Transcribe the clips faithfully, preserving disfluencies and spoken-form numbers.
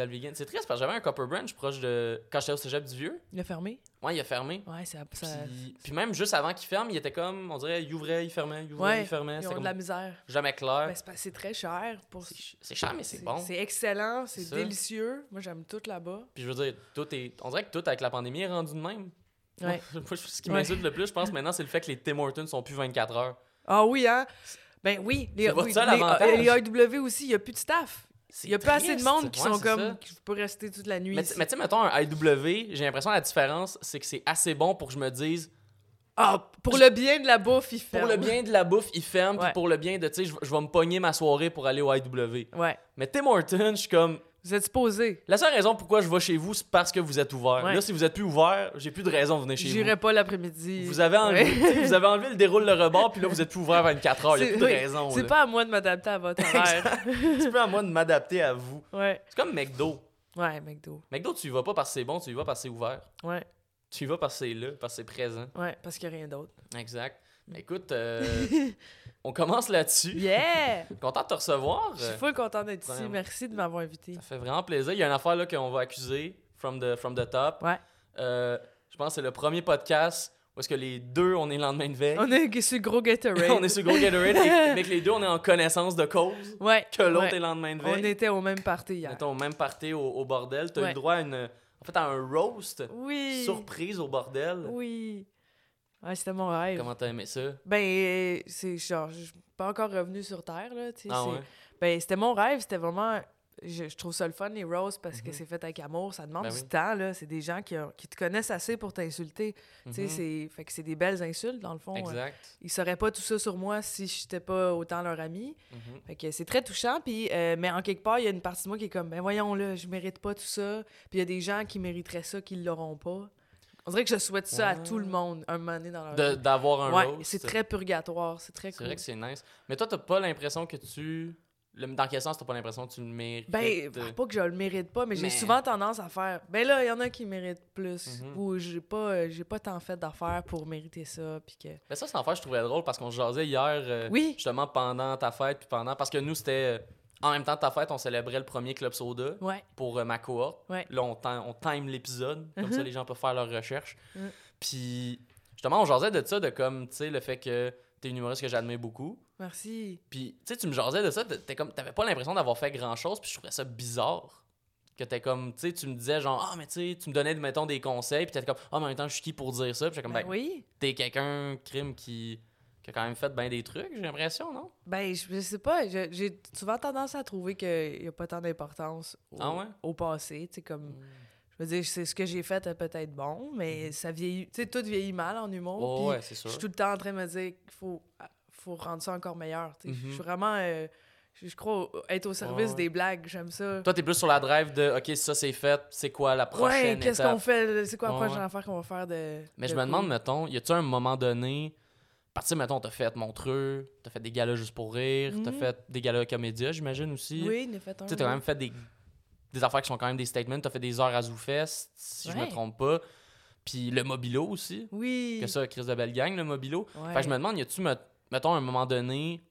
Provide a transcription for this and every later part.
Alvegan. C'est triste parce que j'avais un Copper Branch proche de... Quand j'étais au cégep du Vieux. Il a fermé? Ouais, il a fermé. Ouais, c'est... Ça... Puis... Puis même juste avant qu'il ferme, il était comme, on dirait, il ouvrait, il fermait, il ouvrait, ouais, il fermait. Ils ont C'était de comme la misère. jamais clair. Ben, c'est, pas... c'est très cher. Pour... C'est, c'est cher, mais c'est, c'est bon. C'est excellent, c'est, c'est délicieux. Moi, j'aime tout là-bas. Puis je veux dire, tout est... on dirait que tout avec la pandémie est rendu de même. Ouais. Moi, ce qui m'insulte ouais. le plus, je pense, maintenant, c'est le fait que les Tim Hortons sont plus vingt-quatre heures. Ah oui, hein? Ben oui. Les, c'est votre oui, seul les, avantage. Les A E W aussi, il n'y a plus de staff. Il n'y a pas assez de monde qui ouais, sont comme... ça. qui peut rester toute la nuit. Mais tu sais, mettons, un A E W, j'ai l'impression que la différence, c'est que c'est assez bon pour que je me dise... Ah, pour je... le bien de la bouffe, il ferme. Pour le bien de la bouffe, il ferme. Ouais. Puis pour le bien de, tu sais, je, je vais me pogner ma soirée pour aller au A E W. Ouais. Mais Tim Hortons, je suis comme... Vous êtes supposé. La seule raison pourquoi je vais chez vous, c'est parce que vous êtes ouvert. Ouais. Là, si vous êtes plus ouvert, j'ai plus de raison de venir chez J'irai vous. J'irai pas l'après-midi. Vous avez enlevé, ouais. vous avez enlevé le déroule le rebord, puis là, vous êtes plus ouvert vingt-quatre heures. Il n'y a plus oui. de raison. C'est là. pas à moi de m'adapter à votre horaire. C'est pas à moi de m'adapter à vous. Ouais. C'est comme McDo. Ouais, McDo. McDo, tu y vas pas parce que c'est bon, tu y vas parce que c'est ouvert. Ouais. Tu y vas parce que c'est là, parce que c'est présent. Ouais, parce qu'il n'y a rien d'autre. Exact. Écoute, euh, on commence là-dessus. Yeah! Content de te recevoir. Je suis full content d'être ici. Merci de m'avoir invité. Ça fait vraiment plaisir. Il y a une affaire là qu'on va accuser from the, from the top. Ouais. Euh, je pense que c'est le premier podcast où est-ce que les deux, on est le lendemain de veille. On est sur gros Gatorade. On est sur gros Gatorade, mais que les deux, on est en connaissance de cause. Ouais. Que l'autre ouais. est le lendemain de veille. On était au même party hier. On était au même party au, au bordel. Tu as ouais. eu le droit à une... En fait, à un roast. Oui. Surprise au bordel. Oui. Ouais, c'était mon rêve. Comment t'as aimé ça? Ben, c'est genre, je suis pas encore revenu sur Terre, là, tu sais. Ah ouais? Ben, c'était mon rêve, c'était vraiment... Je, je trouve ça le fun, les roasts, parce mm-hmm. que c'est fait avec amour. Ça demande ben du oui. temps, là. C'est des gens qui, ont, qui te connaissent assez pour t'insulter. Mm-hmm. Tu sais, c'est... Fait que c'est des belles insultes, dans le fond. Exact. Euh, ils sauraient pas tout ça sur moi si j'étais pas autant leur ami. Mm-hmm. Fait que c'est très touchant, puis... Euh, mais en quelque part, il y a une partie de moi qui est comme, ben voyons, là, je mérite pas tout ça. Puis il y a des gens qui mériteraient ça, qui l'auront pas. On dirait que je souhaite ça ouais. à tout le monde, un moment donné dans leur de, vie. D'avoir un ouais, roast. C'est très purgatoire, c'est très c'est cool. C'est vrai que c'est nice. Mais toi, t'as pas l'impression que tu... Dans quel sens t'as pas l'impression que tu le mérites? Ben, pas que je le mérite pas, mais, mais... j'ai souvent tendance à faire... Ben là, il y en a qui méritent plus. Mm-hmm. Ou j'ai pas, j'ai pas tant fait d'affaires pour mériter ça, puis que... Ben ça, c'est en fait, je trouvais drôle, parce qu'on se jasait hier, euh, oui. justement, pendant ta fête, puis pendant... Parce que nous, c'était... Euh, en même temps de ta fête, on célébrait le premier Club Soda ouais. pour euh, ma cohorte. Ouais. Là, on, time, on time l'épisode, comme mm-hmm. ça, les gens peuvent faire leurs recherches. Mm. Puis, justement, on jasait de ça, de comme, tu sais, le fait que t'es une humoriste que j'admire beaucoup. Merci. Puis, tu sais, tu me jasais de ça, t'es comme, t'avais pas l'impression d'avoir fait grand-chose, puis je trouvais ça bizarre. Que t'es comme, tu sais, tu me disais genre, ah, mais tu sais, tu me donnais, mettons, des conseils, puis t'étais comme, ah, mais en même temps, je suis qui pour dire ça? Puis j'étais comme, ben, ben oui. T'es quelqu'un, crime, qui... qui a quand même fait bien des trucs, j'ai l'impression, non? Ben, je, je sais pas. Je, j'ai souvent tendance à trouver qu'il y a pas tant d'importance au, ah ouais? au passé. Tu sais, comme... Mm. Je veux dire, c'est ce que j'ai fait est peut-être bon, mais mm. ça vieillit... Tu sais, tout vieillit mal en humour. Oh, ouais, c'est sûr. Je suis tout le temps en train de me dire qu'il faut, faut rendre ça encore meilleur. Tu sais. Mm-hmm. Je suis vraiment... Euh, je, je crois être au service oh, ouais. des blagues. J'aime ça. Toi, t'es plus sur la drive de « OK, ça, c'est fait. C'est quoi la prochaine ouais, qu'est-ce étape? qu'on fait? C'est quoi la oh, prochaine ouais. affaire qu'on va faire de... Mais de je me cool? demande, mettons, y a-tu un moment donné... Parce que, mettons, t'as fait Montreux, t'as fait des galas juste pour rire, mm-hmm. t'as fait des galas comédia, j'imagine, aussi. Oui, il a fait un. Tu sais, t'as quand même fait des, des affaires qui sont quand même des statements. T'as fait des heures à ZooFest, si ouais. je me trompe pas. Puis le Mobilo aussi. Oui. Que ça, Chris de belle gang, le Mobilo. Ouais. Fait que je me demande, y a-tu, mettons, un moment donné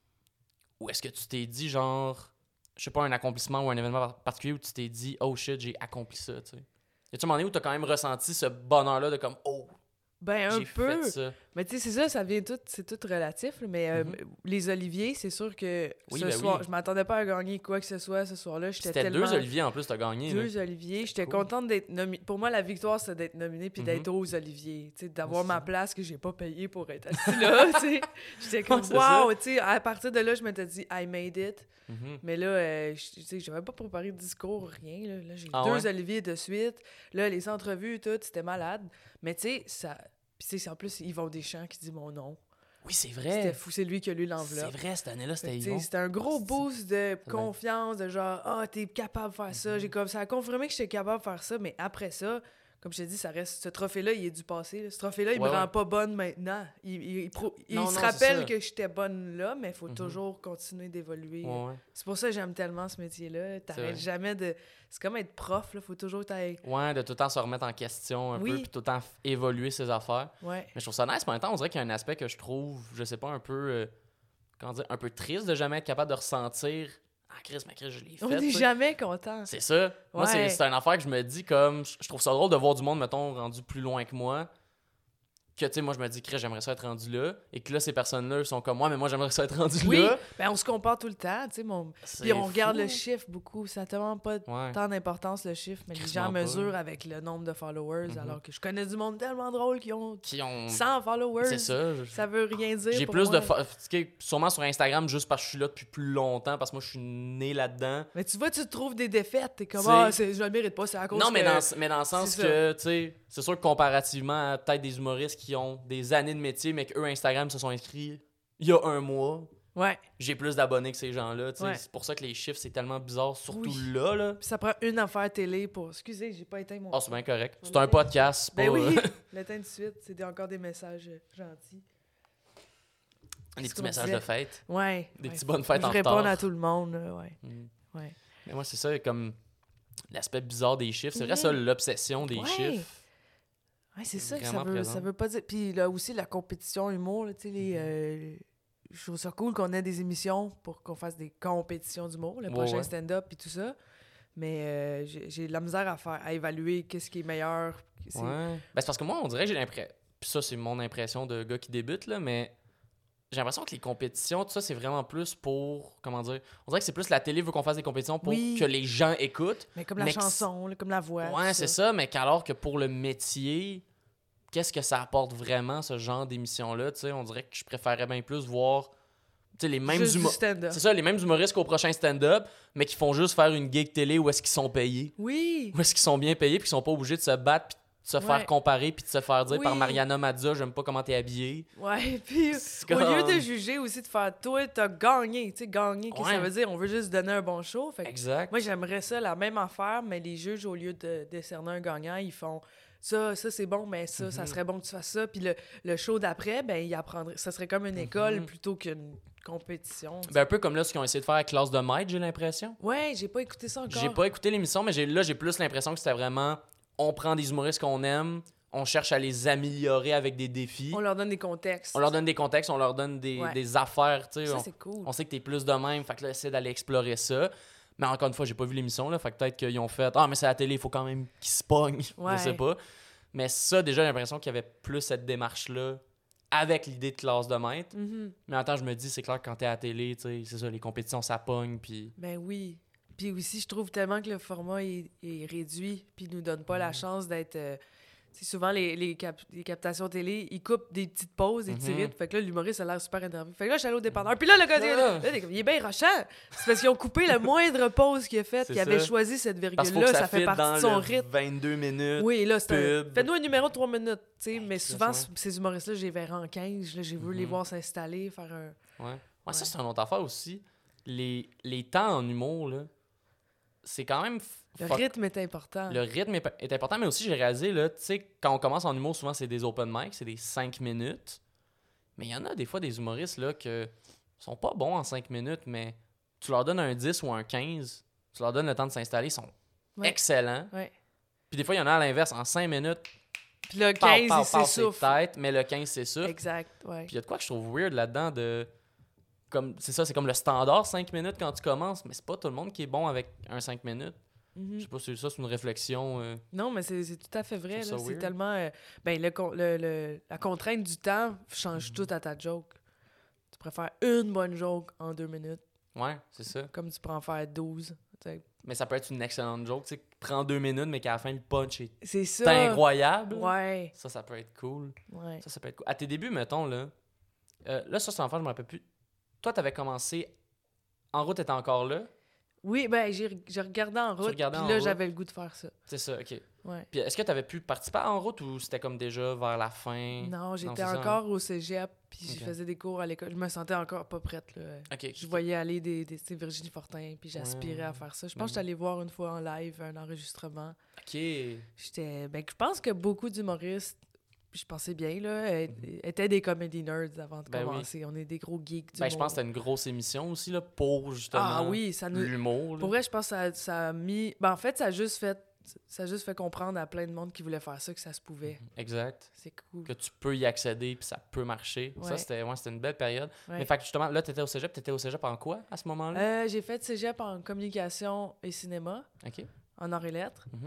où est-ce que tu t'es dit, genre, je sais pas, un accomplissement ou un événement particulier où tu t'es dit, oh shit, j'ai accompli ça, tu sais. Y a-tu un moment donné où t'as quand même ressenti ce bonheur-là de comme, oh, ben, un j'ai peu. fait ça. Mais tu sais, c'est ça, ça vient tout, c'est tout relatif. Mais euh, mm-hmm. les Oliviers, c'est sûr que oui, ce ben soir, oui. je m'attendais pas à gagner quoi que ce soit ce soir-là. J'étais C'était tellement... deux Oliviers en plus, t'as gagné. Deux là. Oliviers. J'étais cool. contente d'être nominée. Pour moi, la victoire, c'est d'être nominée puis mm-hmm. d'être aux Oliviers. Tu sais, d'avoir ma place que j'ai pas payée pour être assis là. J'étais comme, wow! Tu sais, à partir de là, je m'étais dit, I made it. Mm-hmm. Mais là, euh, tu sais, j'avais pas préparé de discours, rien. Là, là j'ai ah, deux ouais? Oliviers de suite. Là, les entrevues, tout, c'était malade. Mais tu sais, ça... Puis, tu sais, en plus, Yvon Deschamps qui dit mon nom. Oui, c'est vrai. C'était fou, c'est lui qui a lu l'enveloppe. C'est vrai, cette année-là, c'était Yvon. C'était un gros boost de confiance, de genre, ah, oh, t'es capable de faire mm-hmm. ça. J'ai comme ça a confirmé que j'étais capable de faire ça, mais après ça, comme je te dis, ça reste. Ce trophée-là, il est du passé. Là. Ce trophée-là, il ouais, me ouais. rend pas bonne maintenant. Il, il, il, pro... il non, se non, rappelle que j'étais bonne là, mais il faut mm-hmm. toujours continuer d'évoluer. Ouais, ouais. C'est pour ça que j'aime tellement ce métier-là. T'arrêtes jamais de. C'est comme être prof, là. Faut toujours t'aille. Ouais, de tout le temps se remettre en question un oui. peu, puis tout le temps f- évoluer ses affaires. Ouais. Mais je trouve ça nice, mais en même temps, on dirait qu'il y a un aspect que je trouve, je sais pas, un peu. Euh, comment dire, un peu triste de jamais être capable de ressentir ah, Chris, mais Chris, je l'ai fait. On n'est jamais content. C'est ça. Ouais. Moi, c'est, c'est une affaire que je me dis comme. Je trouve ça drôle de voir du monde, mettons, rendu plus loin que moi. Que, tu sais, moi, je me dis, Chris, j'aimerais ça être rendu là. Et que là, ces personnes-là sont comme moi, mais moi, j'aimerais ça être rendu oui. là. Oui, ben, on se compare tout le temps, tu sais. Mon... Puis on fou. regarde le chiffre beaucoup. Ça n'a tellement pas ouais. tant d'importance, le chiffre, mais Quasiment les gens mesurent pas. avec le nombre de followers, mm-hmm. alors que je connais du monde tellement drôle qui ont, qui ont... cent followers. C'est ça. Je... Ça veut rien dire. J'ai pour plus moi. de. Fo... Sûrement sur Instagram, juste parce que je suis là depuis plus longtemps, parce que moi, je suis né là-dedans. Mais tu vois, tu te trouves des défaites. T'es comme, ah, c'est... je le mérite pas, c'est à cause Non, que... mais dans, mais dans le sens que, tu sais, c'est sûr que comparativement à peut-être des humoristes qui ont des années de métier, mais qu'eux, Instagram, se sont inscrits il y a un mois. Ouais. J'ai plus d'abonnés que ces gens-là. Ouais. C'est pour ça que les chiffres, c'est tellement bizarre, surtout oui. là. là. Puis ça prend une affaire télé pour. Excusez, j'ai pas éteint mon. Ah, oh, c'est bien correct. C'est un podcast. C'est ben pas... oui, l'éteins tout de suite. C'est des, encore des messages gentils. Des petits messages de fête. Ouais. Des ouais. petites bonnes fêtes je en retard. Je réponds à tout le monde. Là, ouais. Mm. ouais. Mais moi, c'est ça, comme l'aspect bizarre des chiffres. C'est vrai, ça, l'obsession des ouais. chiffres. Ouais, c'est ça que ça veut, ça veut pas dire. Puis là aussi, la compétition humour, tu sais, les. Euh, je trouve ça cool qu'on ait des émissions pour qu'on fasse des compétitions d'humour, le ouais, prochain ouais. stand-up et tout ça. Mais euh, j'ai, j'ai de la misère à faire, à évaluer qu'est-ce qui est meilleur. C'est... Ouais. Ben, c'est parce que moi, on dirait que j'ai l'impression. Puis ça, c'est mon impression de gars qui débute, là, mais j'ai l'impression que les compétitions, tout ça, c'est vraiment plus pour. Comment dire? On dirait que c'est plus la télé veut qu'on fasse des compétitions pour oui. que les gens écoutent. Mais comme la mais chanson, là, comme la voix. Ouais, c'est ça. ça, mais qu'alors que pour le métier. Qu'est-ce que ça apporte vraiment, ce genre d'émission-là? T'sais, on dirait que je préférerais bien plus voir les mêmes humoristes. C'est ça, les mêmes humoristes qu'au prochain stand-up, mais qui font juste faire une gig télé où est-ce qu'ils sont payés. Oui. Où est-ce qu'ils sont bien payés, puis qu'ils sont pas obligés de se battre, puis de se ouais. faire comparer, puis de se faire dire oui. par Mariana Mazza, j'aime pas comment t'es habillée. Ouais, puis au lieu de juger aussi, de faire toi, t'as gagné. Tu sais, gagner, qu'est-ce que ouais. ça veut dire? On veut juste donner un bon show. Fait exact. Moi, j'aimerais ça, la même affaire, mais les juges, au lieu de décerner un gagnant, ils font. Ça, ça c'est bon, mais ça, mm-hmm. ça serait bon que tu fasses ça. Puis le, le show d'après, ben, il apprendrait. Ça serait comme une école mm-hmm. plutôt qu'une compétition. Ben, un peu comme là, ce qu'ils ont essayé de faire avec Classe de maître, j'ai l'impression. Ouais, j'ai pas écouté ça encore. J'ai pas écouté l'émission, mais j'ai, là, j'ai plus l'impression que c'était vraiment. On prend des humoristes qu'on aime, on cherche à les améliorer avec des défis. On leur donne des contextes. On leur donne des contextes, on leur donne des, ouais. des affaires. Tu sais, ça, on, c'est cool. On sait que t'es plus de même, fait que là, essaie d'aller explorer ça. Mais encore une fois, j'ai pas vu l'émission, là, fait que peut-être qu'ils ont fait ah, mais c'est la télé, il faut quand même qu'ils se pognent. Ouais. Je sais pas. Mais ça, déjà, j'ai l'impression qu'il y avait plus cette démarche-là avec l'idée de classe de maître. Mm-hmm. Mais en même temps, je me dis, c'est clair que quand t'es à la télé, tu sais, c'est ça, les compétitions, ça pogne, puis... Ben oui. Puis aussi, je trouve tellement que le format est, est réduit, puis nous donne pas mm. la chance d'être... Euh, tu sais, souvent, les, les, cap- les captations télé, ils coupent des petites pauses, des petits mm-hmm. rythmes. Fait que là, l'humoriste a l'air super énervé. Fait que là, je suis allé au dépanneur. Puis là, le gars, ah. là, il est bien rochant. C'est parce qu'ils ont coupé la moindre pause qu'il a faite, qu'il avait choisi cette virgule-là. Ça, ça fait partie de son rythme. vingt-deux minutes. Oui, là, c'est un... Faites-nous un numéro de trois minutes. Tu sais, mais souvent, ces humoristes-là, j'ai verrai en quinze. Là, j'ai voulu mm-hmm. les voir s'installer, faire un. Ouais. Ouais, ouais. Ça, c'est une autre affaire aussi. Les, les temps en humour, là, c'est quand même. Le fuck. rythme est important. Le rythme est, est important, mais aussi, j'ai réalisé, là, tu sais, quand on commence en humour, souvent, c'est des open mic, c'est des cinq minutes. Mais il y en a des fois des humoristes, là, que sont pas bons en cinq minutes, mais tu leur donnes un dix ou un quinze, tu leur donnes le temps de s'installer, ils sont ouais. excellents. Ouais. Puis des fois, il y en a à l'inverse, en cinq minutes. Puis le quinze, pow, pow, il s'essouffle. Tête, mais le quinze, c'est ça. Exact, ouais. Puis il y a de quoi que je trouve weird là-dedans de. Comme, c'est ça, c'est comme le standard cinq minutes quand tu commences, mais c'est pas tout le monde qui est bon avec un cinq minutes. Mm-hmm. Je sais pas si ça, c'est une réflexion. Euh... Non, mais c'est, c'est tout à fait vrai. Là. C'est tellement. Euh, ben, le, le, le, la contrainte du temps change mm-hmm. tout à ta joke. Tu préfères une bonne joke en deux minutes. Ouais, c'est ça. Comme tu pourrais en faire douze. T'sais. Mais ça peut être une excellente joke. Tu sais, prends deux minutes, mais qu'à la fin, le punch est c'est ça. incroyable. Ouais. Ça, ça peut être cool. Ouais. Ça, ça peut être cool. À tes débuts, mettons, là. Euh, là, ça, c'est en fait, je me rappelle plus. Toi, t'avais commencé. En route, t'étais encore là. Oui, ben j'ai, j'ai regardé en route, puis là, route. j'avais le goût de faire ça. C'est ça, OK. Ouais. Puis est-ce que tu avais pu participer en route ou c'était comme déjà vers la fin? Non, j'étais non, encore ça, au cégep, puis okay. je faisais des cours à l'école. Je me sentais encore pas prête, là. Okay. Je voyais aller des, des, des Virginie Fortin, puis j'aspirais ouais. à faire ça. Je pense ben... que j'étais allée voir une fois en live un enregistrement. OK. J'étais... Ben, je pense que beaucoup d'humoristes, je pensais bien, là, étaient des comedy nerds avant de ben commencer. Oui. On est des gros geeks du ben, monde. Je pense que c'était une grosse émission aussi, là, pour justement ah, oui, ça nous... l'humour. Là. Pour vrai, je pense que ça, ça a mis... Ben, en fait, ça a juste fait ça a juste fait comprendre à plein de monde qui voulait faire ça que ça se pouvait. Exact. C'est cool. Que tu peux y accéder puis ça peut marcher. Ouais. Ça, c'était, ouais, c'était une belle période. Ouais. Mais fait que justement, là, t'étais au cégep. T'étais au cégep en quoi à ce moment-là? Euh, j'ai fait cégep en communication et cinéma, OK. en arts et lettres. Mhm.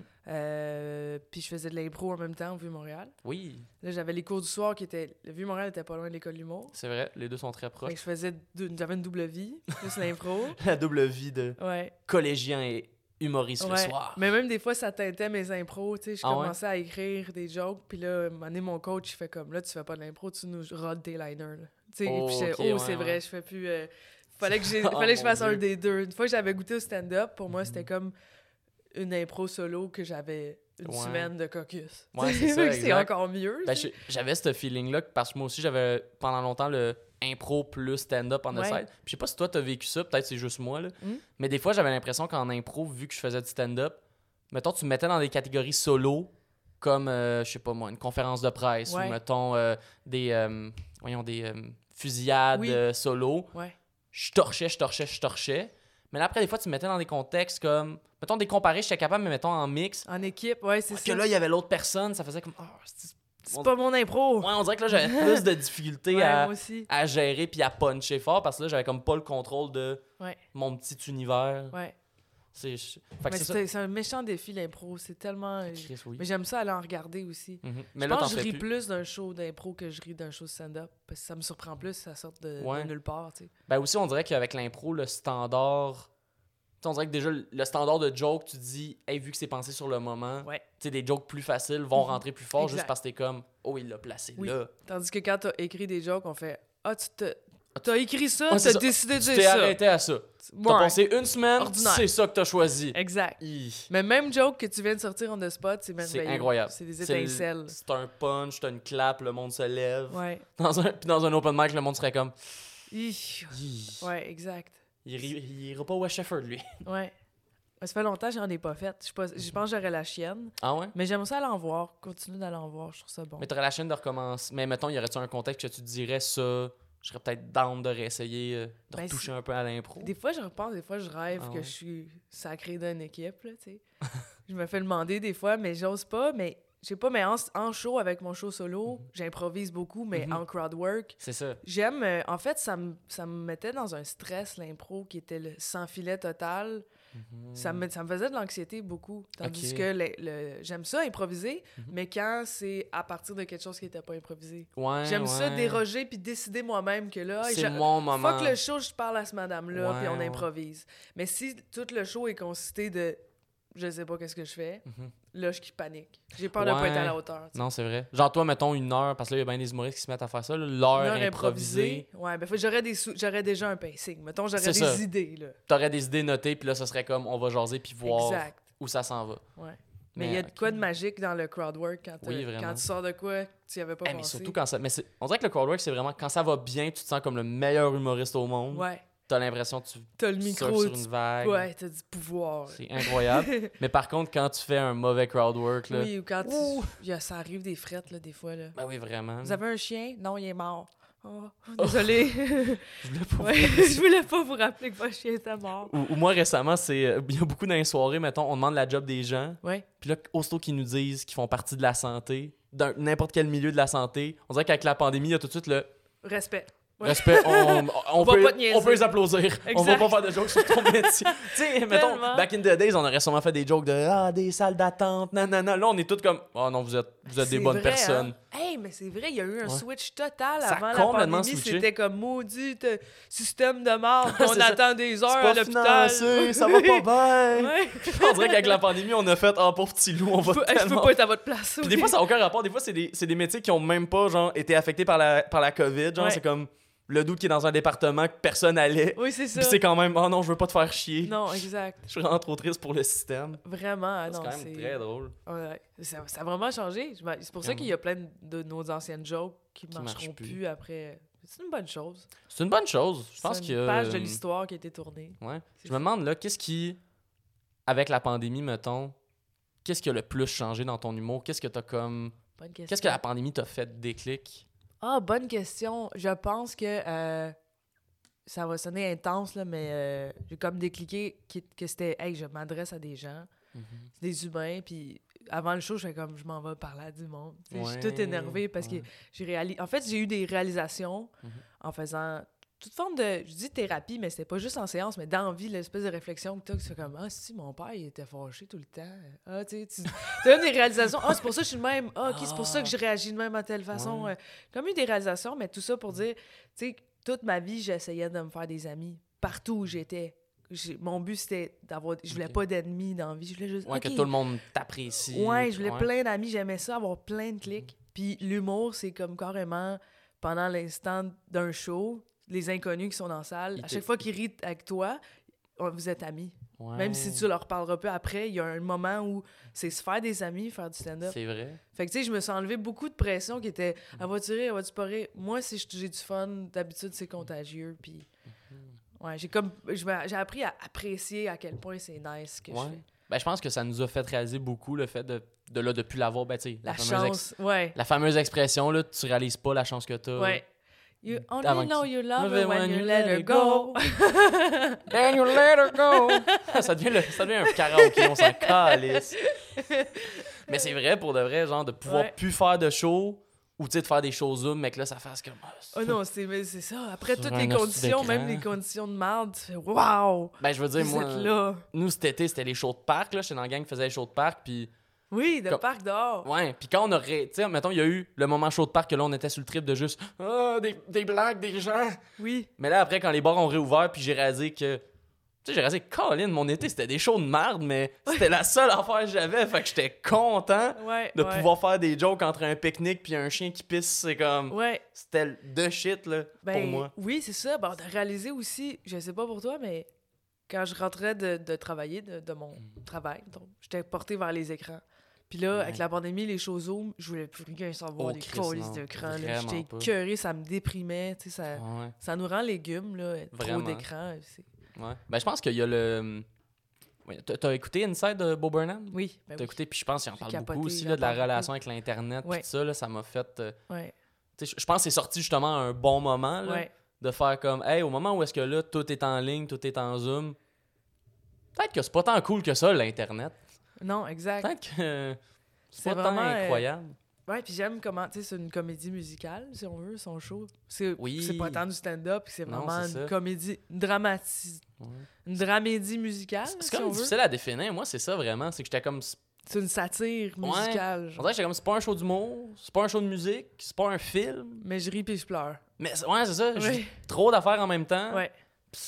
Euh, puis je faisais de l'impro en même temps au Vieux-Montréal. Oui, Là, j'avais les cours du soir qui étaient... Le Vieux-Montréal était pas loin de l'école de l'humour. c'est vrai. Les deux sont très Fait proches. que je faisais... deux- J'avais une double vie, plus l'impro. La double vie de Ouais. collégien et humoriste le Ouais. soir. Mais même des fois, ça teintait mes impros. Tu sais, je Ah ouais? commençais à écrire des jokes. Puis là, à un moment donné, mon coach, il fait comme là, tu fais pas de l'impro, tu nous rodes tes liners. Là. Tu sais, Oh, puis j'étais, ok, oh, ouais, c'est ouais. vrai, je fais plus. euh, Fallait que, j'ai... Oh, Fallait que je mon fasse un Dieu. des deux. Une fois que j'avais goûté au stand-up, pour moi, Mhm. c'était comme une impro solo que j'avais une Ouais. semaine de caucus. Ouais, Tu c'est sais, ça, c'est exact. encore mieux. Ben, tu sais. j'ai- j'avais ce feeling-là parce que moi aussi, j'avais pendant longtemps le impro plus stand-up en the Ouais. side. Puis je sais pas si toi, t'as vécu ça, peut-être c'est juste moi, là. Mm. Mais des fois, j'avais l'impression qu'en impro, vu que je faisais du stand-up, mettons, tu me mettais dans des catégories solo, comme, euh, je sais pas moi, une conférence de presse, Ouais. ou mettons, euh, des, euh, voyons, des euh, fusillades Oui. euh, solo. Ouais. Je torchais, je torchais, je torchais. Mais là, après, des fois, tu me mettais dans des contextes comme, mettons, des comparés, j'étais capable, mais mettons, en mix. En équipe, ouais, c'est Que ça. là, il y avait l'autre personne, ça faisait comme, oh, c'est- C'est pas mon impro. ouais, on dirait que là, j'avais plus de difficultés Ouais, à, moi aussi. à gérer puis à puncher fort parce que là, j'avais comme pas le contrôle de Ouais. mon petit univers. Ouais. C'est, je- fait que Mais c'est ça. c'est, c'est un méchant défi, l'impro. C'est tellement. Chris, oui. Mais j'aime ça aller en regarder aussi. Mhm. Je Mais là, pense t'en que je fais ris plus. plus, d'un show d'impro que je ris d'un show de stand-up. Parce que ça me surprend plus, ça sort de, Ouais. de nulle part, tu sais. Ben aussi, on dirait qu'avec l'impro, le standard. Tu sais, on dirait que déjà, le standard de joke, tu dis, hey, vu que c'est pensé sur le moment, Ouais. tu sais, des jokes plus faciles vont Mhm. rentrer plus fort Exact. juste parce que t'es comme, oh, il l'a placé Oui. là. Tandis que quand t'as écrit des jokes, on fait Ah, tu t'as, t'as écrit ça, Ouais, c'est t'as ça. décidé de Tu dire t'es ça. arrêté à ça. T'as Ouais. passé une semaine, Ordinaire. c'est ça que t'as choisi. Exact. Hi. Mais même joke que tu viens de sortir on the spot, c'est merveilleux. C'est incroyable. C'est des C'est le- étincelles. C'est un punch, t'as une clap, le monde se lève. Ouais. Dans un, puis dans un open mic, le monde serait comme. Hi. Hi. Ouais, exact. Il, ri- il ira pas West Shefford, lui. Ouais. Ça fait longtemps que j'en ai pas fait. Je pense, je pense que j'aurais la chienne. Ah ouais? Mais j'aime ça aller en voir. Continue d'aller en voir. Je trouve ça bon. Mais t'aurais la chaîne de recommencer. Mais mettons, y aurait-tu un contexte que tu te dirais ça? Je serais peut-être down de réessayer, euh, de Ben, retoucher c'est- un peu à l'impro. Des fois, je repense, des fois, je rêve Ah que ouais? je suis sacrée d'une équipe, là, tu sais. Je me fais demander des fois, mais j'ose pas. Mais je sais pas, mais en, en show, avec mon show solo, j'improvise beaucoup, mais Mhm. en crowd work, C'est ça. j'aime... euh, en fait, ça me, ça me mettait dans un stress, l'impro, qui était le sans filet total. Ça me, ça me faisait de l'anxiété beaucoup. Tandis Ok. que le, le- j'aime ça improviser, Mhm. mais quand c'est à partir de quelque chose qui n'était pas improvisé. Ouais. J'aime ça ouais. déroger puis décider moi-même que là, C'est je- mon moment. fuck le show, je parle à ce madame-là, Ouais, puis on ouais. improvise. Mais si tout le show est consisté de je sais pas qu'est-ce que je fais, Mhm. là, je panique. J'ai peur de pas Ouais. être à la hauteur. tu sais. Non, c'est vrai. Genre, toi, mettons une heure, parce que là, il y a bien des humoristes qui se mettent à faire ça, là, l'heure Une heure improvisée. Ouais, ben faut- j'aurais, des sou- j'aurais déjà un pacing. Mettons, j'aurais C'est des ça. idées, là. T'aurais des idées notées, puis là, ce serait comme, on va jaser, puis voir Exact. où ça s'en va. Ouais. Mais il y a de quoi de magique dans le crowd work quand, Oui, t'as- vraiment. quand tu sors de quoi tu y avais pas Eh, mais pensé. surtout quand ça. Mais c'est- on dirait que le crowdwork, c'est vraiment quand ça va bien, tu te sens comme le meilleur humoriste au monde. Ouais. T'as l'impression que tu T'as le surfes micro, sur tu- une vague. ouais, t'as du pouvoir. C'est incroyable. Mais par contre, quand tu fais un mauvais crowdwork, là. Oui, ou quand tu- Ouh. il y a- ça arrive des frettes, là, des fois, là. Ben oui, vraiment. Vous avez un chien? Non, il est mort. Oh, désolé. Je voulais pas Ouais, vous- je voulais pas vous rappeler que votre chien était mort. Ou, ou moi, récemment, c'est. euh, il y a beaucoup dans les soirées, mettons, on demande la job des gens. Ouais. Puis là, aussitôt qu'ils nous disent qu'ils font partie de la santé, dans n'importe quel milieu de la santé, on dirait qu'avec la pandémie, il y a tout de suite le Respect. Ouais. respect. On, on, On va peut, pas te niaiser. on peut les applaudir. On va Exact. pas faire de jokes sur ton métier. tu sais, mettons, Tellement. back in the days, on aurait sûrement fait des jokes de Ah, des salles d'attente, nanana. Là, on est tous comme Oh non, vous êtes, vous êtes des C'est bonnes vrai, personnes. hein? Hey, mais c'est vrai, il y a eu un Ouais. switch total Ça a avant la complètement pandémie. switché. C'était comme maudit euh, système de mort, on C'est ça. attend des heures C'est à pas l'hôpital. financé, ça va pas bien. Ouais. On dirait qu'avec la pandémie, on a fait Ah, pauvre petit loup, on va Je peux- hey, je peux tellement. pas être à votre place. Puis des fois, ça n'a aucun rapport. Des fois, c'est des, c'est des métiers qui ont même pas genre, été affectés par la, par la COVID. Genre, Ouais. c'est comme le doute qui est dans un département que personne allait. Oui, c'est ça. Puis c'est quand même Oh non, je veux pas te faire chier. Non, exact. Je suis vraiment trop triste pour le système. Vraiment, ah C'est non, quand même c'est... très drôle. Ouais, ça, ça a vraiment changé. Je m'en- C'est pour ça Vraiment. qu'il y a plein de nos anciennes jokes qui ne Qui marcheront marchent plus. plus. après. C'est une bonne chose. C'est une bonne chose. Je pense c'est que. une page de l'histoire qui a été tournée. Ouais. C'est Je me fou. demande là, qu'est-ce qui, avec la pandémie, mettons, qu'est-ce qui a le plus changé dans ton humour? Qu'est-ce que t'as comme. Bonne question. Qu'est-ce que la pandémie t'a fait déclic? Ah, bonne question. Je pense que euh, ça va sonner intense, là, mais euh, j'ai comme décliqué qui- que c'était « Hey, je m'adresse à des gens. Mm-hmm. C'est des humains, puis avant le show, je fais comme, je m'en vais parler à du monde. Ouais, je suis toute énervée parce ouais. que j'ai réalisé... En fait, j'ai eu des réalisations mm-hmm. en faisant toute forme de... Je dis thérapie, mais c'était pas juste en séance, mais dans la vie, l'espèce de réflexion que tu as, que tu fais comme, ah, si, mon père, il était fâché tout le temps. Ah, tu sais, tu as des réalisations. Ah, c'est pour ça que je suis de même. Ah, OK, c'est pour ça que je réagis de même à telle façon. Ouais. Comme eu des réalisations, mais tout ça pour dire, tu sais, toute ma vie, j'essayais de me faire des amis partout où j'étais. J'ai, mon but, c'était d'avoir... Je voulais okay. pas d'ennemis dans la vie. Je voulais juste... Ouais, okay. que tout le monde t'apprécie. Ouais, je voulais ouais. plein d'amis. J'aimais ça, avoir plein de clics. Mm-hmm. Puis l'humour, c'est comme carrément, pendant l'instant d'un show, les inconnus qui sont dans la salle, Il à chaque fois qu'ils rient avec toi, vous êtes amis. Ouais. Même si tu leur parleras peu après, il y a un moment où c'est se faire des amis, faire du stand-up. C'est vrai. Fait que tu sais, je me suis enlevé beaucoup de pression qui était « Elle va-tu rire? Elle va-tu pas rire? » Moi, si j'ai du fun, d'habitude, c'est contagieux. Puis... Ouais, j'ai comme j'ai appris à apprécier à quel point c'est nice ce que ouais. je fais. Ben, je pense que ça nous a fait réaliser beaucoup le fait de, de là, de plus l'avoir. Ben, tu sais, la, la chance, ex- ouais. La fameuse expression, là, tu réalises pas la chance que t'as. Ouais. You only know you love her when you let her go. Then you let her go. ça, devient le, ça devient un karaoké, on s'en calisse. Mais c'est vrai, pour de vrai, genre, de pouvoir ouais. plus faire de show... Ou tu sais, de faire des choses zoom, mais que là, ça fasse comme... Oh non, c'est, mais c'est ça. Après toutes les conditions, même les conditions de merde, tu fais « Wow! » Ben, je veux dire, moi, là. Nous, cet été, c'était les shows de parc, là. J'étais dans la gang qui faisait les shows de parc, puis... Oui, de quand... parc dehors. Ouais, puis quand on aurait... Tu sais, mettons, il y a eu le moment show de parc, que là, on était sur le trip de juste... Ah, oh, des, des blagues, des gens! Oui. Mais là, après, quand les bars ont réouvert, puis j'ai réalisé que... Tu sais, j'ai réalisé, Colin, mon été, c'était des shows de merde, mais c'était la seule affaire que j'avais. Fait que j'étais content ouais, de ouais. pouvoir faire des jokes entre un pique-nique puis un chien qui pisse. C'est comme... Ouais. C'était de shit, là, ben, pour moi. Oui, c'est ça. Bon, de réaliser aussi, je sais pas pour toi, mais quand je rentrais de, de travailler, de, de mon mm. travail, donc j'étais portée vers les écrans. Puis là, ouais. avec la pandémie, les shows Zoom, je voulais plus rien savoir, oh, des colis d'écran. J'étais écœurée, ça me déprimait. Tu sais, ça, ouais. ça nous rend légumes, là, trop d'écran. C'est... Ouais. Ben, je pense qu'il y a le... Oui. T'as, t'as écouté Inside de Bo Burnham? Oui. Ben t'as oui. écouté, puis je pense qu'il en parle capoté, beaucoup aussi, là, de la relation beaucoup. Avec l'Internet, ouais. tout ça, là, ça m'a fait... Euh, ouais. Je pense que c'est sorti justement à un bon moment, là, ouais. de faire comme, hey, au moment où est-ce que là, tout est en ligne, tout est en Zoom, peut-être que c'est pas tant cool que ça, l'Internet. Non, exact. Peut-être que c'est, c'est pas vraiment, tant incroyable. Euh... Ouais, puis j'aime comment, tu sais, c'est une comédie musicale, si on veut, son show. C'est, oui. c'est pas tant du stand-up, c'est vraiment non, c'est une ça. comédie, une dramatie, ouais. une dramédie musicale. C'est, si c'est comme on difficile veut. à définir. Moi, c'est ça vraiment. C'est que j'étais comme. C'est une satire musicale. Ouais. On dirait que j'étais comme, c'est pas un show d'humour, c'est pas un show de musique, c'est pas un film. Mais je ris puis je pleure. Mais ouais, c'est ça. Oui. J'ai trop d'affaires en même temps. Ouais.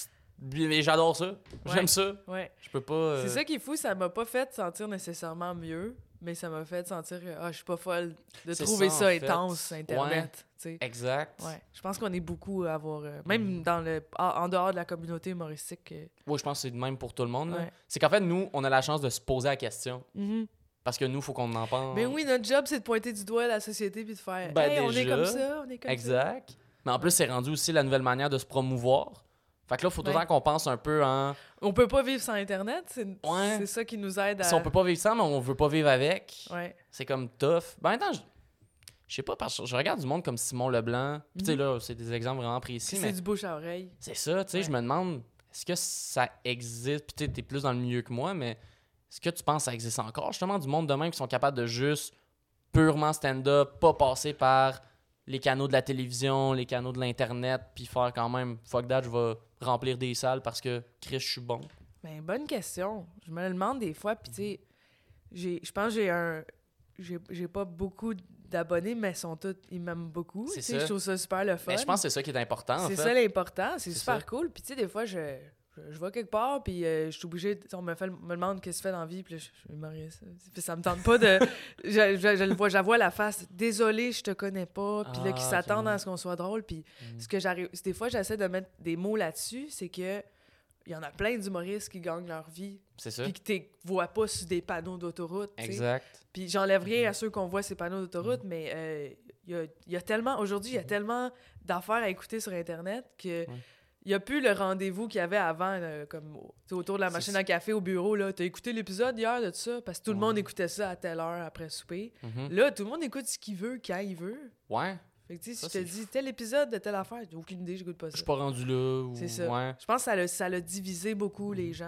Mais j'adore ça. Ouais. J'aime ça. Ouais. Je peux pas. Euh... C'est ça qui est fou, ça m'a pas fait sentir nécessairement mieux. Mais ça m'a fait sentir que ah, je suis pas folle de c'est trouver ça, ça intense, Internet. Ouais, exact. Ouais. Je pense qu'on est beaucoup à avoir... Euh, même mm. dans le, en dehors de la communauté humoristique. Euh... Oui, je pense que c'est de même pour tout le monde. Ouais. C'est qu'en fait, nous, on a la chance de se poser la question. Mm-hmm. Parce que nous, il faut qu'on en pense. Mais oui, notre job, c'est de pointer du doigt la société puis de faire ben, hey, déjà, on est comme ça, on est comme exact. ça. Mais en plus, c'est rendu aussi la nouvelle manière de se promouvoir. Fait que là, il faut tout le ouais. temps qu'on pense un peu en... On peut pas vivre sans Internet, c'est, ouais. c'est ça qui nous aide à... Si on peut pas vivre sans, mais on veut pas vivre avec, ouais. c'est comme tough. Ben, en même temps, je, je sais pas, parce que je regarde du monde comme Simon Leblanc, mm-hmm. tu sais, là, c'est des exemples vraiment précis, c'est mais... C'est du bouche à oreille. C'est ça, tu sais, ouais. je me demande, est-ce que ça existe, puis tu sais, t'es plus dans le milieu que moi, mais est-ce que tu penses que ça existe encore, justement, du monde de même qui sont capables de juste purement stand-up, pas passer par... les canaux de la télévision, les canaux de l'Internet, puis faire quand même, fuck that, je vais remplir des salles parce que, Chris, je suis bon. Ben, bonne question. Je me le demande des fois, puis tu sais, j'ai, je pense que j'ai un... J'ai, j'ai pas beaucoup d'abonnés, mais ils sont tous... Ils m'aiment beaucoup. C'est ça. Je trouve ça super le fun. Mais je pense que c'est ça qui est important, en c'est fait. ça l'important, c'est, c'est super ça. cool. Puis tu sais, des fois, je... Je, je vais quelque part, puis euh, je suis obligée... On me, fait, me demande qu'est-ce que tu fais dans la vie, puis là, je suis humoriste. Puis ça me tente pas de... je, je, je le vois, je vois la face. Désolée, je te connais pas. Puis là, ah, qui s'attendent okay. à ce qu'on soit drôle. Puis mm. ce que j'arrive... Des fois, j'essaie de mettre des mots là-dessus, c'est que il y en a plein d'humoristes qui gagnent leur vie. C'est ça. Puis que tu vois pas sur des panneaux d'autoroute. Exact. T'sais. Puis j'enlève rien à ceux qu'on voit ces panneaux d'autoroute, mm. mais il euh, y, y a tellement... Aujourd'hui, il y a tellement d'affaires à écouter sur Internet que... Mm. Il n'y a plus le rendez-vous qu'il y avait avant, là, comme autour de la machine à café au bureau. Là. T'as écouté l'épisode hier de ça? Parce que tout ouais. le monde écoutait ça à telle heure après souper. Mm-hmm. Là, tout le monde écoute ce qu'il veut, quand il veut. Ouais. Fait que, tu sais, si je te dis tel épisode de telle affaire, j'ai aucune idée, j'écoute pas ça. Je suis pas rendu là. Ou... C'est ça. Ouais. Je pense que ça l'a, ça l'a divisé beaucoup mm. les gens.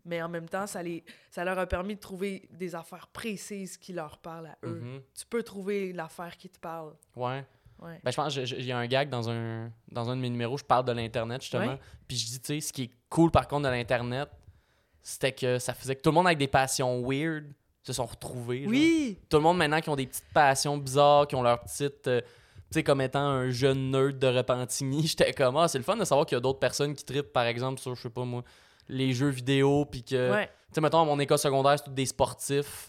mais en même temps, ça, les, ça leur a permis de trouver des affaires précises qui leur parlent à eux. Mm-hmm. Tu peux trouver l'affaire qui te parle. Ouais. Ouais. Ben, je pense qu'il y a un gag dans un, dans un de mes numéros, je parle de l'Internet, justement. Ouais. Puis je dis, tu sais, ce qui est cool, par contre, de l'Internet, c'était que ça faisait que tout le monde avec des passions weird se sont retrouvés. Oui! Genre. Tout le monde, maintenant, qui ont des petites passions bizarres, qui ont leur petite... Euh, tu sais, comme étant un jeune nerd de Repentigny, j'étais comme, ah, c'est le fun de savoir qu'il y a d'autres personnes qui trippent, par exemple, sur, je sais pas moi, les jeux vidéo, puis que... Ouais. Tu sais, mettons, à mon école secondaire, c'est tous des sportifs.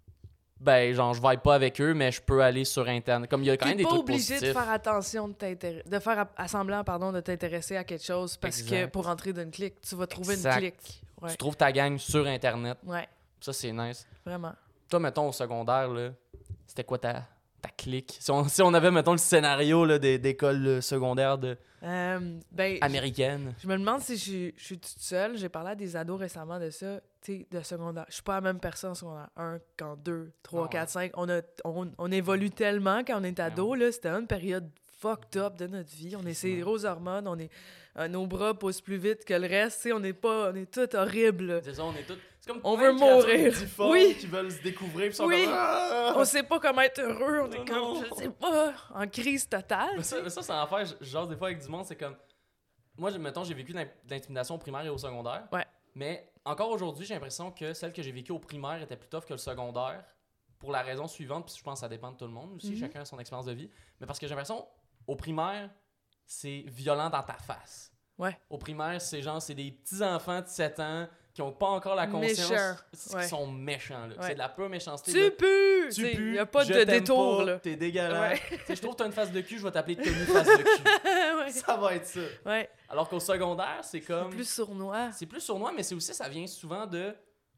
Ben, genre, je vibe pas avec eux, mais je peux aller sur Internet. Comme il y a quand même des trucs positifs. T'es pas obligé de faire attention, de, t'intér... de faire assemblant, pardon, de t'intéresser à quelque chose parce exact. Que pour entrer d'une clique, tu vas trouver exact. Une clique. Ouais. Tu trouves ta gang sur Internet. Ouais. Ça, c'est nice. Vraiment. Toi, mettons, au secondaire, là, c'était quoi ta, ta clique? Si on, si on avait, mettons, le scénario là, des, d'écoles secondaires de... Euh, ben, américaine. Je, je me demande si je, je suis toute seule. J'ai parlé à des ados récemment de ça, tu sais, de secondaire. Je suis pas la même personne en secondaire un qu'en deux, trois, quatre, cinq. On, a, on, on évolue tellement quand on est ado. Là, c'était une période fucked up de notre vie. On est ces grosses hormones, on est, euh, nos bras poussent plus vite que le reste. Tu sais, on est pas, on est tous horribles. C'est ça, on est tous... C'est comme on veut mourir. Oui. Qui veulent se découvrir. Oui. Comme... Ah! On sait pas comment être heureux. On non, est comme, non. je sais pas, en crise totale. Mais ça, mais ça c'est en affaire. Genre, des fois, avec du monde, c'est comme... Moi, mettons, j'ai vécu de l'intimidation au primaire et au secondaire. Ouais. Mais encore aujourd'hui, j'ai l'impression que celle que j'ai vécue au primaire était plus tough que le secondaire. Pour la raison suivante, puis je pense que ça dépend de tout le monde aussi, mm-hmm. chacun a son expérience de vie. Mais parce que j'ai l'impression, au primaire, c'est violent dans ta face. Ouais. Au primaire, c'est genre, c'est des petits enfants de sept ans qui ont pas encore la conscience, qui ouais. sont méchants. Là. Ouais. C'est de la pure méchanceté. Tu pues! Tu pues! Il n'y a pas de détour. Pas, là. T'es dégueulasse. Ouais. Je trouve que t'as une face de cul, je vais t'appeler Tony face de cul. Ouais. Ça va être ça. Ouais. Alors qu'au secondaire, c'est comme... C'est plus sournois. C'est plus sournois, mais c'est aussi, ça vient souvent de...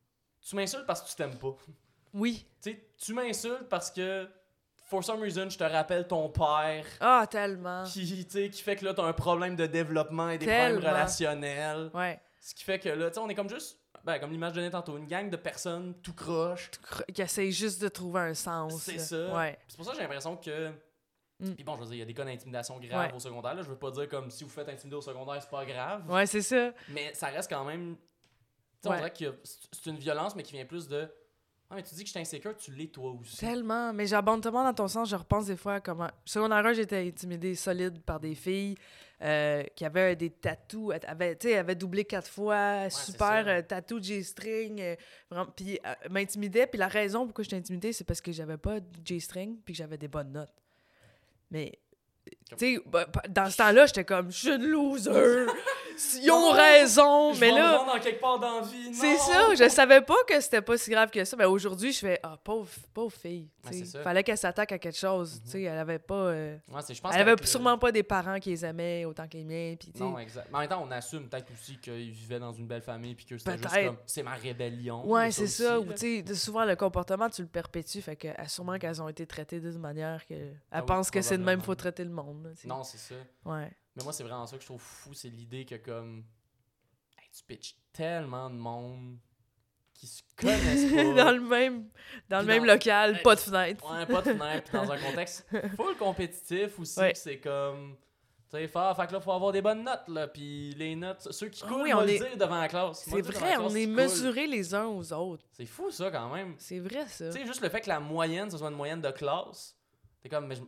Tu m'insultes parce que tu t'aimes pas. Oui. Tu sais, tu m'insultes parce que... For some reason, je te rappelle ton père. Ah, tellement. Qui, qui fait que là, t'as un problème de développement et des tellement. Problèmes relationnels. Ouais. Ce qui fait que là, tu sais, on est comme juste, ben, comme l'image donnée tantôt, une gang de personnes tout croche. Tout cro- qui essayent juste de trouver un sens. C'est là. ça. Ouais. C'est pour ça que j'ai l'impression que. Mm. Puis bon, je veux dire, il y a des cas d'intimidation grave ouais. au secondaire. Là. Je veux pas dire comme si vous faites intimider au secondaire, c'est pas grave. Ouais, c'est ça. Mais ça reste quand même. Tu sais, ouais. on dirait que c'est une violence, mais qui vient plus de. Ah, mais tu dis que je suis insécure, tu l'es toi aussi. Tellement. Mais j'abonde tellement dans ton sens. Je repense des fois à comment. Secondaire un, j'étais intimidée solide par des filles euh, qui avaient des tatous. Tu sais, elles avaient doublé quatre fois. Ouais, super euh, tatou G-string. Euh, puis euh, m'intimidaient. Puis la raison pourquoi j'étais intimidée, c'est parce que j'avais pas de G-string puis que j'avais des bonnes notes. Mais. Tu sais, dans ce temps-là, j'étais comme, je suis une loser. Ils ont raison, je mais là. Je vais dans quelque part dans la vie. Non. C'est ça, je savais pas que c'était pas si grave que ça. Mais aujourd'hui, je fais, ah, pauvre, pauvre fille. Il fallait qu'elle s'attaque à quelque chose. Mm-hmm. Elle avait pas. Euh... Ouais, je pense elle avait sûrement le... pas des parents qui les aimaient autant que les miens. Pis, non, exact. Mais en même temps, on assume peut-être aussi qu'ils vivaient dans une belle famille puis que c'était peut-être. Juste comme, c'est ma rébellion. Ouais, c'est ça. Ou, souvent, le comportement, tu le perpétues. Fait que sûrement qu'elles ont été traitées d'une manière qu'elles ah oui, pensent que c'est de même qu'il faut traiter le monde. Là, non, c'est ça. Ouais. Mais moi, c'est vraiment ça que je trouve fou, c'est l'idée que comme hey, tu pitches tellement de monde qui se connaissent pas. dans le même, dans le même dans... local, hey, pas de fenêtre. Ouais, pas de fenêtre. Puis dans un contexte full compétitif aussi, ouais. c'est comme... Tu sais, fait, fait que là, faut avoir des bonnes notes, là. Puis les notes, ceux qui coulent, oh oui, on est... le dire devant la classe. C'est vrai, classe, on est mesurés les uns aux autres. C'est fou, ça, quand même. C'est vrai, ça. Tu sais, juste le fait que la moyenne, ce soit une moyenne de classe, t'es comme... Mais je...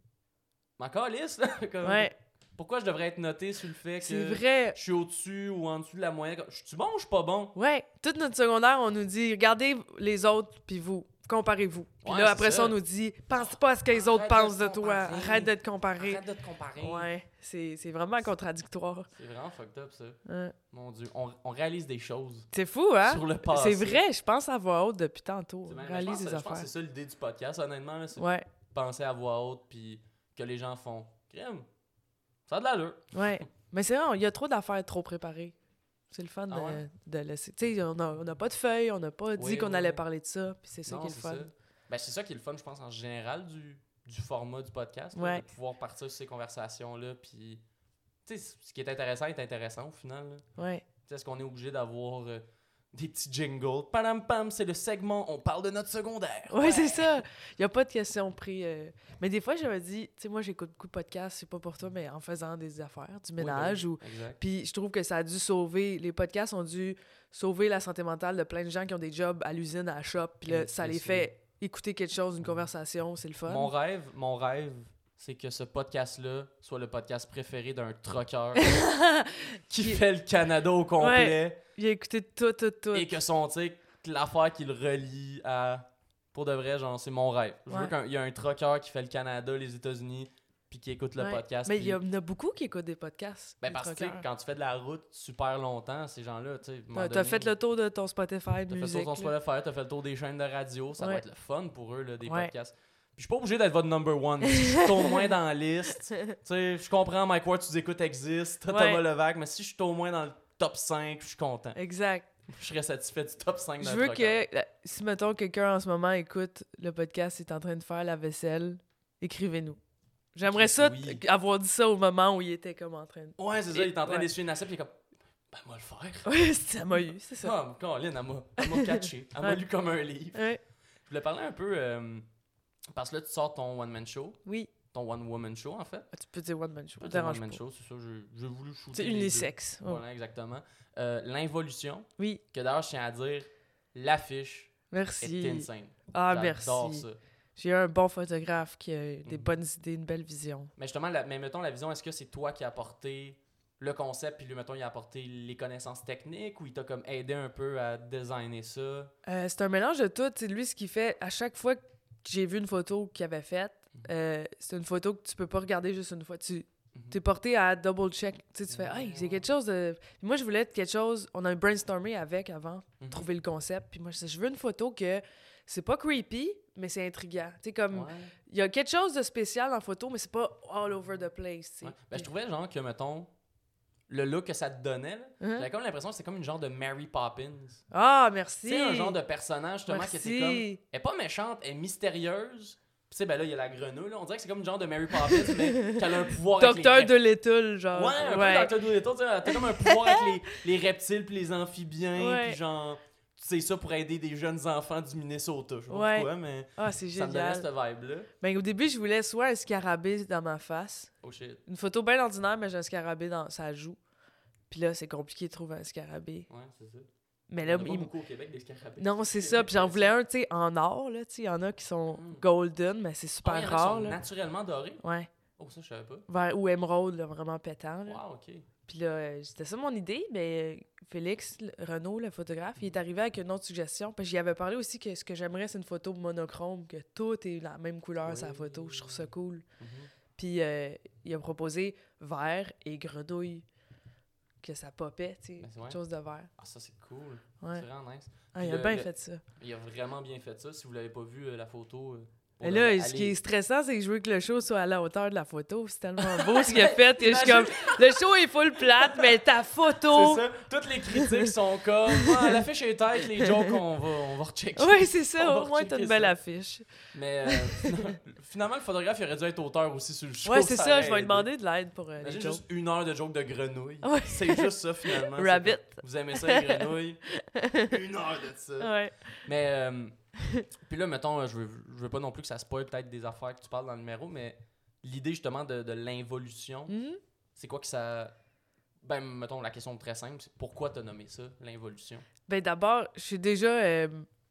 Ma calisse, là. Comme... Ouais. Pourquoi je devrais être noté sur le fait que vrai. je suis au-dessus ou en dessous de la moyenne? Je suis bon ou je suis pas bon? Ouais. Toute notre secondaire, on nous dit, regardez les autres, puis vous. Comparez-vous. Puis ouais, là, après ça. ça, on nous dit, pense pas à ce que les autres Arrête pensent de, de toi. Arrête de te comparer. Arrête de te comparer. Ouais. C'est, c'est vraiment contradictoire. C'est vraiment fucked up, ça. Hein. Mon Dieu. On, on réalise des choses. C'est fou, hein? Sur le passé. C'est vrai. Je pense à voix haute depuis tantôt. On réalise des je affaires. Je pense que c'est ça l'idée du podcast, honnêtement. Là, c'est ouais. penser à voix haute, puis que les gens font. Crème. Ça a de l'allure. Ouais. Mais c'est vrai, il y a trop d'affaires trop préparées. C'est le fun ah de, ouais? de laisser. Tu sais, on n'a pas de feuilles, on n'a pas dit oui, qu'on oui. allait parler de ça, puis c'est ça non, qui est le fun. Ça. Ben, c'est ça qui est le fun, je pense, en général, du, du format du podcast. Ouais. Là, de pouvoir partir sur ces conversations-là, puis... Tu sais, ce qui est intéressant est intéressant, au final. Là. Ouais. Tu sais, est-ce qu'on est obligé d'avoir... Euh, des petits jingles. Padam pam, c'est le segment, on parle de notre secondaire. Ouais, ouais. C'est ça. Il n'y a pas de questions pris. Euh... Mais des fois, j'avais dit, tu sais, moi, j'écoute beaucoup de podcasts, c'est pas pour toi, mais en faisant des affaires, du ménage. Oui, oui, ou... Puis je trouve que ça a dû sauver, les podcasts ont dû sauver la santé mentale de plein de gens qui ont des jobs à l'usine, à la shop. Puis là, ça les fait écouter quelque chose, une conversation, c'est le fun. Mon rêve, mon rêve, c'est que ce podcast-là soit le podcast préféré d'un trucker qui fait le Canada au complet. Ouais. Il a écouté tout, tout, tout. Et que son, tu sais, l'affaire qui le relie à... Pour de vrai, genre, c'est mon rêve. Je ouais. veux qu'il y ait un trucker qui fait le Canada, les États-Unis, puis qui écoute le ouais. podcast. Mais il puis... y en a beaucoup qui écoutent des podcasts. Ben parce que quand tu fais de la route super longtemps, ces gens-là, tu sais... T'as donné, fait le tour de ton Spotify de musique. T'as fait le tour de ton Spotify, t'as fait le tour des chaînes de radio. Ça ouais. va être le fun pour eux, là, des ouais. podcasts. Puis je suis pas obligé d'être votre number one. Si je suis au moins dans la liste, tu sais, je comprends Mike Ward, tu écoutes existe, ouais. Thomas Levac, mais si je suis au moins dans le top cinq, je suis content. Exact. Je serais satisfait du top cinq d'un Je veux trucker. que, si mettons quelqu'un en ce moment écoute le podcast, est en train de faire la vaisselle, écrivez-nous. J'aimerais ça, oui. avoir dit ça au moment où il était comme en train de... Ouais, c'est ça, il est en train ouais. d'essuyer une assiette, puis il est comme... Ben, moi le faire. Ouais, ça m'a eu, c'est ça. Ah, Colin, elle m'a catché. Elle m'a ouais. lu comme un livre. Ouais. Je voulais parler un peu... Euh, parce que là, tu sors ton one-man show. Oui. Ton one-woman show, en fait. Ah, tu peux dire one-man show. Tu peux dire one-man show, c'est ça. J'ai voulu shooter. C'est unisexe. Oh. Voilà, exactement. Euh, L'involution. Oui. Que d'ailleurs, je tiens à dire, l'affiche merci. est insane. Ah, merci. J'adore ça. J'ai eu un bon photographe qui a des mm. bonnes idées, une belle vision. Mais justement, la, mais mettons la vision, est-ce que c'est toi qui as apporté le concept, puis lui, mettons, il a apporté les connaissances techniques, ou il t'a comme aidé un peu à designer ça? Euh, c'est un mélange de tout. C'est lui, ce qu'il fait, à chaque fois que j'ai vu une photo qu'il avait faite, mm. euh, c'est une photo que tu peux pas regarder juste une fois. Tu mm-hmm. t'es porté à double-check. Tu sais, tu fais, hey, c'est quelque chose de... Moi, je voulais être quelque chose... On a brainstormé avec avant, mm-hmm. trouver le concept. Puis moi, je, je veux une photo que c'est pas creepy, mais c'est intriguant. Tu sais, comme... Il ouais. y a quelque chose de spécial dans la photo, mais c'est pas all over the place, tu sais. Ouais. Ben, je trouvais, genre, que, mettons... Le look que ça te donnait, là, uh-huh. j'avais comme l'impression que c'était comme une genre de Mary Poppins. Ah, merci! C'est un genre de personnage, justement, merci. qui était comme... Elle est pas méchante, elle est mystérieuse. Puis tu sais, ben là, il y a la grenouille, là. On dirait que c'est comme une genre de Mary Poppins, mais qu'elle a un pouvoir avec les... Docteur Dolittle, genre. Ouais, un ouais. peu Docteur Dolittle, tu sais. T'as comme un pouvoir avec les, les reptiles puis les amphibiens, ouais. puis genre... Tu sais ça pour aider des jeunes enfants du Minnesota, je sais ouais. pas pourquoi, mais ah, c'est ça génial. me donnait cette vibe-là. Ben, au début, je voulais soit un scarabée dans ma face. Oh shit. Une photo bien ordinaire, mais j'ai un scarabée dans sa joue. Puis là, c'est compliqué de trouver un scarabée. Ouais, c'est ça. Mais là, il y en a il... pas beaucoup au Québec, des scarabées. Non, c'est ça. Puis j'en voulais un, tu sais, en or, là. Tu sais, il y en a qui sont mm. golden, mais c'est super oh, rare, qui sont là. naturellement dorés? Ouais. Oh, ça, je savais pas. Vers, ou émeraude, là, vraiment pétant, là. Wow, OK. Puis là, euh, c'était ça mon idée, mais Félix Renaud, le photographe, il est arrivé avec une autre suggestion. Parce que j'y avais parlé aussi que ce que j'aimerais, c'est une photo monochrome, que tout est la même couleur oui. sur la photo. Je trouve ça cool. Mm-hmm. Puis euh, il a proposé vert et grenouille, que ça popait, tu sais, quelque ouais. chose de vert. Ah, ça, c'est cool. Ouais. C'est vraiment nice. Ah, il a le, bien le, fait ça. Il a vraiment bien fait ça. Si vous l'avez pas vu, euh, la photo... Euh... Et là, aller... ce qui est stressant, c'est que je veux que le show soit à la hauteur de la photo. C'est tellement beau ce qu'il a fait. Et je suis comme, le show est full plate, mais ta photo... C'est ça. Toutes les critiques sont comme, ah, l'affiche est tête, les jokes, on va, on va rechecker. Oui, c'est ça. Au moins, t'as une belle ça. affiche. Mais euh, finalement, le photographe, il aurait dû être auteur aussi sur le show. Oui, c'est ça. ça je vais lui demander de l'aide pour euh, les jokes. Juste une heure de jokes de grenouilles. Ouais. C'est juste ça, finalement. Rabbit. Vous aimez ça, les grenouilles? Une heure de ça. Ouais. Mais... Euh, puis là, mettons, je veux, je veux pas non plus que ça spoil peut-être des affaires que tu parles dans le numéro, mais l'idée justement de, de l'involution, mm-hmm. c'est quoi que ça... Ben, mettons, la question très simple, c'est pourquoi t'as nommé ça, l'involution? Ben d'abord, je suis déjà euh,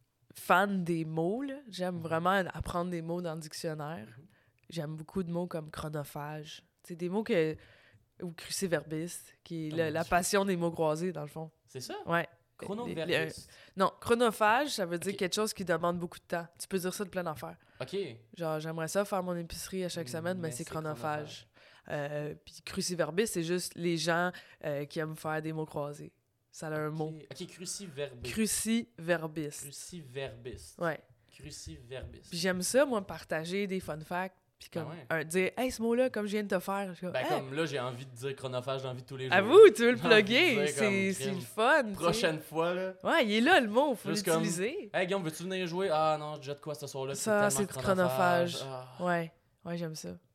fan des mots, là. J'aime mm-hmm. vraiment apprendre des mots dans le dictionnaire. Mm-hmm. J'aime beaucoup de mots comme chronophage. C'est des mots que... Ou cruciverbiste, qui est oh, la, la passion des mots croisés, dans le fond. C'est ça? Ouais. Chronoverbiste. Non, chronophage, ça veut dire okay. quelque chose qui demande beaucoup de temps. Tu peux dire ça de plein d'affaires. OK. Genre, j'aimerais ça faire mon épicerie à chaque semaine, mais, mais c'est, c'est chronophage. chronophage. Euh, puis cruciverbiste, c'est juste les gens euh, qui aiment faire des mots croisés. Ça a un okay. mot. OK, cruciverbiste. Cruciverbiste. Cruciverbiste. Ouais. Cruciverbiste. Puis j'aime ça, moi, partager des fun facts. Puis comme, ah ouais. un, dire, hey, ce mot-là, comme je viens de te faire. Je, ben, hey. comme là, j'ai envie de dire chronophage dans la vie de tous les jours. À vous, tu veux le plugger. C'est, c'est le fun. Prochaine t'sais. fois, là. Ouais, il est là, le mot. Faut Juste l'utiliser. Comme, hey, Guillaume, veux-tu venir jouer? Ah non, je jette quoi ce soir-là? Ça, c'est, c'est chronophage. chronophage. Ah. Ouais, ouais, j'aime ça.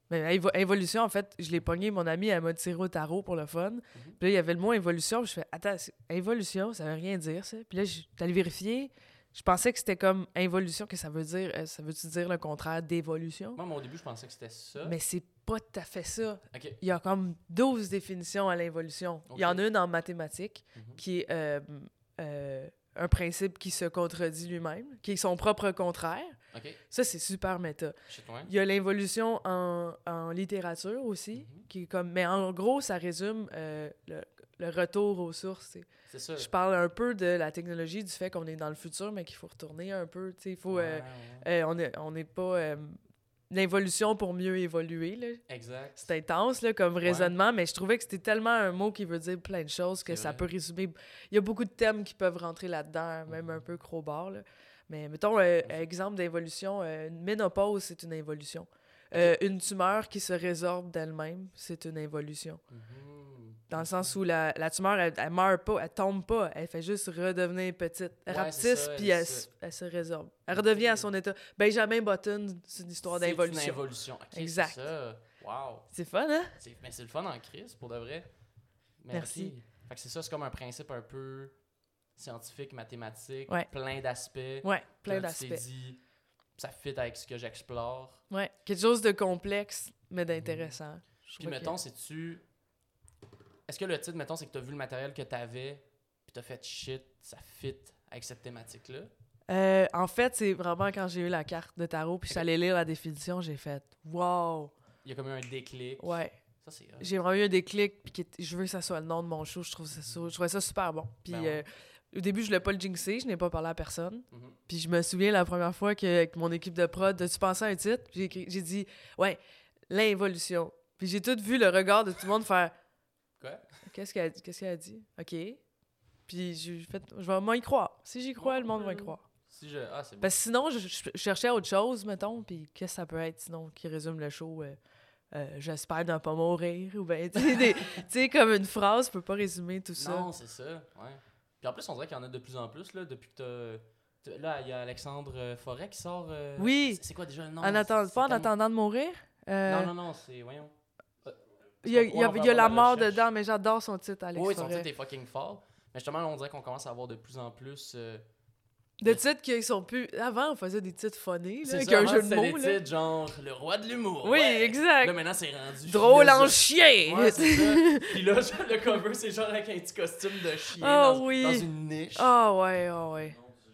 Mais évo- involution, en fait, je l'ai pogné, mon amie, elle m'a tiré au tarot pour le fun. Mm-hmm. Puis là, il y avait le mot involution, puis je fais « Attends, involution, ça veut rien dire, ça. » Puis là, je suis allée vérifier. Je pensais que c'était comme involution, que ça veut dire, euh, ça veut-tu dire le contraire d'évolution? Moi, au début, je pensais que c'était ça. Mais c'est pas tout à fait ça. Okay. Il y a comme douze définitions à l'involution. Okay. Il y en a une en mathématiques, mm-hmm. qui est euh, euh, un principe qui se contredit lui-même, qui est son propre contraire. Okay. Ça, c'est super méta. Ouais. Il y a l'involution en, en littérature aussi, mm-hmm. qui est comme... Mais en gros, ça résume euh, le, le retour aux sources, t'sais. C'est ça. Je parle un peu de la technologie, du fait qu'on est dans le futur, mais qu'il faut retourner un peu. Il faut, ouais, euh, ouais. Euh, on n'est on est pas... Euh, l'involution pour mieux évoluer. Là. Exact. C'est intense là, comme raisonnement, ouais. mais je trouvais que c'était tellement un mot qui veut dire plein de choses que c'est ça vrai. Peut résumer... Il y a beaucoup de thèmes qui peuvent rentrer là-dedans, même mm-hmm. un peu crowbar. Là. Mais mettons, euh, mm-hmm. exemple d'involution, euh, une ménopause, c'est une involution. Euh, okay. Une tumeur qui se résorbe d'elle-même, c'est une involution. Mm-hmm. Dans le sens où la, la tumeur, elle, elle meurt pas, elle tombe pas, elle fait juste redevenir petite. Elle ouais, rapetisse, puis elle, elle, elle se résorbe. Elle redevient à son état. Benjamin Button, c'est une histoire c'est d'involution. C'est une involution. Okay, exact. C'est ça. Wow. C'est fun, hein? C'est, mais c'est le fun en crise, pour de vrai. Merci. Merci. Fait que c'est ça, c'est comme un principe un peu scientifique, mathématique, ouais. plein d'aspects. Ouais, plein d'aspects. Tu t'es dit, ça fit avec ce que j'explore. Ouais, quelque chose de complexe, mais d'intéressant. Mmh. Puis mettons, que... c'est-tu... Est-ce que le titre, mettons, c'est que tu as vu le matériel que tu avais, puis tu as fait shit, ça fit avec cette thématique-là? Euh, en fait, c'est vraiment quand j'ai eu la carte de tarot, puis okay. j'allais lire la définition, j'ai fait wow! Il y a comme eu un déclic. Ouais. Ça, c'est... J'ai vraiment eu un déclic, puis je veux que ça soit le nom de mon show, je trouve ça, je trouvais ça super bon. Puis ben ouais. euh, au début, je voulais pas le jinxer, je n'ai pas parlé à personne. Mm-hmm. Puis je me souviens la première fois qu'avec mon équipe de prod, tu pensais à un titre? J'ai, écrit, j'ai dit, ouais, l'involution. Puis j'ai tout vu le regard de tout le monde faire. Quoi? Qu'est-ce qu'elle a dit? Qu'est-ce qu'elle a dit? OK. Puis j'ai fait, je vais moi y croire. Si j'y crois, oh, le monde va y croire. Si je... Ah, c'est bon. Parce que sinon, je, je cherchais autre chose, mettons, puis qu'est-ce que ça peut être, sinon, qui résume le show? Euh, euh, j'espère ne pas mourir, ou bien, tu sais, comme une phrase peut pas résumer tout ça. Non, c'est ça, ouais. Puis en plus, on dirait qu'il y en a de plus en plus, là, depuis que t'as... Là, il y a Alexandre Forêt qui sort... Euh... Oui! C'est, c'est quoi déjà le nom? En attend... Pas en comme... attendant de mourir? Euh... Non, non, non, c'est... Voyons. Il y a, il y a, il y a la mort recherche. Dedans, mais j'adore son titre, Alex Oui, Forêt. son titre est fucking fort. Mais justement, là, on dirait qu'on commence à avoir de plus en plus... Euh, de titres qui sont plus... Avant, on faisait des titres funny, là, avec ça, un jeu de mots. C'était des titres genre « Le roi de l'humour ». Oui, ouais. exact. Là, maintenant, c'est rendu... Drôle en chien! Ouais, c'est ça. Puis là, le cover, c'est genre avec un petit costume de chien oh, dans, oui. dans une niche. Ah oh, ouais, ah oh, ouais.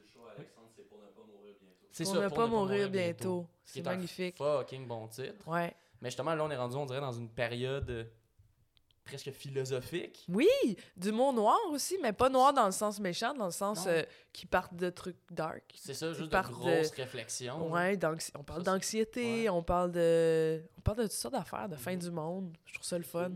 C'est pour ne pas mourir bientôt. C'est pour ça, ne pour pas, ne pas mourir bientôt. bientôt. C'est, c'est magnifique. Un fucking bon titre. Ouais. Mais justement, là, on est rendu, on dirait, dans une période... Euh, presque philosophique. Oui, d'humour noir aussi, mais pas noir dans le sens méchant, dans le sens euh, qui partent de trucs dark. C'est ça, juste de grosses de... réflexions. Ouais, d'anxi... on parle ça, d'anxiété, ouais. on parle de on parle de toutes sortes d'affaires, de fin mm-hmm. du monde. Je trouve ça le fun.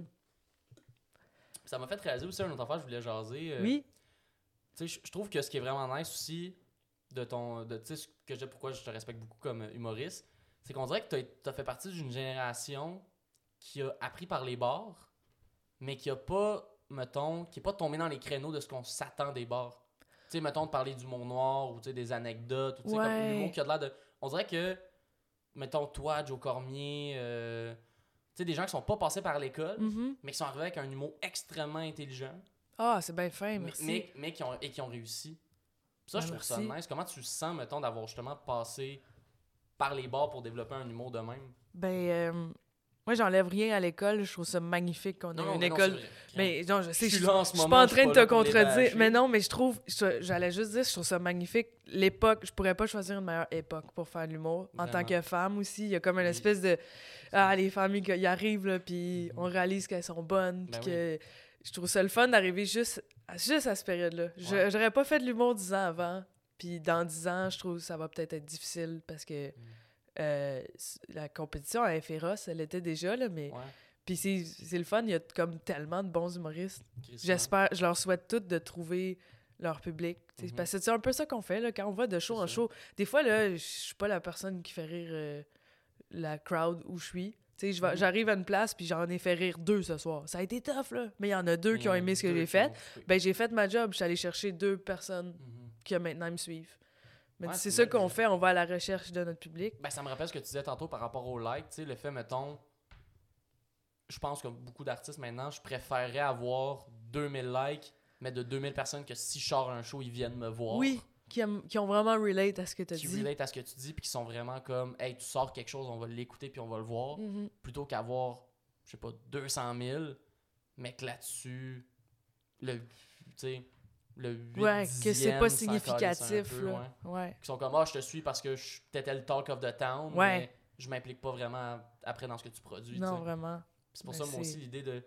Ça m'a fait réaliser aussi une autre affaire, je voulais jaser. Euh, oui. Tu sais, je trouve que ce qui est vraiment nice aussi de ton... de tu sais, que je, pourquoi je te respecte beaucoup comme humoriste, c'est qu'on dirait que tu as fait partie d'une génération qui a appris par les bars, mais qui a pas, mettons, qui est pas tombé dans les créneaux de ce qu'on s'attend des bars. Tu sais, mettons, de parler du monde noir, ou tu sais, des anecdotes, ou tu sais, ouais. comme l'humour qui a de l'air de... On dirait que, mettons, toi, Joe Cormier, euh... tu sais, des gens qui sont pas passés par l'école, mm-hmm. mais qui sont arrivés avec un humour extrêmement intelligent. Ah, c'est bien fin, merci. Mais, mais, mais qui ont, et qui ont réussi. Ça, ben, je trouve merci. Ça nice. Comment tu sens, mettons, d'avoir justement passé par les bars pour développer un humour de même? Ben... Euh... Moi, j'enlève rien à l'école. Je trouve ça magnifique qu'on ait non, une école. Non, mais non, je sais, je, je, je suis pas en train de te contredire. Mais non, mais je trouve, je, j'allais juste dire, je trouve ça magnifique. L'époque, je pourrais pas choisir une meilleure époque pour faire de l'humour. Vraiment. En tant que femme aussi, il y a comme une oui. espèce de ah les familles qui arrivent là, puis on réalise qu'elles sont bonnes, puis ben que oui. je trouve ça le fun d'arriver juste, juste à cette période-là. Ouais. Je, j'aurais pas fait de l'humour dix ans avant, puis dans dix ans, je trouve que ça va peut-être être difficile parce que. Mm. Euh, la compétition est féroce, elle était déjà, là, mais... Ouais. Puis c'est, c'est le fun, il y a comme tellement de bons humoristes. J'espère, je leur souhaite toutes de trouver leur public. Mm-hmm. Parce que c'est un peu ça qu'on fait, là, quand on va de show c'est en ça. Show. Des fois, là, je suis pas la personne qui fait rire euh, la crowd où je suis. Tu sais, mm-hmm. j'arrive à une place, puis j'en ai fait rire deux ce soir. Ça a été tough, là. Mais il y en a deux qui ont aimé ce que j'ai fait. Ben, j'ai fait ma job, je suis allé chercher deux personnes mm-hmm. qui maintenant me suivent. Mais ouais, c'est, c'est ça qu'on fait, on va à la recherche de notre public. Ben, ça me rappelle ce que tu disais tantôt par rapport au like, tu sais, le fait, mettons, je pense que beaucoup d'artistes maintenant, je préférerais avoir deux mille likes, mais de deux mille personnes que si je sors un show, ils viennent me voir. Oui, qui, aiment, qui ont vraiment relate à ce que tu as dit. Qui relate à ce que tu dis, puis qui sont vraiment comme, hey, tu sors quelque chose, on va l'écouter, puis on va le voir. Mm-hmm. Plutôt qu'avoir, je sais pas, deux cent mille, mais que là-dessus, le, tu sais, le huit ouais, que c'est pas dixième, significatif. peu, là. ouais. Ouais. Qui sont comme, ah, je te suis parce que je t'étais le talk of the town, ouais. mais je m'implique pas vraiment après dans ce que tu produis. Non, t'sais. vraiment. C'est pour mais ça, moi c'est... aussi, l'idée de.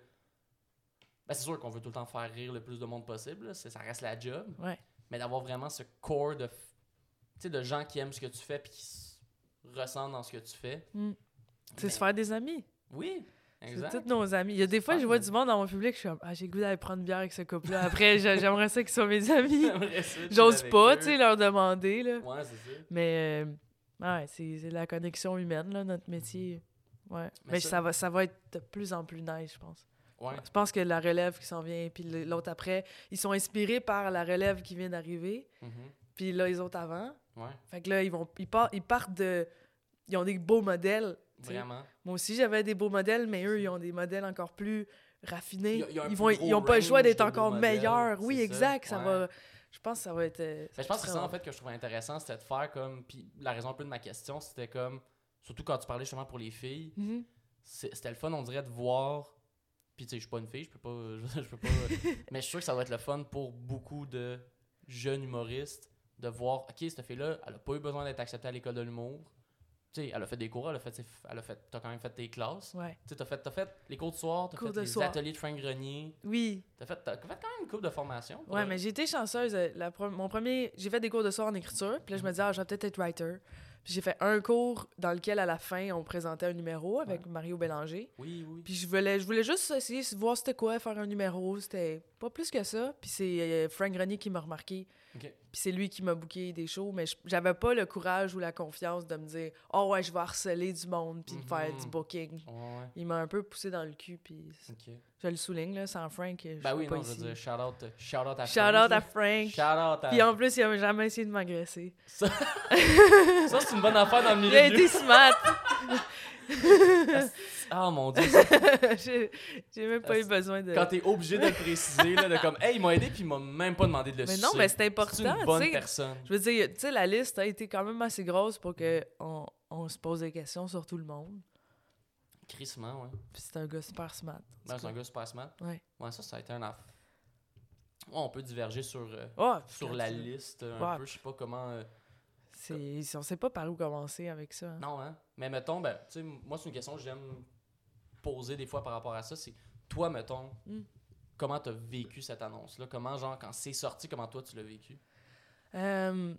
Ben, c'est sûr qu'on veut tout le temps faire rire le plus de monde possible, là. Ça reste la job. Ouais. Mais d'avoir vraiment ce core de, f... de gens qui aiment ce que tu fais et qui s... ressentent dans ce que tu fais. Mm. C'est mais... se faire des amis. Oui, exact. C'est tous nos amis. Il y a des fois, je vois du monde dans mon public, je suis comme, ah, j'ai le goût d'aller prendre une bière avec ce couple-là. Après, j'aimerais ça qu'ils soient mes amis. J'ose pas, tu sais, leur demander, là. Ouais, c'est ça. Mais, euh, ouais, c'est, c'est la connexion humaine, là, notre métier. Ouais. Mais, Mais ça... ça, va, ça va être de plus en plus nice, je pense. Ouais. Je pense que la relève qui s'en vient, puis l'autre après, ils sont inspirés par la relève qui vient d'arriver, mm-hmm. puis là, les autres avant. Ouais. Fait que là, ils, vont, ils, partent, ils partent de... Ils ont des beaux modèles. T'sais. Vraiment. Moi aussi, j'avais des beaux modèles, mais eux, ils ont des modèles encore plus raffinés. Il y a, il y a ils vont, ils ont pas le choix d'être encore meilleurs. Oui, exact. Ça, ouais. va... Je pense que ça va être... Euh, je pense que c'est ça, en fait, que je trouvais intéressant, c'était de faire comme... Puis la raison un peu de ma question, c'était comme... Surtout quand tu parlais justement pour les filles, mm-hmm. c'était le fun, on dirait, de voir... Puis tu sais, je suis pas une fille, je peux pas... Je, je peux pas mais je suis sûr que ça va être le fun pour beaucoup de jeunes humoristes de voir, OK, cette fille-là, elle a pas eu besoin d'être acceptée à l'école de l'humour. Tu sais, elle a fait des cours, elle a fait, elle a fait, t'as quand même fait tes classes. Ouais. Tu sais, t'as fait, t'as fait les cours de soir, t'as cours fait les soir. ateliers de Frank Grenier. Oui. T'as fait, t'as fait quand même une couple de formation. Ouais, mais j'ai été chanceuse. La, mon premier, j'ai fait des cours de soir en écriture, puis là, je me disais, ah, je vais peut-être être writer. Puis j'ai fait un cours dans lequel, à la fin, on présentait un numéro avec ouais. Mario Bélanger. Oui, oui. Puis je voulais, je voulais juste essayer de voir c'était quoi, faire un numéro. C'était pas plus que ça. Puis c'est euh, Frank Grenier qui m'a remarqué. Okay. Puis c'est lui qui m'a booké des shows. Mais j'avais pas le courage ou la confiance de me dire « Oh ouais, je vais harceler du monde puis mm-hmm. faire du booking. Ouais, ouais. » Il m'a un peu poussé dans le cul. Puis okay. je le souligne, là, sans Frank. Je ben oui, pas non, ici. je veux dire, shout out, shout out à shout Frank. Shout out à Frank. Shout out à... Puis en plus, il a jamais essayé de m'agresser. Ça, ça c'est une bonne affaire dans le milieu. Il a été smart. Ah, oh, mon Dieu. j'ai, j'ai même pas eu besoin de... Quand t'es obligé de le préciser, là, de comme, hey, il m'a aidé, puis il m'a même pas demandé de le mais sucer. non, mais c'est important. C'est une bonne personne. Je veux dire, tu sais, la liste a été quand même assez grosse pour qu'on on se pose des questions sur tout le monde. Crissement, ouais. Puis c'est un gars super smart. Ben, c'est un gars super smart. Ouais. Ouais, ça, ça a été un aff... Ouais, on peut diverger sur, euh, oh, sur la liste un ouais. peu. Je sais pas comment... Euh... C'est... On sait pas par où commencer avec ça. Hein. Non, hein? Mais mettons, ben, tu sais, moi, c'est une question que j'aime poser des fois par rapport à ça. C'est, toi, mettons, mm. comment t'as vécu cette annonce-là? Comment, genre, quand c'est sorti, comment toi, tu l'as vécu? Euh...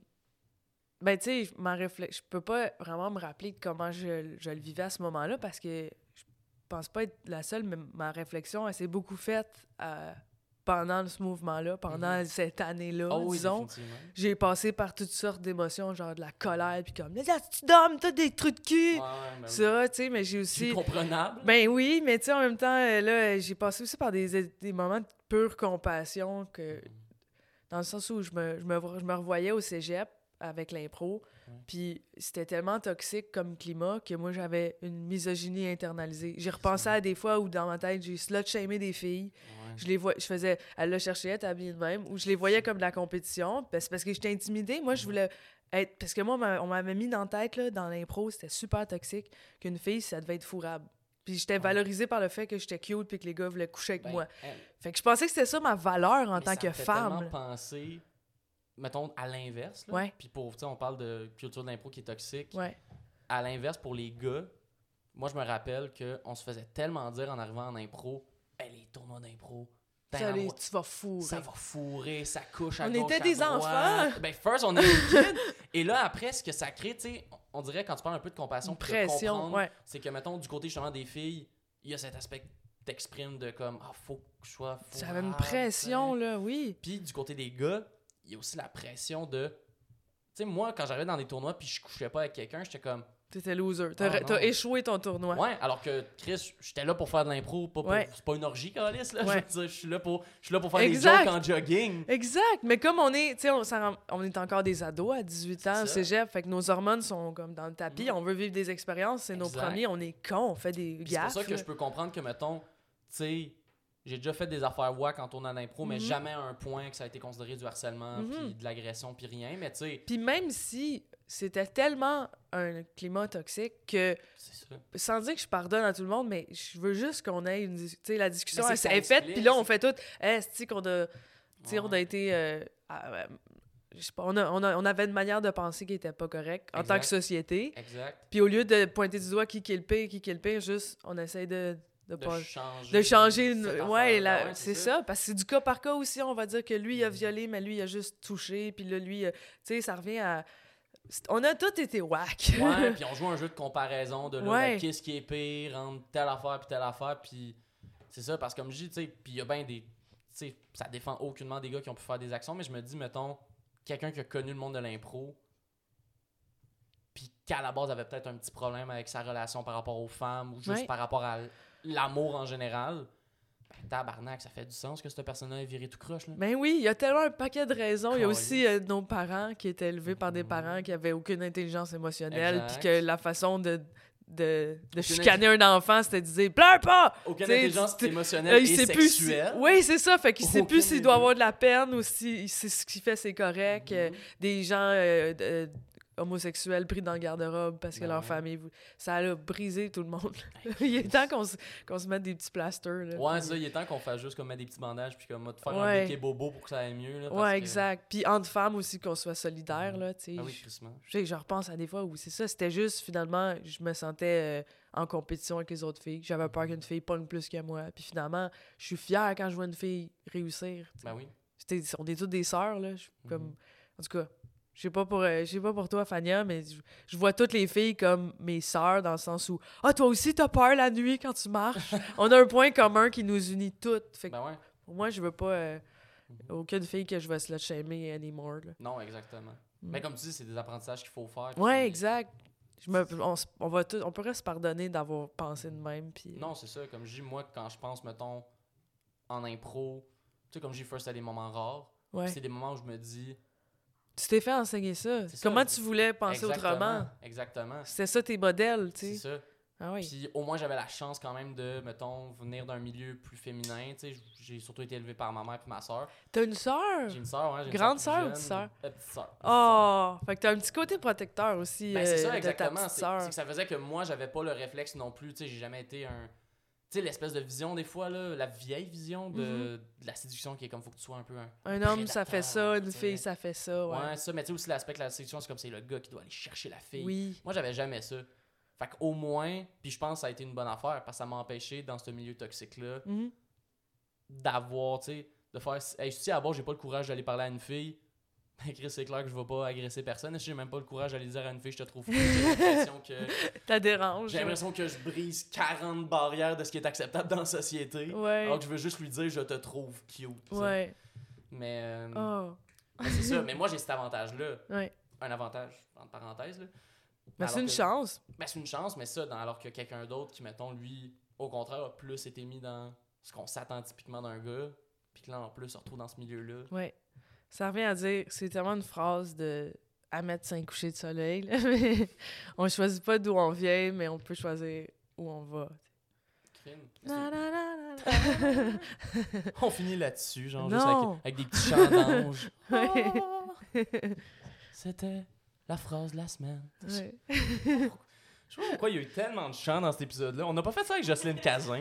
Ben, tu sais, ma réfl... je peux pas vraiment me rappeler de comment je, je le vivais à ce moment-là parce que je pense pas être la seule, mais ma réflexion, elle s'est beaucoup faite à... pendant ce mouvement-là, pendant mm-hmm. cette année-là, oh, disons. Oui, j'ai passé par toutes sortes d'émotions, genre de la colère, puis comme « Là, tu dormes, t'as des trous de cul! Ouais, » ben ça, oui. Tu sais, mais j'ai aussi... C'est comprenable. Ben oui, mais tu sais, en même temps, là, j'ai passé aussi par des, des moments de pure compassion, que dans le sens où je me, je me, je me revoyais au cégep avec l'impro, ouais. Puis c'était tellement toxique comme climat que moi, j'avais une misogynie internalisée. J'ai repensé à des fois où, dans ma tête, j'ai slut-shamé des filles. Ouais. Je les vois, je faisais, elle l'a cherché, elle était habillée de même, ou je les voyais comme de la compétition, c'est parce que j'étais intimidée. Moi, je voulais être... Parce que moi, on m'avait mis dans la tête, là, dans l'impro, c'était super toxique, qu'une fille, ça devait être fourrable. Puis j'étais valorisée par le fait que j'étais cute puis que les gars voulaient coucher avec ben, moi. Elle... Fait que je pensais que c'était ça ma valeur en tant que femme. Ça me fait tellement penser... Mettons, à l'inverse, là. Ouais. Puis pour, tu sais, on parle de culture de l'impro qui est toxique. Ouais. À l'inverse, pour les gars, moi, je me rappelle qu'on se faisait tellement dire en arrivant en impro, hey, les tournois d'impro, les, tu vas fourrer. Ça va fourrer, ça couche à on gauche, était des à enfants. Ben, first, on est des kids. Et là, après, ce que ça crée, tu sais, on dirait, quand tu parles un peu de compassion, une pression, de ouais. C'est que, mettons, du côté justement des filles, il y a cet aspect que t'exprimes de comme, ah, faut que je sois fourrable. J'avais une pression, là, oui. Puis du côté des gars, il y a aussi la pression de... Tu sais, moi, quand j'arrivais dans des tournois puis je couchais pas avec quelqu'un, j'étais comme... T'étais loser. T'as, Ah, t'as échoué ton tournoi. Ouais, alors que Chris, j'étais là pour faire de l'impro, pas pour, ouais. c'est pas une orgie, Calis, là. Ouais. Je veux dire, je suis là pour, je suis là pour faire exact. des jokes en jogging. Exact. Mais comme on est, tu sais, on, on est encore des ados à dix-huit ans au cégep, fait que nos hormones sont comme dans le tapis, mm. on veut vivre des expériences, c'est exact. Nos premiers, on est cons, on fait des gaffes. C'est pour ça que là. Je peux comprendre que, mettons, tu sais, j'ai déjà fait des affaires wack quand on est en impro, mm-hmm. mais jamais à un point que ça a été considéré du harcèlement, mm-hmm. puis de l'agression, puis rien, mais tu sais... Puis même si c'était tellement un climat toxique que, sans dire que je pardonne à tout le monde, mais je veux juste qu'on ait une... Tu sais, la discussion, elle est faite, puis là, on fait tout... Est-ce hey, qu'on a... Tu sais, on a été... Euh, euh, je sais pas, on, a, on, a, on avait une manière de penser qui était pas correcte en tant que société. Exact. Puis au lieu de pointer du doigt qui qui est le pire, qui qui est le pire, juste, on essaye de... De, de pas, changer. De changer une... Ouais, la... ouais, c'est, c'est ça. ça. Parce que c'est du cas par cas aussi. On va dire que lui, il a violé, mais lui, il a juste touché. Puis là, lui, euh... tu sais, ça revient à... On a tous été whack. Ouais, puis on joue un jeu de comparaison de là, ouais. qu'est-ce qui est pire entre telle affaire puis telle affaire. Puis c'est ça, parce que comme je dis, tu sais, puis il y a bien des... Tu sais, ça défend aucunement des gars qui ont pu faire des actions, mais je me dis, mettons, quelqu'un qui a connu le monde de l'impro, puis qu'à la base avait peut-être un petit problème avec sa relation par rapport aux femmes ou juste ouais. par rapport à l'amour en général, ben tabarnak, ça fait du sens que cette personne-là ait viré tout croche, là. Ben oui, il y a tellement un paquet de raisons. Il y a aussi euh, nos parents qui étaient élevés par des parents qui avaient aucune intelligence émotionnelle, puis que la façon de... de, de chicaner un enfant, c'était de dire « Pleure pas! » Aucune t'sais, intelligence émotionnelle euh, et sexuelle. Si... Oui, c'est ça. Fait qu'il Aucune sait plus s'il doit avoir de la peine ou si, si ce qu'il fait, c'est correct. Mm-hmm. Euh, des gens euh, euh, homosexuels pris dans le garde-robe parce que ben leur ouais. famille... Ça a brisé tout le monde. Il est temps qu'on se, qu'on se mette des petits plasters. Là, ouais, puis... ça, il est temps qu'on fasse juste comme mettre des petits bandages puis comme te faire ouais. un béquet bobo pour que ça aille mieux. Là, parce ouais, que... exact. Puis entre femmes aussi, qu'on soit solidaires. Là, ah oui, tristement. Je sais, je repense à des fois où c'est ça. C'était juste, finalement, je me sentais... Euh, en compétition avec les autres filles. J'avais peur qu'une fille pogne plus que moi. Puis finalement, je suis fière quand je vois une fille réussir. T'sais. Ben oui. C'était, on est toutes des sœurs, là. Mm-hmm. Comme, en tout cas, je sais pas pour, euh, je sais pas pour toi, Fania, mais je, je vois toutes les filles comme mes sœurs dans le sens où « Ah, toi aussi, t'as peur la nuit quand tu marches? » On a un point commun qui nous unit toutes. Fait que ben ouais. Pour moi, je veux pas euh, mm-hmm. aucune fille que je vais slut-shamer anymore. Là. Non, exactement. Mm. Mais comme tu dis, c'est des apprentissages qu'il faut faire. Ouais, puis... exact. Je me, on, on, va tout, on pourrait se pardonner d'avoir pensé de même. Pis... Non, c'est ça. Comme je dis, moi, quand je pense, mettons, en impro, tu sais, comme je dis, first, c'est des moments rares. Ouais. C'est des moments où je me dis... Tu t'es fait enseigner ça. C'est Comment ça, tu voulais penser exactement, autrement? Exactement. C'était ça tes modèles, tu sais. C'est ça. Ah oui. Puis au moins, j'avais la chance quand même de, mettons, venir d'un milieu plus féminin. Tu sais, j'ai surtout été élevé par ma mère et ma soeur. T'as une soeur? J'ai une soeur, ouais. J'ai Grande soeur ou petite soeur? Euh, petite soeur. Oh! Fait que t'as un petit côté protecteur aussi ben, c'est ça, euh, exactement. de ta petite c'est, soeur. c'est que ça faisait que moi, j'avais pas le réflexe non plus. Tu sais, j'ai jamais été un... Tu sais, l'espèce de vision, des fois, là, la vieille vision de, mm-hmm. de la séduction qui est comme, faut que tu sois un peu un... Un homme, ça fait ça. Une t'sais. fille, ça fait ça, ouais. Ouais, ça. Mais tu sais, aussi l'aspect de la séduction, c'est comme c'est le gars qui doit aller chercher la fille. Oui. Moi, j'avais jamais ça. Fait qu'au moins, puis je pense que ça a été une bonne affaire parce que ça m'a empêché, dans ce milieu toxique-là, mm-hmm. d'avoir, tu sais, de faire... Hey, si à bord, j'ai pas le courage d'aller parler à une fille, ben Chris, c'est clair que je vais pas agresser personne. Si j'ai même pas le courage d'aller dire à une fille, je te trouve fou, j'ai l'impression que... T'as dérange. J'ai l'impression que je brise quarante barrières de ce qui est acceptable dans la société. Ouais. Alors que je veux juste lui dire, je te trouve cute. Ouais. Mais... Euh, oh. mais c'est ça. Mais moi, j'ai cet avantage-là. Ouais. Un avantage, entre parenthèses, là. Ben, c'est une que, chance. Ben, c'est une chance, mais ça, dans, alors que quelqu'un d'autre qui, mettons, lui, au contraire, a plus été mis dans ce qu'on s'attend typiquement d'un gars, puis que là, en plus, se retrouve dans ce milieu-là. Ouais. Ça revient à dire, c'est tellement une phrase de à mettre cinq couchers de soleil. Là, mais on choisit pas d'où on vient, mais on peut choisir où on va. Na, na, na, na. On finit là-dessus, genre, non. juste avec, avec des petits chants d'ange. Ouais. Oh, c'était la phrase de la semaine. Ouais. Je sais pas pourquoi il y a eu tellement de chants dans cet épisode-là. On n'a pas fait ça avec Jocelyne Cazin.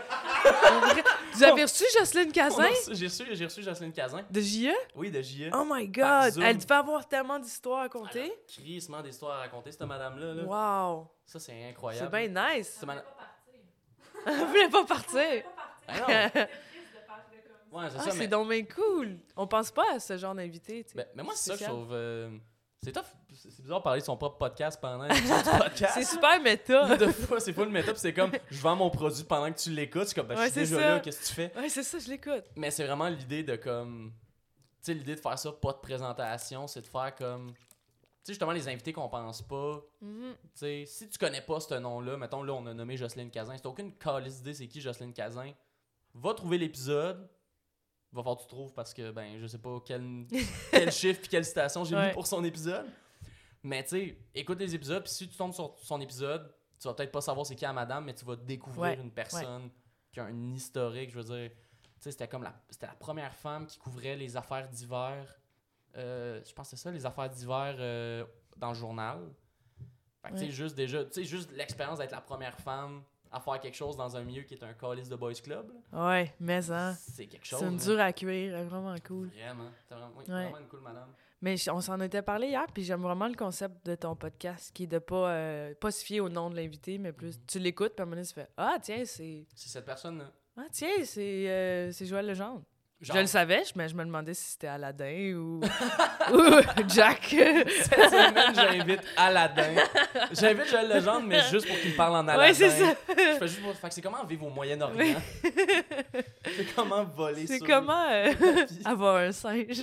Vous avez reçu Jocelyne Cazin? Reçu, j'ai, reçu, j'ai reçu Jocelyne Cazin. De J E? Oui, de J E. Oh my God! Elle devait avoir tellement d'histoires à raconter. Elle a crissement d'histoires à raconter, cette madame-là. Là. Wow! Ça, c'est incroyable. C'est bien nice. C'est man... Vous voulez pas partir? Ben non. Ouais, c'est ah, ça, c'est mais... donc bien cool. On pense pas à ce genre d'invité. Ben, mais moi, c'est, c'est ça que je trouve... Euh... C'est tough. C'est bizarre de parler de son propre podcast pendant l'émission du podcast. C'est super méta. De fois, c'est pas le méta, puis c'est comme je vends mon produit pendant que tu l'écoutes. C'est comme ben, ouais, je suis déjà ça. là, qu'est-ce que tu fais? Ouais, c'est ça, je l'écoute. Mais c'est vraiment l'idée de comme. Tu sais, l'idée de faire ça, pas de présentation, c'est de faire comme. sais, justement, les invités qu'on pense pas. Mm-hmm. Tu sais, si tu connais pas ce nom-là, mettons, là, on a nommé Jocelyne Cazin. Si t'as aucune calice d'idée c'est qui Jocelyne Cazin, va trouver l'épisode. Va falloir que tu trouves parce que, ben, je sais pas quel, quel chiffre puis quelle citation j'ai ouais. mis pour son épisode. Mais, tu sais, écoute les épisodes, puis si tu tombes sur son épisode, tu vas peut-être pas savoir c'est qui à madame, mais tu vas découvrir ouais. une personne ouais. qui a un historique, je veux dire. Tu sais, c'était comme la, c'était la première femme qui couvrait les affaires d'hiver. Euh, je pense que c'est ça, les affaires d'hiver euh, dans le journal. Fait que, ouais. tu sais, juste déjà, tu sais, juste l'expérience d'être la première femme à faire quelque chose dans un milieu qui est un calice de boys club. Là. Ouais, mais hein. C'est quelque chose. C'est une dure à cuire, vraiment cool. Vraiment. C'est vraiment, oui, ouais. vraiment une cool madame. Mais on s'en était parlé hier, puis j'aime vraiment le concept de ton podcast, qui est de pas, euh, pas se fier au nom de l'invité, mais plus mm-hmm. tu l'écoutes, puis à un moment donné, tu fais « Ah, tiens, c'est... » C'est cette personne-là. « Ah, tiens, c'est, euh, c'est Joël Legendre. » Je le savais, mais je me demandais si c'était Aladdin ou, ou Jack. Cette semaine, j'invite Aladdin. J'invite Joël Legendre, mais juste pour qu'il me parle en Aladdin. Ouais, c'est ça. Je fais juste pour... Fait que c'est comment vivre au Moyen-Orient. C'est comment voler c'est sur... C'est comment euh, avoir un singe.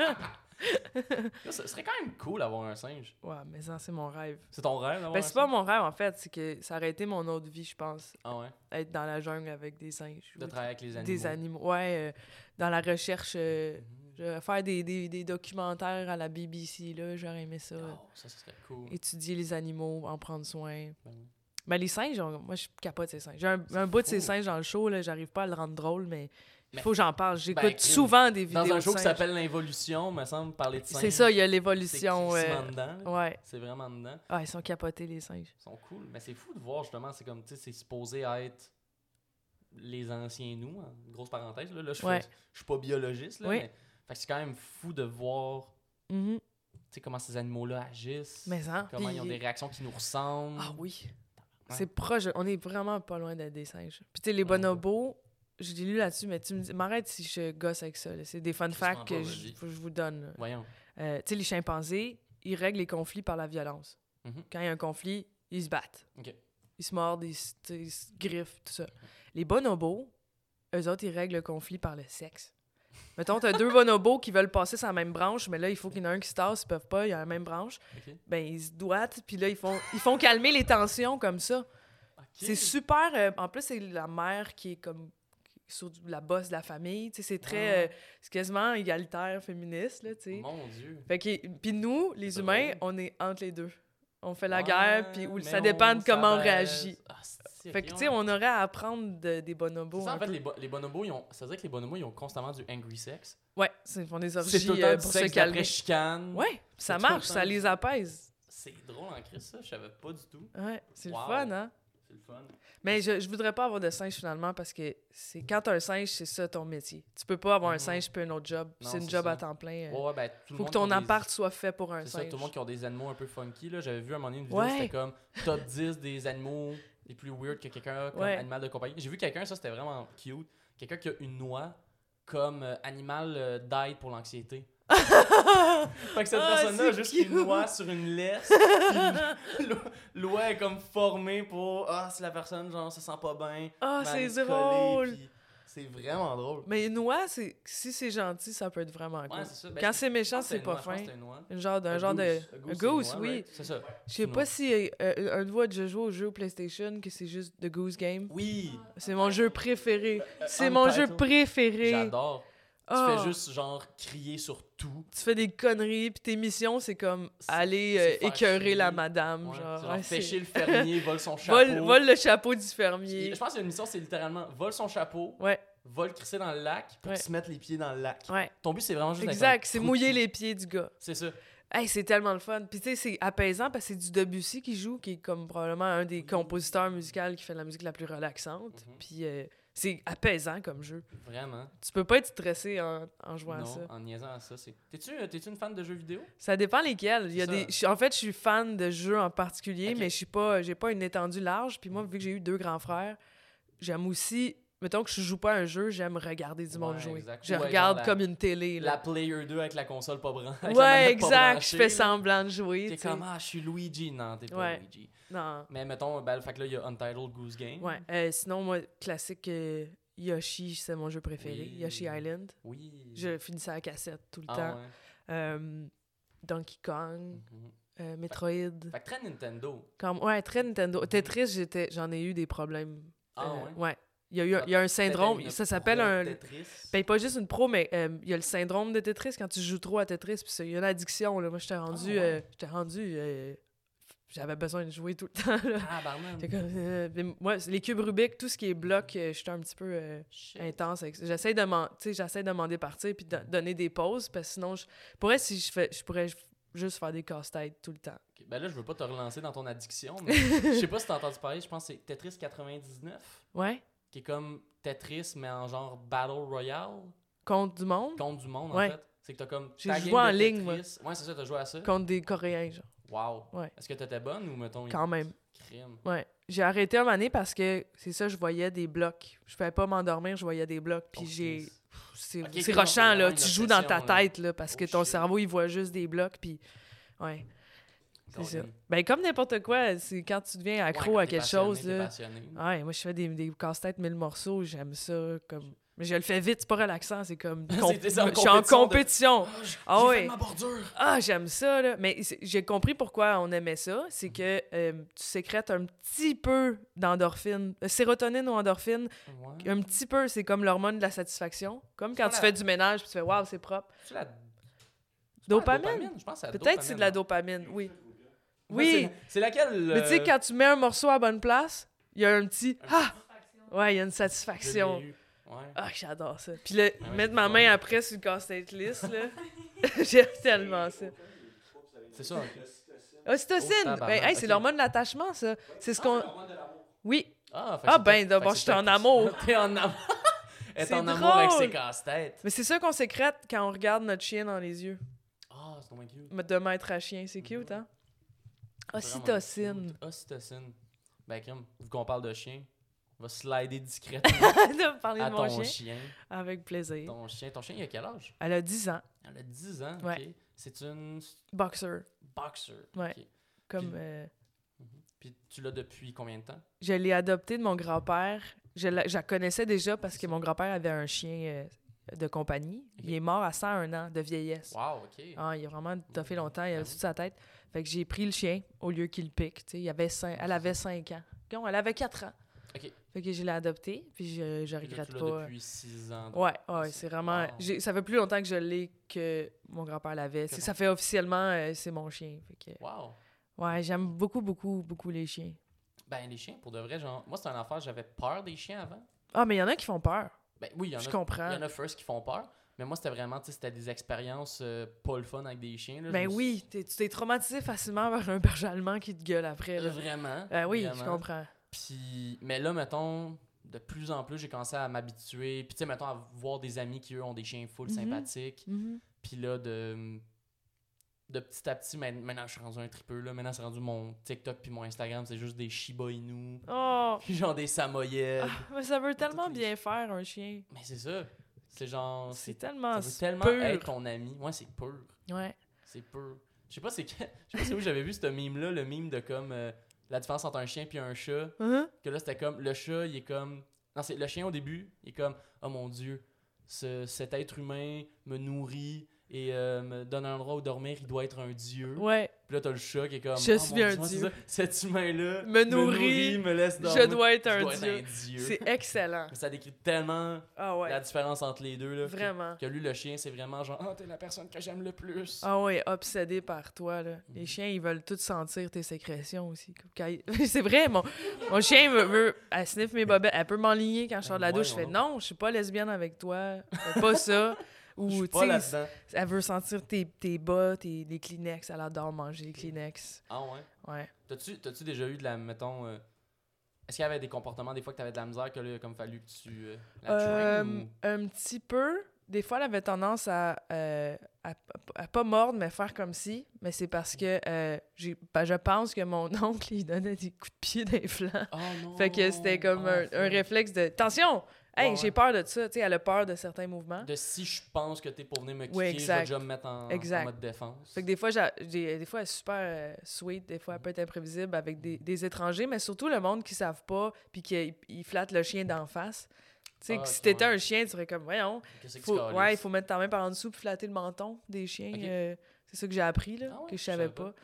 Là, ce serait quand même cool d'avoir un singe. Ouais, mais ça, c'est mon rêve. C'est ton rêve d'avoir ben, un c'est singe? pas mon rêve, en fait. C'est que ça aurait été mon autre vie, je pense. Ah ouais? Être dans la jungle avec des singes. De travailler avec les animaux. Des animaux. Ouais, euh, dans la recherche. Euh, mm-hmm. Je vais faire des, des, des documentaires à la B B C, là. J'aurais aimé ça. Oh, ça, ça serait cool. Étudier les animaux, en prendre soin. Ben, ben les singes, on, moi, je capote ces singes. J'ai un, un bout de ces singes dans le show, là. J'arrive pas à le rendre drôle, mais... Il faut que j'en parle. J'écoute ben, souvent des vidéos. Dans un show de qui s'appelle L'Involution, me semble, parler de singes. C'est ça, il y a l'évolution. C'est euh... dedans. Ouais. C'est vraiment dedans. Ah, ils sont capotés, les singes. Ils sont cool. Mais c'est fou de voir, justement, c'est comme, tu sais, c'est supposé être les anciens nous, en grosse parenthèse. Là, là je ouais. je suis pas biologiste, là, oui. mais fait que c'est quand même fou de voir mm-hmm. tu sais, comment ces animaux-là agissent. Mais ça, comment pis... ils ont des réactions qui nous ressemblent. Ah oui. Ouais. C'est proche. On est vraiment pas loin d'être des singes. Puis tu sais, les bonobos... J'ai lu là-dessus, mais tu me dis, m'arrête si je gosse avec ça. Là. C'est des fun facts que je, faut que je vous donne. Là. Voyons. Euh, tu sais, les chimpanzés, ils règlent les conflits par la violence. Mm-hmm. Quand il y a un conflit, ils se battent. Okay. Ils se mordent, ils se, ils se griffent, tout ça. Les bonobos, eux autres, ils règlent le conflit par le sexe. Mettons, t'as deux bonobos qui veulent passer sur la même branche, mais là, il faut qu'il y en ait un qui se tasse, ils peuvent pas, il y a la même branche. Okay. Ben, ils se doigtent, puis là, ils font, ils font calmer les tensions comme ça. Okay. C'est super... Euh, en plus, c'est la mère qui est comme... sur la bosse de la famille, tu sais, c'est très... Ah. Euh, c'est quasiment égalitaire, féministe, là, tu sais. Mon Dieu! Fait que... Puis nous, les c'est humains, vrai. on est entre les deux. On fait la ouais, guerre, puis ça dépend de comment on réagit. Ah, fait que, tu sais, on aurait à apprendre de, des bonobos. Ça, en fait, peu. les, bo- les bonobos, ils ont... ça veut dire que les bonobos, ils ont constamment du angry sex. Ouais, ils font des orgies c'est tout le temps euh, du pour sexe se calmer. Après chicane. Ouais, ça marche, ça les apaise. C'est drôle en crise, ça. Je savais pas du tout. Ouais, c'est wow. le fun, hein? C'est le fun. Mais je, je voudrais pas avoir de singe finalement parce que c'est quand t'as un singe, c'est ça ton métier. Tu peux pas avoir mm-hmm. un singe puis un autre job. Non, c'est une c'est job ça. À temps plein. Ouais, ouais, ben, tout faut le que ton des... appart soit fait pour un c'est singe. Ça, tout le monde qui a des animaux un peu funky. Là. J'avais vu à un moment donné une vidéo, ouais. c'était comme top dix des animaux les plus weird que quelqu'un a comme ouais. animal de compagnie. J'ai vu quelqu'un, ça c'était vraiment cute. Quelqu'un qui a une noix comme euh, animal euh, d'aide pour l'anxiété. Fait que cette ah, personne-là a juste cute. Une noix sur une laisse. L'oie est comme formée pour ah, si la personne genre se sent pas bien. Ah, c'est drôle. Collée, c'est vraiment drôle. Mais une noix, c'est... si c'est gentil, ça peut être vraiment cool. Ouais, c'est ça. Ben, quand c'est méchant, c'est pas fin. Un genre d'un genre de. Un goose, oui. Right? C'est ça. Je sais pas si euh, un fois je joue au jeu PlayStation que c'est juste The Goose Game. Oui. C'est mon jeu préféré. C'est mon jeu préféré. J'adore. Tu oh. fais juste, genre, crier sur tout. Tu fais des conneries, puis tes missions, c'est comme c'est, aller euh, écœurer chier. La madame. Ouais, genre, genre ouais, fêcher le fermier, vole son chapeau. Vole, vole le chapeau du fermier. Je pense qu'une mission, c'est littéralement vole son chapeau, ouais. vole crisser dans le lac pour ouais. se mettre les pieds dans le lac. Ouais. Ton but, c'est vraiment juste exact, c'est mouiller les pieds du gars. C'est ça. Hey, c'est tellement le fun. Puis tu sais, c'est apaisant parce que c'est du Debussy qui joue, qui est comme probablement un des compositeurs musicaux qui fait la musique la plus relaxante. Mm-hmm. Puis euh, c'est apaisant comme jeu. Vraiment. Tu peux pas être stressé en, en jouant non, à ça. en niaisant à ça. C'est... T'es-tu, t'es-tu une fan de jeux vidéo? Ça dépend lesquels. Il y a des... En fait, je suis fan de jeux en particulier, okay. mais je suis pas... j'ai pas une étendue large. Puis moi, vu que j'ai eu deux grands frères, j'aime aussi... Mettons que je joue pas à un jeu, j'aime regarder du monde ouais, jouer. Exact. Je ouais, regarde la, comme une télé. Là. La Player deux avec la console pas branchée. Ouais, exact. Je fais semblant de jouer. T'es comme, ah, je suis Luigi. Non, t'es pas ouais. Luigi. Non. Mais mettons, ben, fait que là, il y a Untitled Goose Game. Ouais. Euh, sinon, moi, classique euh, Yoshi, c'est mon jeu préféré. Oui. Yoshi Island. Oui. Je finissais à la cassette tout le ah, temps. Ouais. Euh, Donkey Kong. Mm-hmm. Euh, Metroid. Fait, fait que très Nintendo. Comme, ouais, très Nintendo. Tetris, j'étais, j'en ai eu des problèmes. Ah euh, ouais? Ouais. Il y a, eu, il y a un syndrome, ça s'appelle un... Tetris. Ben, pas juste une pro, mais euh, il y a le syndrome de Tetris quand tu joues trop à Tetris, puis il y a une addiction, là. Moi, j'étais rendu... Ah, ouais. euh, j'étais rendu... euh, j'avais besoin de jouer tout le temps, là. Ah, barman. J'étais comme, euh, mais moi, les cubes Rubik, tout ce qui est bloc, euh, j'étais un petit peu euh, intense avec ça. J'essaie de m'en, tu sais, j'essaie de m'en départir puis de donner des pauses, parce que sinon, je pourrais, si je fais, je pourrais juste faire des casse-têtes tout le temps. Okay. Ben là, je veux pas te relancer dans ton addiction, mais je sais pas si t'as entendu parler, je pense que c'est Tetris quatre-vingt-dix-neuf. Ouais. Qui est comme Tetris, mais en genre Battle Royale. Contre du monde? Contre du monde, ouais. en fait. C'est que t'as comme J'ai joué en ligne, moi. Ouais, c'est ça, t'as joué à ça. Contre des Coréens, genre. Wow. Ouais. Est-ce que t'étais bonne ou mettons... Quand même. Crime. Ouais. J'ai arrêté un moment donné parce que, c'est ça, je voyais des blocs. Je pouvais pas m'endormir, je voyais des blocs. Puis okay. j'ai... C'est, okay, c'est rochant, là. Tu joues dans ta là. tête, là, parce oh, que ton shit. cerveau, il voit juste des blocs, puis... Ouais. C'est ça. Ben, comme n'importe quoi, c'est quand tu deviens accro ouais, à quelque chose, là. Ouais, moi, je fais des, des casse-têtes mille morceaux, j'aime ça, comme... Mais je le fais vite, c'est pas relaxant, c'est comme... Comp... je suis en compétition. De... Oh, ah j'ai ouais. fait ma bordure. Ah, j'aime ça, là. Mais j'ai compris pourquoi on aimait ça. C'est que euh, tu sécrètes un petit peu d'endorphine. Euh, sérotonine ou endorphine. Ouais. Un petit peu, c'est comme l'hormone de la satisfaction. Comme quand tu la... fais du ménage puis tu fais « Waouh, c'est propre ». C'est la... Dopamine? La dopamine? Je pense que c'est la Peut-être c'est de la dopamine, oui. Oui. C'est, c'est laquelle? Euh... Mais tu sais, quand tu mets un morceau à la bonne place, il y a un petit « Ah! » Ouais, il y a une satisfaction. Ouais. Ah, j'adore ça. Puis le, ouais, mettre ma main après sur le casse-tête lisse, là, j'aime tellement ça. C'est ça. Ocytocine! Oh, ben, hey, okay. C'est l'hormone de l'attachement, ça. C'est ce qu'on... Oui. Ah, ah ben, d'abord, je suis en amour. T'es en amour. Elle est en drôle. Amour avec ses casse-têtes. Mais c'est ça qu'on sécrète quand on regarde notre chien dans les yeux. Ah, c'est trop cute. De maître à chien, c'est cute, hein? Ocytocine. Ocytocine. Ben, comme, vu qu'on parle de chien... On va slider discrètement de parler à de mon ton chien. chien. Avec plaisir. Ton chien, ton chien, il a quel âge? Elle a dix ans. Elle a dix ans, ouais. OK. C'est une... Boxer. Boxer, ouais. OK. Comme... Puis... Euh... Puis tu l'as depuis combien de temps? Je l'ai adoptée de mon grand-père. Je la, je la connaissais déjà parce que mon grand-père avait un chien euh, de compagnie. Okay. Il est mort à cent un ans de vieillesse. Wow, OK. Ah, il a vraiment toffé longtemps. Il avait toute sa tête. Fait que j'ai pris le chien au lieu qu'il pique. Il avait cinq... Elle avait cinq ans. Non, elle avait quatre ans. OK. Fait que je l'ai adopté, puis je, je regrette tu l'as pas. depuis six ans. Ouais, ouais, c'est vraiment... Wow. J'ai, ça fait plus longtemps que je l'ai que mon grand-père l'avait. C'est, ça fait officiellement, euh, c'est mon chien. Fait que, wow. Ouais, j'aime beaucoup, beaucoup, beaucoup les chiens. Ben, les chiens, pour de vrai, genre... Moi, c'est un affaire, j'avais peur des chiens avant. Ah, mais il y en a qui font peur. Ben oui, il y en a. Je comprends. Il y en a first qui font peur. Mais moi, c'était vraiment, tu sais, c'était des expériences euh, pas le fun avec des chiens. Là, ben me... oui, t'es, tu t'es traumatisé facilement par un berger allemand qui te gueule après. Là. Vraiment. Ben oui, vraiment. je comprends. Puis, mais là, mettons... De plus en plus, j'ai commencé à m'habituer. Puis, tu sais, mettons, à voir des amis qui, eux, ont des chiens full mm-hmm. sympathiques. Mm-hmm. Puis là, de, de petit à petit, maintenant, je suis rendu un tripeux. Là. Maintenant, c'est rendu mon TikTok puis mon Instagram. C'est juste des Shiba Inu. Oh! Puis genre des Samoyeds. Ah, mais ça veut tellement bien les... faire, un chien. Mais c'est ça. C'est genre... C'est, c'est tellement Ça veut tellement pur. être ton ami. Ouais, c'est pur. Ouais. C'est pur. Je sais pas c'est que... Je sais pas c'est où j'avais vu ce meme-là. Le meme de comme... Euh, la différence entre un chien et un chat. Uh-huh. Que là, c'était comme... Le chat, il est comme... Non, c'est le chien au début, il est comme « Oh mon Dieu, ce, cet être humain me nourrit et euh, me donne un endroit où dormir, il doit être un dieu. » Ouais. Puis là, t'as le chat qui est comme « Je oh, suis mon un Dieu, dieu. Cet humain-là me nourrit, me, nourrit, me laisse dormir. Je dois être, un, dois dieu. être un dieu. » C'est excellent. Mais ça décrit tellement ah ouais. la différence entre les deux. Là, vraiment. Que, que lui, le chien, c'est vraiment genre « Oh, t'es la personne que j'aime le plus. » Ah ouais, obsédé par toi. Là. Mm-hmm. Les chiens, ils veulent tous sentir tes sécrétions aussi. Il... c'est vrai, mon, mon chien veut, veut... Elle sniffe mes bobettes. Elle peut m'enligner quand je sors de la douche. Je fais « Non, je suis pas lesbienne avec toi. Fais pas ça. » Ou, tu sais, elle veut sentir tes, tes bas, tes, les Kleenex. Elle adore manger les Kleenex. Ah ouais? Ouais. T'as-tu, t'as-tu déjà eu de la, mettons... Euh, est-ce qu'il y avait des comportements, des fois, que t'avais de la misère, que là, comme fallu que tu euh, la euh, traînes, ou... Un petit peu. Des fois, elle avait tendance à, euh, à, à pas mordre, mais faire comme si. Mais c'est parce que euh, j'ai, ben, je pense que mon oncle, il donnait des coups de pied dans les flancs. Oh non! Fait que c'était comme oh, un, un réflexe de... Attention! Hey, ouais, j'ai ouais. peur de ça. Tu sais, elle a peur de certains mouvements. De si je pense que t'es pour venir me kicker, oui, je vais déjà me mettre en, en mode défense. Fait que des fois, j'ai, j'ai, des fois elle est super euh, sweet, des fois, elle peut être imprévisible avec des, des étrangers, mais surtout le monde qui ne savent pas puis qui ils flattent le chien d'en face. Tu sais, ah, si t'étais ouais. un chien, tu serais comme, voyons, faut, ouais, il faut mettre ta main par en dessous puis flatter le menton des chiens. Okay. Euh, c'est ça que j'ai appris, là, ah ouais, que je savais pas. pas.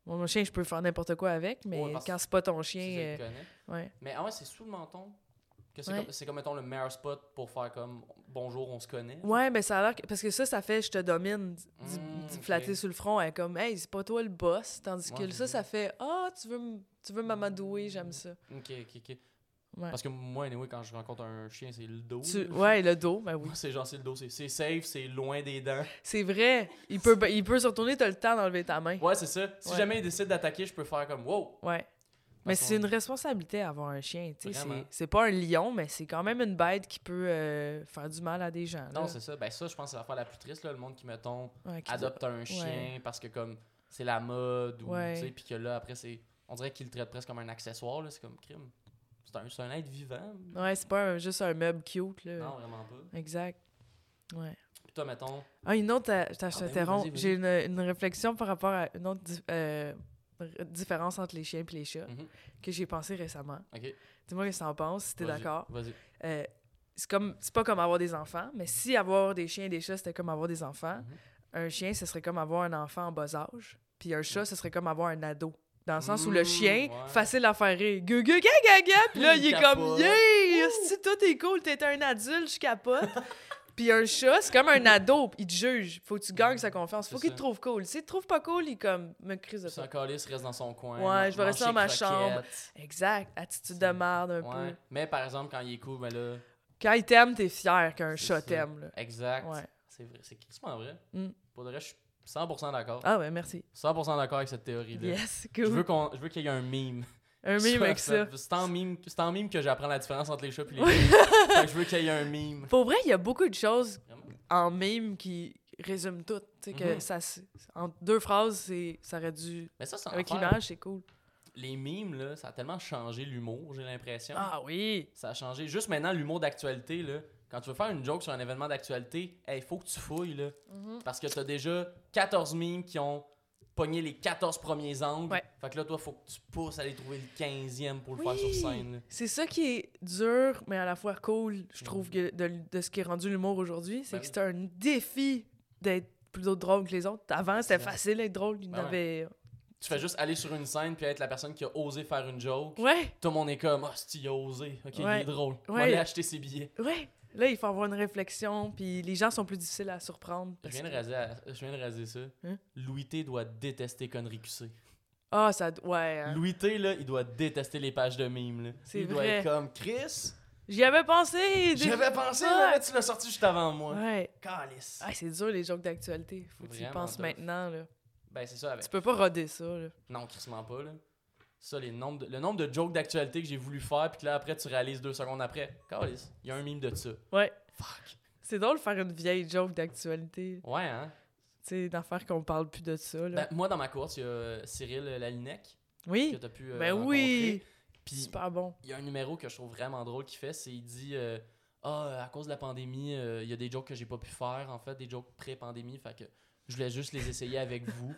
Mon chien, je peux faire n'importe quoi avec, mais ouais, quand c'est pas ton chien... Si je le euh, connais. Ouais. Mais ah ouais, c'est sous le menton. Que c'est, Ouais. comme, c'est comme, mettons, le meilleur spot pour faire comme bonjour, on se connaît. Ouais, mais ça a l'air... Que... Parce que ça, ça fait je te domine, d'y Mmh, d'y ok. flatter sur le front. Elle est comme, hey, c'est pas toi le boss. Tandis Ouais, que c'est ça, ça. ça fait, ah, tu veux, m- tu veux m'amadouer, j'aime ça. Ok, ok, ok. Ouais. Parce que moi, anyway, quand je rencontre un chien, c'est le dos. Tu... là. Ouais, le dos, ben oui. Moi, c'est genre, c'est le dos. C'est, c'est safe, c'est loin des dents. C'est vrai. Il peut, il peut se retourner, t'as le temps d'enlever ta main. Ouais, c'est ça. Si Ouais. jamais il décide d'attaquer, je peux faire comme wow. Ouais. Mais Parce c'est qu'on- une responsabilité d'avoir un chien, tu sais. Vraiment. C'est, c'est pas un lion, mais c'est quand même une bête qui peut euh, faire du mal à des gens. Non, là. c'est ça. Ben, ça, je pense que c'est l'affaire la plus triste, là, le monde qui, mettons, Ouais, qui adopte un chien parce que, comme, c'est la mode ou, Ouais. tu sais, puis que là, après, c'est. On dirait qu'il le traite presque comme un accessoire, là. C'est comme crime. C'est un, c'est un être vivant. doit- Ouais, c'est pas un- juste un meuble cute, là. Non, vraiment pas. Exact. Ouais. Puis toi, mettons. Ah, une autre, euh, attends, je Ah, ben oui, t'interromps. vas-y, vas-y. J'ai une, une réflexion par rapport à une autre di- euh, r- différence entre les chiens et les chats Mhm. que j'ai pensé récemment. Ok. Dis-moi ce que t'en penses, si t'es Vas-y, d'accord. Vas-y. Euh, c'est comme c'est pas comme avoir des enfants, mais si avoir des chiens et des chats, c'était comme avoir des enfants, Mhm. un chien, ce serait comme avoir un enfant en bas âge, puis un chat, ce serait comme avoir un ado. Dans le sens où le Mmh, chien, ouais. facile à faire rire. Gu, gu, ga, ga, ga, puis là, Il il est capote. comme, yeah, si tout est cool, t'es un adulte, je capote. Puis un chat, c'est comme un ado, il te juge. Faut que tu gagnes sa confiance. Faut C'est qu'il ça. te trouve cool. S'il te trouve pas cool, il est comme, me crise de Puis un ça. calice reste dans son coin. Ouais, man- je vais rester dans mange ma ses chambre. croquettes. Exact. Attitude de merde un Ouais. peu. Mais par exemple, quand il est cool, ben là. Quand il t'aime, t'es fier qu'un C'est chat ça. t'aime, là. Exact. Ouais. C'est vrai. C'est crissement vrai. Mm. Pour le reste, je suis cent pour cent d'accord. Ah ouais, merci. cent pour cent d'accord avec cette théorie-là. Yes, Je veux, cool. qu'on, je veux qu'il y ait un meme. Un meme avec ça. Soit- C'est en meme, c'est en meme que j'apprends la différence entre les chats et les chiens. Fait que je veux qu'il y ait un meme. Pour vrai, il y a beaucoup de choses Vraiment. en meme qui résument tout. Tu sais, que Mhm. ça, se- en deux phrases, c'est, ça aurait dû... Mais ça, c'est Avec l'affaire. l'image, c'est cool. Les memes, là, ça a tellement changé l'humour, j'ai l'impression. Ah oui! Ça a changé. Juste maintenant, l'humour d'actualité, là. Quand tu veux faire une joke sur un événement d'actualité, il faut que tu fouilles, là. Mhm. Parce que t'as déjà quatorze memes qui ont pogné les quatorze premiers angles. Ouais. Fait que là, toi, faut que tu pousses à aller trouver le quinzième pour le Oui. faire sur scène. là. C'est ça qui est dur, mais à la fois cool, je trouve, que de, de ce qui est rendu l'humour aujourd'hui. C'est Ben que oui. c'est un défi d'être plus drôle que les autres. Avant, c'était Exact. facile d'être drôle. Il y en Ben ouais. avait... Tu fais juste aller sur une scène puis être la personne qui a osé faire une joke. Ouais, Tout le monde est comme, ah, oh, il a osé. Ok, Ouais. il est drôle. On va Ouais. aller acheter ses billets. ouais. Là, il faut avoir une réflexion, puis les gens sont plus difficiles à surprendre. Je parce viens, de que- raser à- je viens de raser ça. Hein? Louis T doit détester Connery Q C. Ah, ça... Ouais, hein. Louis T, là, il doit détester les pages de mimes. Là. C'est il doit vrai. être comme, Chris, J'y avais pensé! des- j'avais pensé, Ouais. mais là, tu l'as sorti juste avant moi. Ouais. Calice. Ah, c'est dur, les jokes d'actualité. Faut que tu y Vraiment penses tough. maintenant, là. Ben, c'est ça avec. Tu peux pas roder ça, là. Non, crissement pas, là. Ça, les nombres de- le nombre de jokes d'actualité que j'ai voulu faire, puis que là, après, tu réalises deux secondes après. Calice, il y a un mime de ça. Ouais. Fuck. C'est drôle de faire une vieille joke d'actualité. Ouais, hein. Tu sais, d'en faire qu'on parle plus de ça, là. Ben, moi, dans ma course, il y a euh, Cyril Lalinec, que oui! t'as pu euh, Ben rencontrer. oui! Puis, Super bon. il y a un numéro que je trouve vraiment drôle qu'il fait, c'est il dit euh, ah, à cause de la pandémie, euh, il y a des jokes que j'ai pas pu faire, en fait, des jokes pré-pandémie, fait que je voulais juste les essayer avec vous.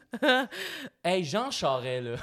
Hey, Jean Charest, là,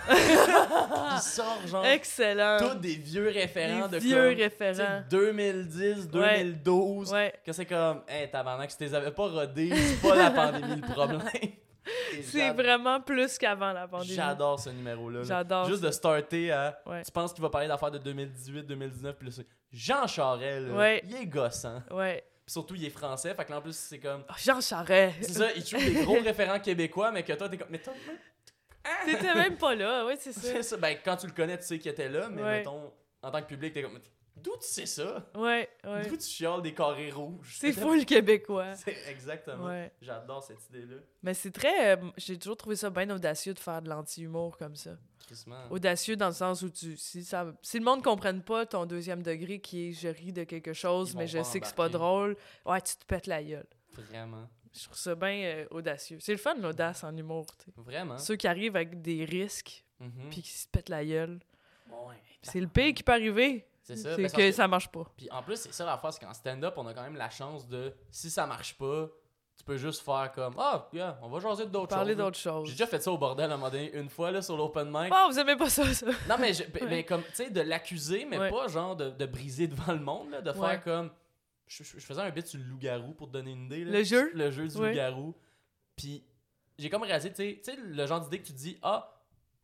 il sort genre Excellent! tous des vieux référents Les de vieux comme, référents. tu sais, deux mille dix, deux mille douze, Ouais. que c'est comme, hey, tabarnak, si tu les avais pas rodés, c'est pas la pandémie le problème. Et C'est j'ad- vraiment plus qu'avant la pandémie. J'adore ce numéro-là. là. J'adore. Juste de starter à. Ouais. Tu penses qu'il va parler d'affaires de deux mille dix-huit, deux mille dix-neuf, puis là, c'est Jean Charest, là, Ouais. il est gossant. Ouais. Puis surtout, il est français, fait que là, en plus, c'est comme. Oh, Jean Charest! C'est ça, il trouve des gros référents québécois, mais que toi, t'es comme. Mais toi, T'étais même pas là, ouais, c'est ça. c'est ça. Ben, quand tu le connais, tu sais qu'il était là, mais Ouais. mettons, en tant que public, t'es comme. D'où tu sais ça? Ouais, ouais. D'où tu chiales des carrés rouges? C'est full québécois. C'est exactement. Ouais. J'adore cette idée-là. Mais c'est très... euh, j'ai toujours trouvé ça bien audacieux de faire de l'anti-humour comme ça. Crissement. Audacieux dans le sens où tu... Si, ça, si le monde ne comprenne pas ton deuxième degré qui est « je ris de quelque chose, Ils mais vont je pas sais que c'est pas embarquer. drôle », ouais, tu te pètes la gueule. Vraiment. Je trouve ça bien euh, audacieux. C'est le fun, l'audace en humour, tu sais. Vraiment. Ceux qui arrivent avec des risques Mhm. puis qui se pètent la gueule. Ouais. C'est le pire qui peut arriver. C'est ça. C'est ben, que, parce que- ça marche pas. Puis en plus, c'est ça la fois, c'est qu'en stand-up, on a quand même la chance de, si ça marche pas, tu peux juste faire comme, ah, yeah, on va jaser d'autres choses. Parler là. d'autres J'ai choses. déjà fait ça au bordel à un moment donné, une fois, là, sur l'open mic. Oh, vous aimez pas ça, ça? Non, mais, je- Ouais. mais comme, tu sais, de l'accuser, mais Ouais. pas genre de, de briser devant le monde, là, de faire Ouais. comme. Je, je- je faisais un bit sur le loup-garou pour te donner une idée. Là. Le jeu? Le jeu du Ouais. loup-garou. Puis j'ai comme réalisé, tu sais, tu sais, le genre d'idée que tu dis, ah,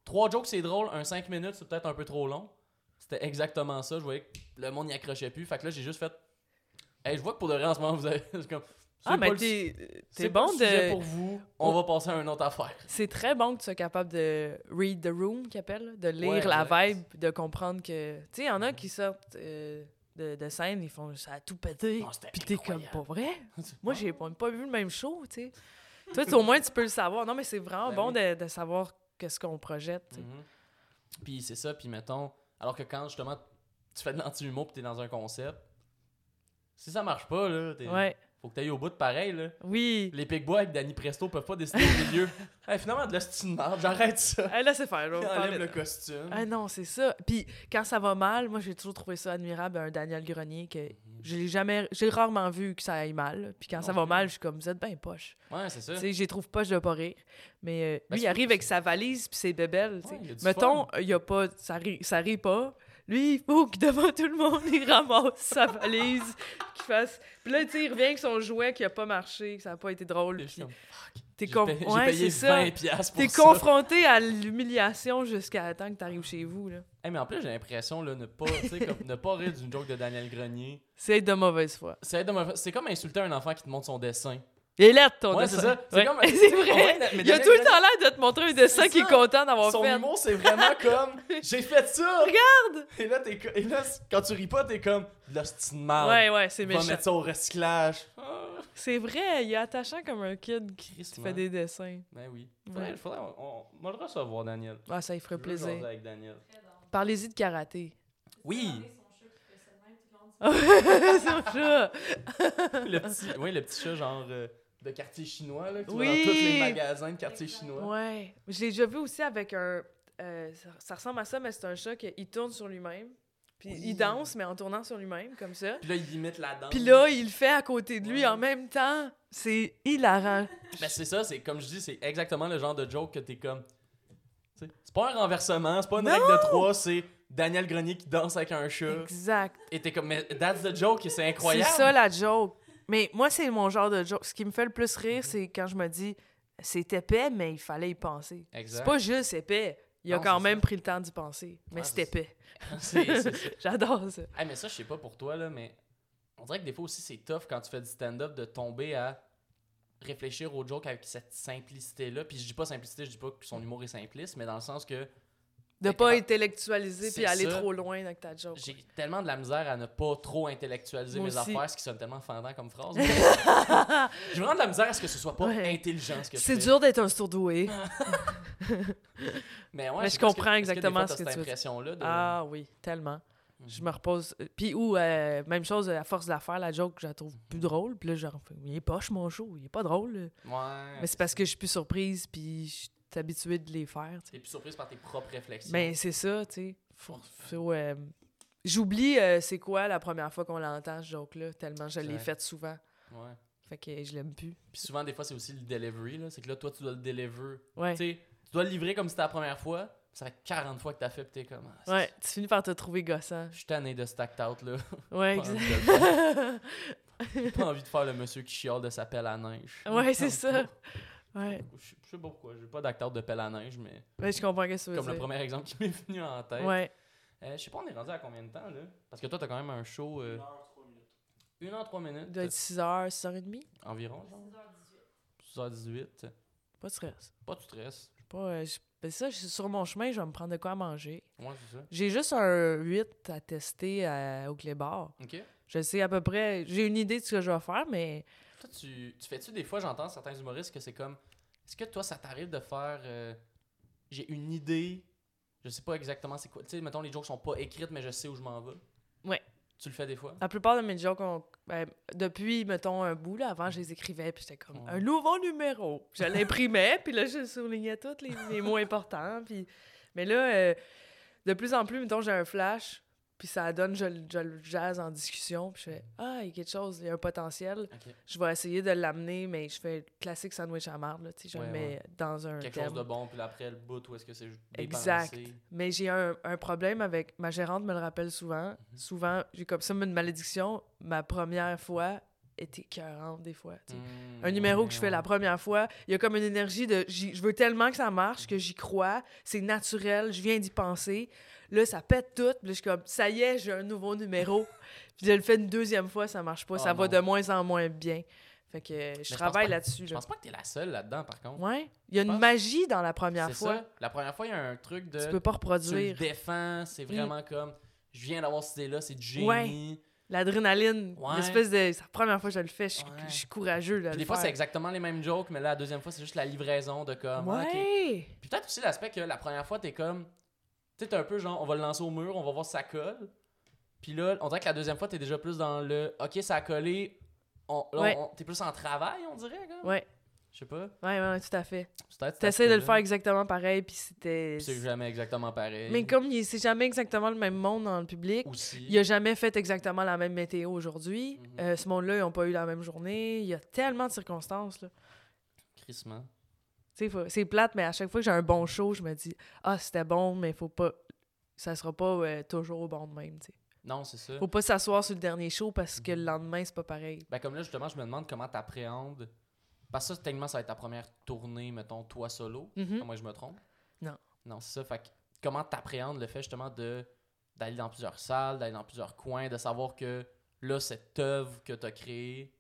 trois jokes, c'est drôle. Un cinq minutes, c'est peut-être un peu trop long. C'était exactement ça. Je voyais que le monde n'y accrochait plus. Fait que là, j'ai juste fait... Hey, je vois que pour de vrai, en ce moment, vous avez... C'est comme... Ah, mais le... t'es, t'es c'est bon pas le de... sujet pour vous. On oh. va passer à une autre affaire. C'est très bon que tu sois capable de read the room, qu'ils appellent, de lire ouais, la exact. vibe, de comprendre que... Tu sais, il y en a qui sortent euh, de, de scène, ils font « ça a tout pété ». Puis t'es comme « pas vrai? Moi, j'ai pas, pas vu le même show, tu sais. » Toi, au moins, tu peux le savoir. Non, mais c'est vraiment ben bon oui. de, de savoir qu'est-ce qu'on projette, tu sais. Mm-hmm. Puis c'est ça, puis mettons... Alors que quand, justement, tu fais de l'anti-humour pis t'es dans un concept, si ça marche pas, là, t'es... Ouais. Faut que t'ailles au bout de pareil, là. Oui. Les Picbois avec Danny Presto peuvent pas décider au milieu. Hey, finalement, de la style de merde, j'arrête ça. Hey, laissez faire, là. Enlève le costume. Ah non, c'est ça. Puis quand ça va mal, moi, j'ai toujours trouvé ça admirable, un Daniel Grenier, que mm-hmm. je l'ai jamais... J'ai rarement vu que ça aille mal. Puis quand non, ça va mal, je suis comme, vous êtes ben poche. Ouais, c'est ça. Tu sais, j'y trouve poche de pas rire. Mais euh, ben, lui, il arrive avec sa valise puis ses bébelles, tu sais. Ouais, mettons, il y a pas... Ça rit, ça rit pas. Lui, il faut que devant tout le monde, il ramasse sa valise, qu'il fasse... Puis là, tu sais, il revient avec son jouet qui a pas marché, que ça a pas été drôle. Puis... Comme, fuck, t'es j'ai, com... payé, ouais, j'ai payé c'est vingt piastres pour t'es ça. confronté à l'humiliation jusqu'à temps que t'arrives chez vous, là. Hey, mais en plus, j'ai l'impression, là, ne pas, comme, ne pas rire d'une joke de Daniel Grenier. C'est être de mauvaise foi. C'est être de mauvaise... C'est comme insulter un enfant qui te montre son dessin. Il est laid, ton ouais, dessin. c'est ça. C'est, ouais. comme... c'est vrai. Ouais, il a tout le temps l'air de te montrer un dessin qu'il est content d'avoir son fait. Son humour, c'est vraiment comme « J'ai fait ça! » Regarde! Et là, t'es, et là, quand tu ris pas, t'es comme « Là, c'est une merde. Ouais, ouais, c'est On méchant. va mettre ça au recyclage. Ah. » C'est vrai, il est attachant comme un kid qui fait des dessins. Ben oui. Faudrait, ouais. faudrait, on, on va le recevoir, Daniel. Ah, ça, il ferait Je plaisir. avec Daniel. Parlez-y de karaté. Oui! Son chat! le petit, oui, le petit chat genre euh, de quartier chinois, là, qui oui. va dans tous les magasins de quartier chinois. Ouais. Je l'ai déjà vu aussi avec un... Euh, ça, ça ressemble à ça, mais c'est un chat qui tourne sur lui-même. Puis oui. il danse, mais en tournant sur lui-même, comme ça. Puis là, il imite la danse. Puis là, il le fait à côté de lui ouais. en même temps. C'est hilarant. Ben c'est ça, c'est comme je dis, c'est exactement le genre de joke que t'es comme... T'sais, c'est pas un renversement, c'est pas une non! règle de trois, c'est Daniel Grenier qui danse avec un chat. Exact. Et t'es comme, mais that's the joke, c'est incroyable. C'est ça la joke. Mais moi, c'est mon genre de joke. Ce qui me fait le plus rire, mm-hmm. c'est quand je me dis, c'est épais, mais il fallait y penser. Exact. C'est pas juste épais. Il a non, quand même ça. pris le temps d'y penser. Mais ouais, c'est, c'est épais. c'est, c'est, c'est... J'adore ça. Hey, mais ça, je sais pas pour toi, là, mais on dirait que des fois aussi, c'est tough quand tu fais du stand-up de tomber à réfléchir aux jokes avec cette simplicité-là. Puis je dis pas simplicité, je dis pas que son humour est simpliste, mais dans le sens que... De pas capable... intellectualiser puis aller ça. trop loin avec ta joke. J'ai tellement de la misère à ne pas trop intellectualiser Moi mes aussi. affaires, ce qui sonne tellement fendant comme phrase. J'ai vraiment de la misère à ce que ce soit pas ouais. intelligent ce que je C'est fais. dur d'être un surdoué. mais ouais, mais je comprends que, exactement ce que, que tu cette impression-là. De... Ah oui, tellement. Mm-hmm. Je me repose. Puis ou, euh, même chose, à force de la faire, la joke, je la trouve plus drôle. Puis là, genre, il est poche mon show, il est pas drôle. Ouais. Mais c'est parce que je suis plus surprise, puis je suis habituée de les faire. T'es plus surprise par tes propres réflexions. Ben, c'est ça, tu sais. Faut, faut, euh... J'oublie euh, c'est quoi la première fois qu'on l'entend, ce joke-là, tellement je l'ai fait souvent. Ouais. Fait que je l'aime plus. Puis souvent, des fois, c'est aussi le delivery, là. C'est que là, toi, tu dois le deliver. Ouais. Tu sais, tu dois le livrer comme si c'était la première fois. Ça fait quarante fois que t'as fait, pis t'es comme... Ah, ouais, tu finis par te trouver gossant. Je suis tanné de stacked out, là. Ouais, exact. J'ai pas envie de faire le monsieur qui chiale de sa pelle à neige. Ouais, c'est ça. Ouais. Je sais pas pourquoi, j'ai pas d'acteur de pelle à neige, mais... Ouais, je comprends ce que tu veux Comme dire. le premier exemple qui m'est venu en tête. Ouais. Euh, je sais pas, on est rendu à combien de temps, là? Parce que toi, t'as quand même un show... Euh... une heure, trois minutes. Une heure, trois minutes? Il doit être six heures, six heures trente? Environ, genre? six heures dix-huit. six heures dix-huit. Pas de stress. Pas de stress. Je sais pas... Euh, je... Ben ça, je suis sur mon chemin, je vais me prendre de quoi à manger. Ouais, c'est ça. J'ai juste un huit à tester à... au Clébar. OK. Je sais à peu près... J'ai une idée de ce que je vais faire, mais... Toi, tu, tu fais-tu des fois, j'entends certains humoristes que c'est comme... Est-ce que toi, ça t'arrive de faire... Euh, j'ai une idée, je sais pas exactement c'est quoi. Tu sais, mettons, les jokes sont pas écrites, mais je sais où je m'en vais. Ouais. Tu le fais des fois? La plupart de mes jokes, on, ben, depuis, mettons, un bout, là, avant, je les écrivais, puis j'étais comme, ouais. un nouveau numéro. Je l'imprimais, puis là, je soulignais tous les, les mots importants. Puis... Mais là, euh, de plus en plus, mettons, j'ai un flash, puis ça donne, je, je le jazz en discussion, puis je fais, ah, il y a quelque chose, il y a un potentiel. Okay. Je vais essayer de l'amener, mais je fais le classique sandwich à marde, là, tu sais, je ouais, le mets ouais. dans un quelque thème. chose de bon, puis après, le bout, où est-ce que c'est juste exact. Mais j'ai un, un problème avec, ma gérante me le rappelle souvent, mm-hmm. souvent, j'ai comme ça une malédiction, ma première fois est écœurante des fois. Mmh, un ouais, numéro que je ouais. fais la première fois, il y a comme une énergie de je veux tellement que ça marche que j'y crois, c'est naturel, je viens d'y penser. Là, ça pète tout, puis là, je suis comme ça y est, j'ai un nouveau numéro. Puis je le fais une deuxième fois, ça marche pas, oh, ça non. va de moins en moins bien. Fait que je Mais travaille je là-dessus. Je là. pense pas que t'es la seule là-dedans, par contre. Ouais, il y a je une pense... magie dans la première c'est fois. Ça. La première fois, il y a un truc de... Tu peux pas Tu reproduire. le défends, c'est vraiment mm. comme... Je viens d'avoir cette idée-là, c'est du génie. Ouais. L'adrénaline, ouais. l'espèce de... C'est la première fois que je le fais, je suis, ouais. je suis courageux de Puis le des fois, faire. c'est exactement les mêmes jokes, mais là, la deuxième fois, c'est juste la livraison de comme... Ouais! Ah, okay. Puis peut-être aussi l'aspect que la première fois, t'es comme... Tu sais, t'es un peu genre, on va le lancer au mur, on va voir si ça colle. Puis là, on dirait que la deuxième fois, t'es déjà plus dans le... OK, ça a collé... On, là, ouais. on, t'es plus en travail, on dirait, comme. Ouais. Je sais pas. Ouais, ouais, tout à fait. T'essaies de le faire exactement pareil, puis c'était... Puis c'est jamais exactement pareil. Mais comme il... c'est jamais exactement le même monde dans le public, aussi. Il a jamais fait exactement la même météo aujourd'hui. Mm-hmm. Euh, ce monde-là, ils n'ont pas eu la même journée. Il y a tellement de circonstances, là. Crissement. Tu sais, c'est plate, mais à chaque fois que j'ai un bon show, je me dis « Ah, c'était bon, mais faut pas... ça sera pas euh, toujours bon de même, tu sais. » Non, c'est ça. Faut pas s'asseoir sur le dernier show parce que le lendemain, c'est pas pareil. Ben comme là, justement, je me demande comment t'appréhendes. Parce que ça, techniquement, ça va être ta première tournée, mettons, toi solo. Mm-hmm. Moi, je me trompe? Non. Non, c'est ça. Fait que comment t'appréhendes le fait, justement, de d'aller dans plusieurs salles, d'aller dans plusieurs coins, de savoir que là, cette œuvre que t'as créée,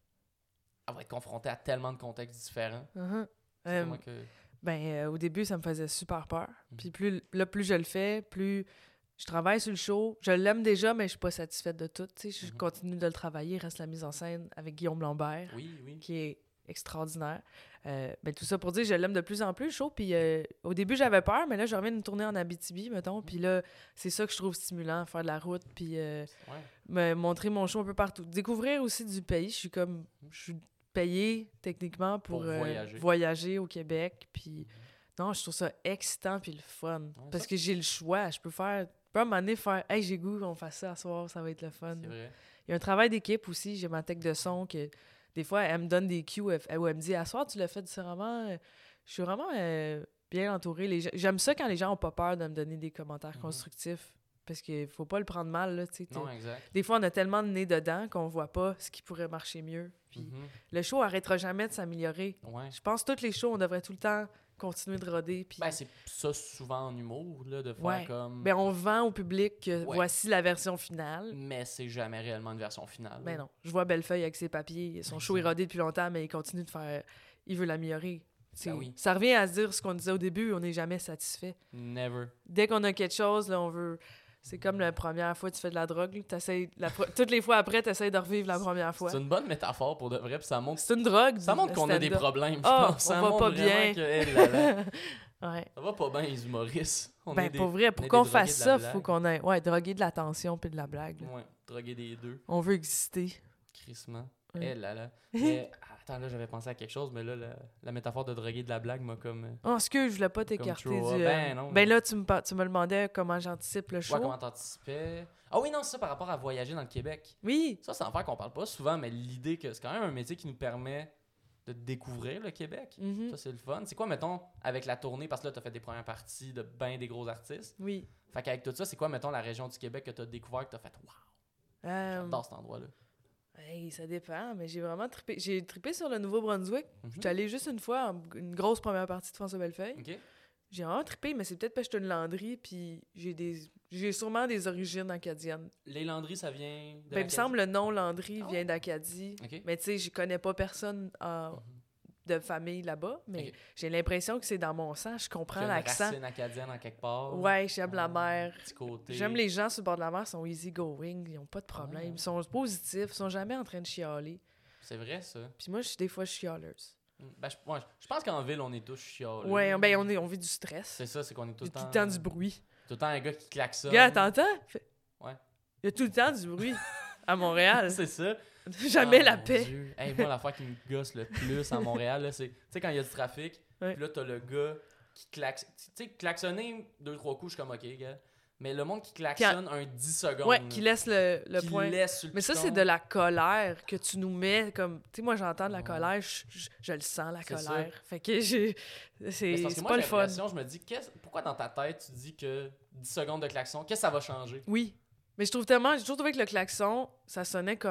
elle va être confrontée à tellement de contextes différents. Uh-huh. C'est Euh, comment que... ben, euh, au début, ça me faisait super peur. Mm-hmm. Puis plus, là, plus je le fais, plus... Je travaille sur le show. Je l'aime déjà, mais je suis pas satisfaite de tout. T'sais, je mm-hmm. continue de le travailler. Il reste la mise en scène avec Guillaume Lambert, oui, oui. qui est extraordinaire. Euh, ben, tout ça pour dire que je l'aime de plus en plus, le show. Puis euh, au début, j'avais peur, mais là, je reviens d'une tournée en Abitibi, mettons. Puis là, c'est ça que je trouve stimulant, faire de la route, puis euh, ouais. me montrer mon show un peu partout. Découvrir aussi du pays. Je suis comme... Je suis payée, techniquement, pour, pour euh, voyager. voyager au Québec. Puis non, je trouve ça excitant puis le fun. Ouais, parce ça... que j'ai le choix. Je peux faire... Je peux à un moment donné faire « Hey, j'ai goût qu'on fasse ça à soir, ça va être le fun. » C'est vrai. Il y a un travail d'équipe aussi. J'ai ma tech de son que des fois, elle me donne des cues où elle, elle me dit « À soir, tu l'as fait différemment. » Je suis vraiment euh, bien entourée. Les gens... J'aime ça quand les gens n'ont pas peur de me donner des commentaires mm-hmm. constructifs. Parce qu'il faut pas le prendre mal. Là, non, exact. Des fois, on a tellement de nez dedans qu'on voit pas ce qui pourrait marcher mieux. Puis mm-hmm. le show arrêtera jamais de s'améliorer. Ouais. Je pense que tous les shows, on devrait tout le temps continuer de roder. Puis... Ben, c'est ça souvent en humour, là, de faire ouais. comme... Ben, on vend au public que ouais. voici la version finale. Mais c'est jamais réellement une version finale. Ben non. Je vois Bellefeuille avec ses papiers. Son show est rodé depuis longtemps, mais il continue de faire... Il veut l'améliorer. Ben oui. Ça revient à se dire ce qu'on disait au début, on n'est jamais satisfait. Never. Dès qu'on a quelque chose, là, on veut... C'est comme la première fois que tu fais de la drogue. La pro... Toutes les fois après, tu essaies de revivre la première fois. C'est une bonne métaphore pour de vrai. Puis ça montre... C'est une drogue. Ça montre qu'on a des problèmes, je oh, pense. Ça on montre va pas bien. Que, hey, là, là. ouais. Ça va pas bien, les humoristes. On ben, des, pour vrai, pour qu'on fasse ça, il faut qu'on ait... Ouais, droguer de l'attention puis de la blague. Là. Ouais, droguer des deux. On veut exister. Crissement. Ouais. Hey, là, là. Mais, attends, là, j'avais pensé à quelque chose, mais là, la, la métaphore de droguer de la blague m'a comme... Oh, excuse, je voulais pas t'écarter du... Euh... Ben, non. Ben là, tu me, tu me demandais comment j'anticipe le show. Ouais, comment t'anticipais. Ah oui, non, c'est ça par rapport à voyager dans le Québec. Oui. Ça, c'est un affaire qu'on parle pas souvent, mais l'idée que c'est quand même un métier qui nous permet de découvrir le Québec. Mm-hmm. Ça, c'est le fun. C'est quoi, mettons, avec la tournée, parce que là, t'as fait des premières parties de ben des gros artistes. Oui. Fait qu'avec tout ça, c'est quoi, mettons, la région du Québec que t'as découvert, que t'as fait « Wow! Euh... » J'adore cet endroit-là. Hey, ça dépend, mais j'ai vraiment trippé. J'ai trippé sur le Nouveau-Brunswick. Mm-hmm. J'étais allée juste une fois, en une grosse première partie de François Bellefeuille. OK. J'ai vraiment trippé, mais c'est peut-être parce que je suis une landrie, puis j'ai des j'ai sûrement des origines acadiennes. Les landries, ça vient de ben, il me semble le nom Landry oh. vient d'Acadie. Okay. Mais tu sais, je connais pas personne en... mm-hmm. de famille là-bas, mais okay. j'ai l'impression que c'est dans mon sang. Je comprends il y a une l'accent. racine acadienne en quelque part. Ouais, j'aime oh, la mer. Petit côté. J'aime les gens sur le bord de la mer, ils sont easy going, ils ont pas de problème. Oh. Ils sont positifs, ils sont jamais en train de chialer. C'est vrai, ça. Puis moi, je, des fois, je suis chialeuse. Ben, je, ouais, je pense qu'en ville, on est tous chialeux. Ouais, ben, on, est, on vit du stress. C'est ça, c'est qu'on est tout le temps... Il y a tout le temps du bruit. Tout le temps un gars qui klaxonne. Gars, t'entends? Ouais. Il y a tout le temps du bruit à Montréal. C'est ça. Jamais oh, la paix. Dieu. Hey, moi, l'affaire qui me gosse le plus à Montréal, là, c'est... Tu sais, quand il y a du trafic, ouais. puis là, t'as le gars qui klaxonne. Tu sais, klaxonner deux, trois coups, je suis comme, OK, gars. Mais le monde qui klaxonne quand... un dix secondes. Ouais, qui laisse le, le qui point. Laisse sur le mais ça, piton. c'est de la colère que tu nous mets comme... Tu sais, moi, j'entends de la colère, je, je, je le sens, la c'est colère. Ça. Fait que j'ai... C'est, c'est, parce que c'est moi, pas j'ai le fun. l'impression, je me dis, pourquoi dans ta tête, tu dis que dix secondes de klaxon, qu'est-ce que ça va changer? Oui. Mais je trouve tellement... J'ai toujours trouvé que le klaxon, ça sonnait comme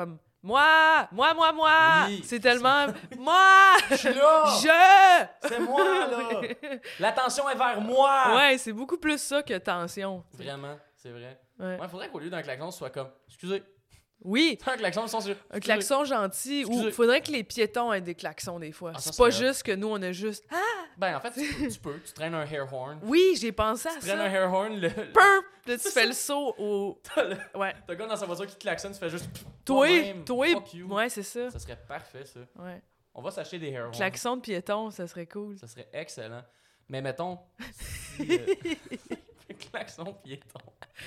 Moi! Moi, moi, moi! Oui. C'est tellement... Moi! Je suis là! Je! C'est moi, là! L'attention est vers moi! Ouais, c'est beaucoup plus ça que tension. Vraiment, c'est vrai. Ouais. Ouais, faudrait qu'au lieu d'un klaxon, ce soit comme « Excusez ». Oui! Un klaxon, sont sur... Un klaxon gentil. Excusez. Ou faudrait que les piétons aient des klaxons des fois. Ah, ça c'est pas serait- juste que nous, on a juste... Ah! Ben, en fait, tu peux, tu peux. Tu traînes un hair horn. Oui, j'ai pensé à Tu traînes un ça. hair horn, le... Purp! Là, tu fais le saut au... T'as le... Ouais. T'as le gars dans sa voiture qui klaxonne, tu fais juste... Toi, toi-même, toi... fuck you. Ouais, c'est ça. Ça serait parfait, ça. Ouais. On va s'acheter des hair horns. Klaxon de piéton, ça serait cool. Ça serait excellent. Mais mettons... Si, euh... klaxon piéton.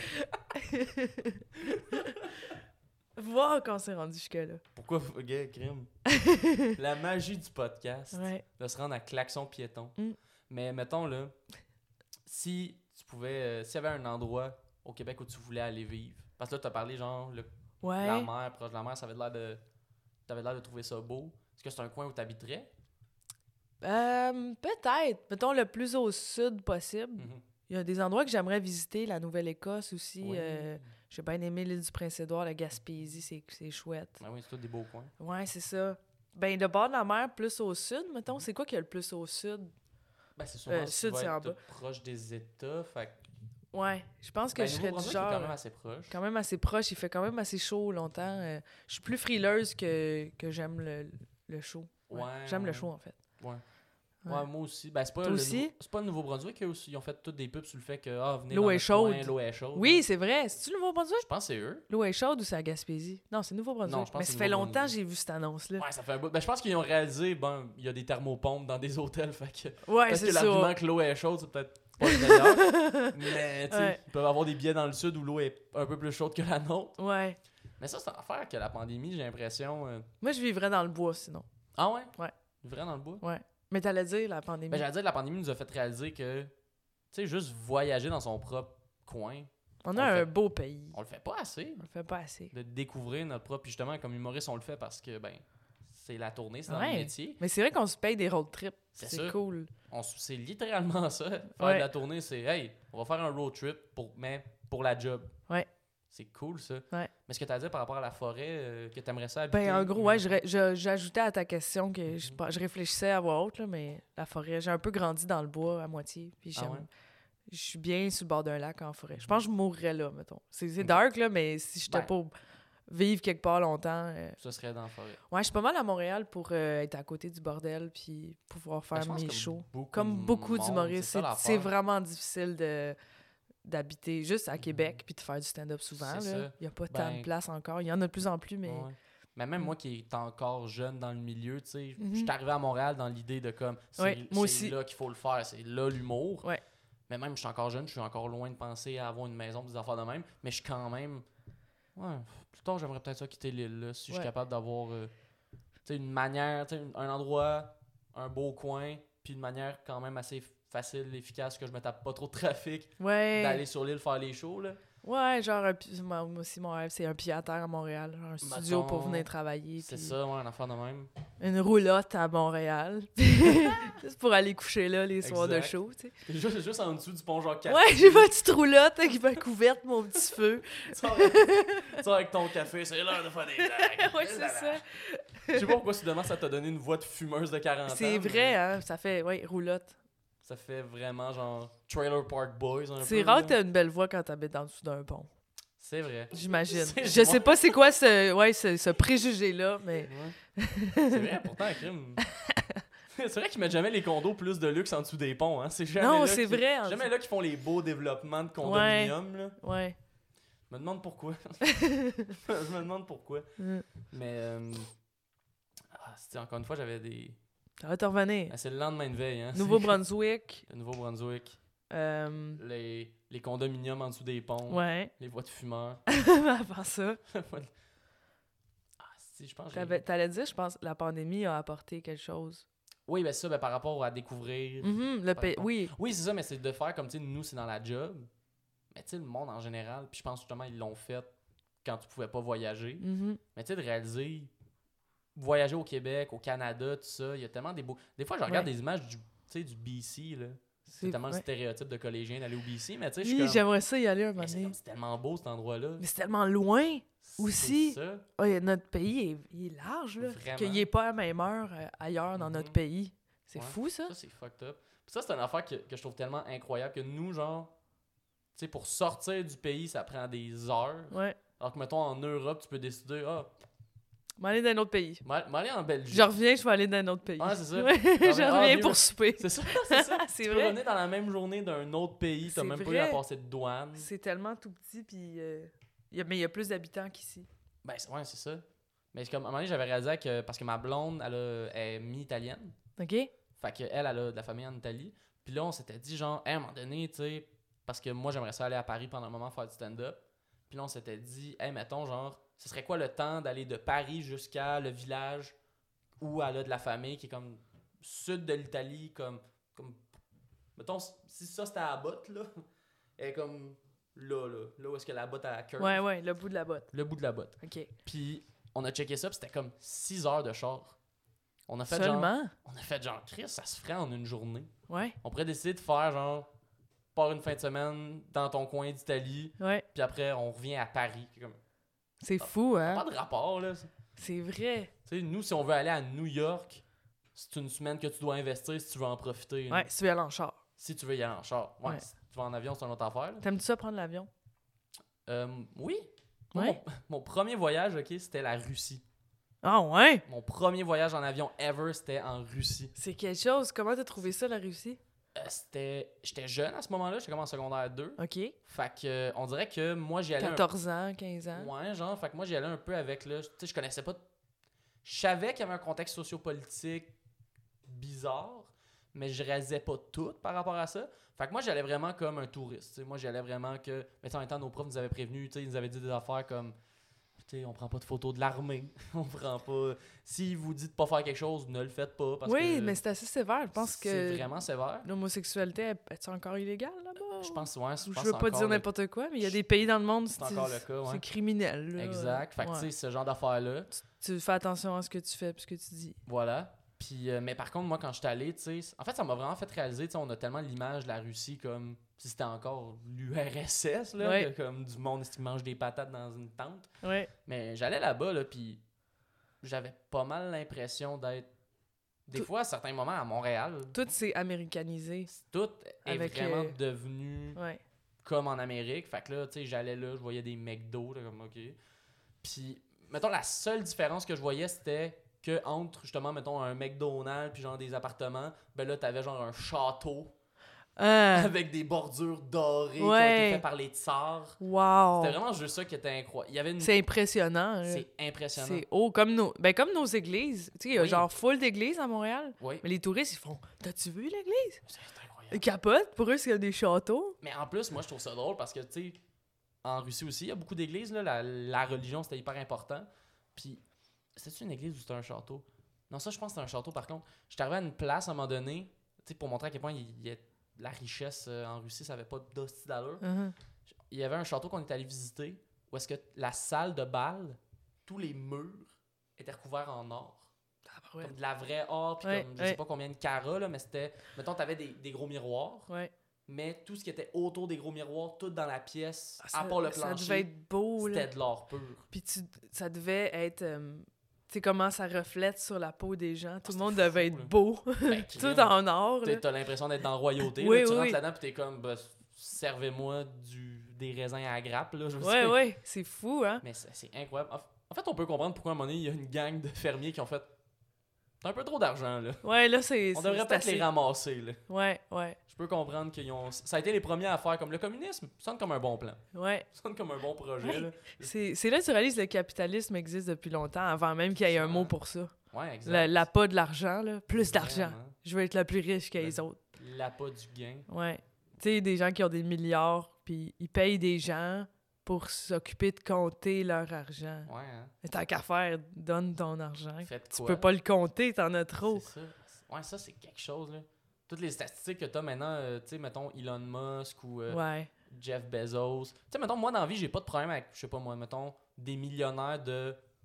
Voir quand c'est rendu jusque-là. Pourquoi, gars, crime? La magie du podcast, Ouais. de se rendre à klaxon piéton. Mm. Mais mettons, là, si tu pouvais... euh, s'il y avait un endroit au Québec où tu voulais aller vivre, parce que là, t'as parlé, genre, le, Ouais. la mer, proche de la mer, ça avait l'air de... T'avais l'air de trouver ça beau. Est-ce que c'est un coin où t'habiterais? Euh, peut-être. Mettons le plus au sud possible. Mhm. Il y a des endroits que j'aimerais visiter. La Nouvelle-Écosse aussi. Oui. euh, j'ai bien aimé l'île du Prince-Édouard, la Gaspésie, c'est, c'est chouette. Ben oui, c'est tous des beaux coins. Ouais, c'est ça. Ben, le bord de la mer, plus au sud, mettons. C'est quoi qu'il y a le plus au sud? Ben, c'est sûrement Euh, si sud, tu vas c'est en être bas. proche des États. Fait que- Ouais, je pense que ben, je serais du Nouveau-Brunswick est genre... quand même assez proche. quand même assez proche. Il fait quand même assez chaud longtemps. Euh, je suis plus frileuse que, que j'aime le, le chaud. Ouais. Ouais, J'aime le ouais. chaud, en fait. Ouais. Ouais. Ouais, moi aussi. Ben, c'est pas Toi le aussi? Nouveau- c'est pas le Nouveau-Brunswick qui a aussi. Ils ont fait toutes des pubs sur le fait que ah, venez L'eau dans est notre chaude. coin, l'eau est chaude. Oui, c'est vrai. C'est-tu le Nouveau-Brunswick? Je pense que c'est eux. L'eau est chaude ou c'est à Gaspésie? Non, c'est Nouveau-Brunswick. Non, je pense Mais que ça c'est fait longtemps que Nouveau-Brunswick. j'ai vu cette annonce-là. Ouais, ça fait un bout. Ben, je pense qu'ils ont réalisé, bon, il y a des thermopompes dans des hôtels. Fait que Ouais, peut-être c'est que ça. l'argument que l'eau est chaude, c'est peut-être pas le meilleur. Mais, tu sais, Ouais. ils peuvent avoir des billets dans le sud où l'eau est un peu plus chaude que la nôtre. Ouais. Mais ça, c'est une affaire que la pandémie, j'ai l'impression. euh, Moi, je vivrais dans le bois, sinon. Ah ouais? Ouais. Vraiment dans le bois? Ouais. Mais t'allais dire, la pandémie. Ben, j'allais dire que la pandémie nous a fait réaliser que, tu sais, juste voyager dans son propre coin, on on a un fait- beau pays. on le fait pas assez. On le fait pas assez. De découvrir notre propre. Puis justement, comme humoriste, on le fait parce que, ben, c'est la tournée, c'est dans Ouais. le métier. Mais c'est vrai qu'on se paye des road trips. C'est C'est sûr. cool. On s- c'est littéralement ça. Faire Ouais. de la tournée, c'est hey, on va faire un road trip, pour, mais pour la job. Ouais. C'est cool ça. Ouais. Mais ce que tu as dit par rapport à la forêt, euh, que tu aimerais ça habiter. Ben, en gros, euh, ouais, je ré- je- j'ajoutais à ta question que je, Mhm. je réfléchissais à voix haute, là, mais la forêt, j'ai un peu grandi dans le bois à moitié. Puis Ah j'aime- ouais? je suis bien sur le bord d'un lac en forêt. Je pense que je mourrais là, mettons. C'est c'est Ok. dark, là, mais si j'étais Ben. pas vivre quelque part longtemps. euh, Ça serait dans la forêt. Ouais, je suis pas mal à Montréal pour euh, être à côté du bordel puis pouvoir Ben, faire je pense mes comme shows. beaucoup Comme de beaucoup monde, d'humoristes, c'est ça c'est c'est l'affaire. vraiment difficile de d'habiter juste à Québec puis de faire du stand-up souvent. C'est là. ça. Il n'y a pas tant Ben, de place encore. Il y en a de plus en plus, mais... Ouais. Mais même Mm. moi qui est encore jeune dans le milieu, tu sais, Mhm. je suis arrivé à Montréal dans l'idée de comme, c'est Ouais, moi c'est aussi. là qu'il faut le faire, c'est là l'humour. Ouais. Mais même, je suis encore jeune, je suis encore loin de penser à avoir une maison, des affaires de même, mais je suis quand même, ouais, plus tard, j'aimerais peut-être ça quitter l'île, là, si je Ouais. suis capable d'avoir, euh, tu sais, une manière, tu sais, un endroit, un beau coin, puis une manière quand même assez facile, efficace, que je me tape pas trop de trafic, Ouais. d'aller sur l'île faire les shows, là. Ouais, genre, un pi- moi moi aussi, mon rêve, c'est un pied à terre à Montréal. Genre un studio pour Mettons, venir travailler. C'est puis ça, ouais, un affaire de même. Une roulotte à Montréal. Juste pour aller coucher là les soirs de Exact. show, tu sais. Juste, juste en dessous du pont Jacques Ouais, j'ai ma petite roulotte avec ma couverte, mon petit feu. Tu sors avec, tu sors avec ton café, c'est l'heure de faire des blagues. Ouais, c'est ça. Je sais pas pourquoi soudainement ça t'a donné une voix de fumeuse de quarante ans. C'est mais vrai, hein. Ça fait, ouais, roulotte. Ça fait vraiment genre Trailer Park Boys un peu. C'est rare là. que t'as une belle voix quand t'habites en dessous d'un pont. C'est vrai. J'imagine. C'est Je sais vrai. pas c'est quoi ce, ouais, ce, ce préjugé-là, mais... Ouais. C'est vrai, pourtant, crime. C'est vrai qu'ils mettent jamais les condos plus de luxe en dessous des ponts. Hein? C'est jamais Non, là c'est qu'ils- vrai, en Jamais dessous. là qu'ils font les beaux développements de condominium. Là. Ouais. Je me demande pourquoi. Je me demande pourquoi. Mm. Mais, euh... ah, c'était- encore une fois, j'avais des. Ça va te revenir. Ah, c'est le lendemain de veille. Hein? Nouveau-Brunswick. C'est- Le Nouveau-Brunswick. Euh, Les... les condominiums en dessous des ponts. ouais. Les voies de fumeurs. Avant ça, Ah, si, je pense. que j'ai- t'avais- t'allais dire, je pense, la pandémie a apporté quelque chose. Oui, ben ça, ben, par rapport à découvrir. Mhm, le Par pays, rapport- oui. Oui, c'est ça, mais c'est de faire comme, tu sais, nous, c'est dans la job. Mais tu sais, le monde en général, puis je pense justement, ils l'ont fait quand tu pouvais pas voyager. Mhm. Mais tu sais, de réaliser, voyager au Québec, au Canada, tout ça, il y a tellement des beaux. Des fois, je regarde Ouais. des images du, tu sais, du B C, là. C'est C'est tellement ouais. le stéréotype de collégien d'aller au B C, mais tu sais, je suis Oui, comme. j'aimerais ça y aller un Mais moment c'est donné. comme, c'est tellement beau cet endroit-là. Mais c'est tellement loin. Aussi, ça. Ouais, notre pays, est, il est large, là. Vraiment. Qu'il n'y ait pas la même heure euh, ailleurs dans mm-hmm. notre pays. C'est ouais. fou, ça. Ça, c'est fucked up. Puis ça, c'est une affaire que, que je trouve tellement incroyable que nous, genre, tu sais, pour sortir du pays, ça prend des heures. Ouais. Alors que, mettons, en Europe, tu peux décider, ah... M'aller dans un autre pays. M'aller en Belgique. Je reviens, je vais aller dans un autre pays. Ah, c'est ça. Ouais, je reviens ah, pour souper. C'est ça, c'est ça. c'est tu vrai. peux revenir dans la même journée d'un autre pays, t'as c'est même vrai. Pas eu à passer de douane. C'est tellement tout petit, puis... Euh, y a, mais il y a plus d'habitants qu'ici. Ben, c'est, ouais, c'est ça. Mais comme, à un moment donné, j'avais réalisé que... Parce que ma blonde, elle, a, elle est mi-italienne. OK. Fait qu'elle, elle a de la famille en Italie. Puis là, on s'était dit, genre, hey, à un moment donné, tu sais... Parce que moi, j'aimerais ça aller à Paris pendant un moment faire du stand-up. Puis là, on s'était dit, hey, mettons, genre... Ce serait quoi le temps d'aller de Paris jusqu'à le village où elle a de la famille qui est comme sud de l'Italie, comme, comme mettons, si ça c'était à la botte, là, elle est comme là, là, là où est-ce que la botte a la curve. Ouais, ouais, le bout de la botte. Le bout de la botte. OK. Puis on a checké ça, puis c'était comme six heures de char. On a fait Seulement? genre, on a fait genre, Chris, ça se ferait en une journée. Ouais. On pourrait décider de faire genre, part une fin de semaine dans ton coin d'Italie, ouais. Puis après, on revient à Paris, comme... C'est fou, hein? Pas de rapport, là. C'est vrai. Tu sais, nous, si on veut aller à New York, c'est une semaine que tu dois investir si tu veux en profiter. Ouais, si tu veux aller en char. Si tu veux y aller en char. Ouais, ouais. Si tu vas en avion, c'est une autre affaire. Là. T'aimes-tu ça prendre l'avion? Euh, oui. Ouais. Mon, mon premier voyage, OK, c'était la Russie. Ah ouais? Mon premier voyage en avion ever, c'était en Russie. C'est quelque chose. Comment t'as trouvé ça, la Russie? Euh, c'était... J'étais jeune à ce moment-là, j'étais comme en secondaire deux. OK. Fait que, euh, on dirait que moi, j'y allais... quatorze ans, quinze ans. Ouais, genre, fait que moi, j'y allais un peu avec, là... Tu sais, je connaissais pas... Je savais qu'il y avait un contexte sociopolitique bizarre, mais je réalisais pas tout par rapport à ça. Fait que moi, j'y allais vraiment comme un touriste. T'sais. Moi, j'y allais vraiment que... Mais en même temps, nos profs nous avaient prévenus, ils nous avaient dit des affaires comme... T'sais, on prend pas de photos de l'armée. On prend pas... Si vous dites de pas faire quelque chose, ne le faites pas. Parce oui, que mais c'est assez sévère. Je pense que... C'est vraiment sévère. L'homosexualité, est encore illégale là-bas? Je pense, ouais. Je, je veux pas dire le... n'importe quoi, mais il y a des pays dans le monde, c'est, c'est encore le cas, ouais. C'est criminel. Là. Exact. Fait que, ouais. tu sais, ce genre d'affaires-là... Tu, tu fais attention à ce que tu fais et ce que tu dis. Voilà. Puis, euh, mais par contre, moi, quand je suis allé, tu sais... En fait, ça m'a vraiment fait réaliser, tu sais, on a tellement l'image de la Russie comme... Si c'était encore l'U R S S, là, ouais. que, comme du monde qui mange des patates dans une tente. Ouais. Mais j'allais là-bas, là, puis j'avais pas mal l'impression d'être... Des tout... fois, à certains moments, à Montréal... Tout s'est américanisé. Tout est avec vraiment euh... devenu ouais. comme en Amérique. Fait que là, tu sais, j'allais là, je voyais des McDo, là, comme OK. Puis, mettons, la seule différence que je voyais, c'était que entre, justement, mettons, un McDonald's puis genre des appartements, ben là, t'avais genre un château... Euh... avec des bordures dorées ouais. qui ont été faites par les tsars. Wow. C'était vraiment juste ça qui était incroyable. Il y avait une... C'est impressionnant. Là. C'est impressionnant. C'est haut, comme nos, ben, comme nos églises. Tu sais, il y a oui. genre full d'églises à Montréal. Oui. Mais les touristes, ils font « T'as-tu vu l'église? » C'est incroyable. Ils capotent. Pour eux, c'est des châteaux. Mais en plus, moi, je trouve ça drôle parce que, tu sais, en Russie aussi, il y a beaucoup d'églises. Là, la, la religion, c'était hyper important. Puis, c'était-tu une église ou c'était un château? Non, ça, je pense que c'était un château, par contre. J'étais arrivé à une place, à un moment donné, tu sais, pour montrer à quel point il y a la richesse euh, en Russie, ça n'avait pas d'hostie d'allure. Uh-huh. Il y avait un château qu'on est allé visiter où est-ce que la salle de bal, tous les murs étaient recouverts en or. Ah, ouais. Comme de la vraie or, puis ouais, comme je ouais. sais pas combien de carats, là, mais c'était... Mettons, t'avais des, des gros miroirs, ouais. mais tout ce qui était autour des gros miroirs, tout dans la pièce, ah, ça, à part le plancher, ça devait être beau, c'était là. de l'or pur. Puis tu, ça devait être... Euh... Tu sais comment ça reflète sur la peau des gens. Tout oh, le monde devait fou, être là. Beau. Ben, tout en or. Là. T'as l'impression d'être dans royauté. Oui, là. Tu oui, rentres oui. là-dedans et t'es comme, bah, servez-moi du, des raisins à la grappe. Là, je oui, oui. C'est fou, hein? Mais c'est, c'est incroyable. En fait, on peut comprendre pourquoi à un moment donné, il y a une gang de fermiers qui ont fait t'as un peu trop d'argent, là. Ouais, là, c'est. On devrait c'est peut-être assez... les ramasser, là. Ouais, ouais. Je peux comprendre qu'ils ont. Ça a été les premiers à faire comme le communisme. Ça sonne comme un bon plan. Ouais. Ça sonne comme un bon projet, ouais. là. C'est, c'est là que tu réalises que le capitalisme existe depuis longtemps, avant même qu'il y ait un mot pour ça. Ouais, exact. La, l'appât de l'argent, là. Plus d'argent. Vraiment. Je veux être le plus riche que le, les autres. L'appât du gain. Ouais. Tu sais, des gens qui ont des milliards, puis ils payent des gens pour s'occuper de compter leur argent. Ouais, hein. Mais tant qu'à faire, donne ton argent. Faites tu quoi? peux pas le compter, t'en as trop. C'est ça. Ouais, ça, c'est quelque chose, là. Toutes les statistiques que t'as maintenant, euh, tu sais, mettons, Elon Musk ou euh, ouais. Jeff Bezos. Tu sais, mettons, moi, dans la vie, j'ai pas de problème avec, je sais pas moi, mettons, des millionnaires de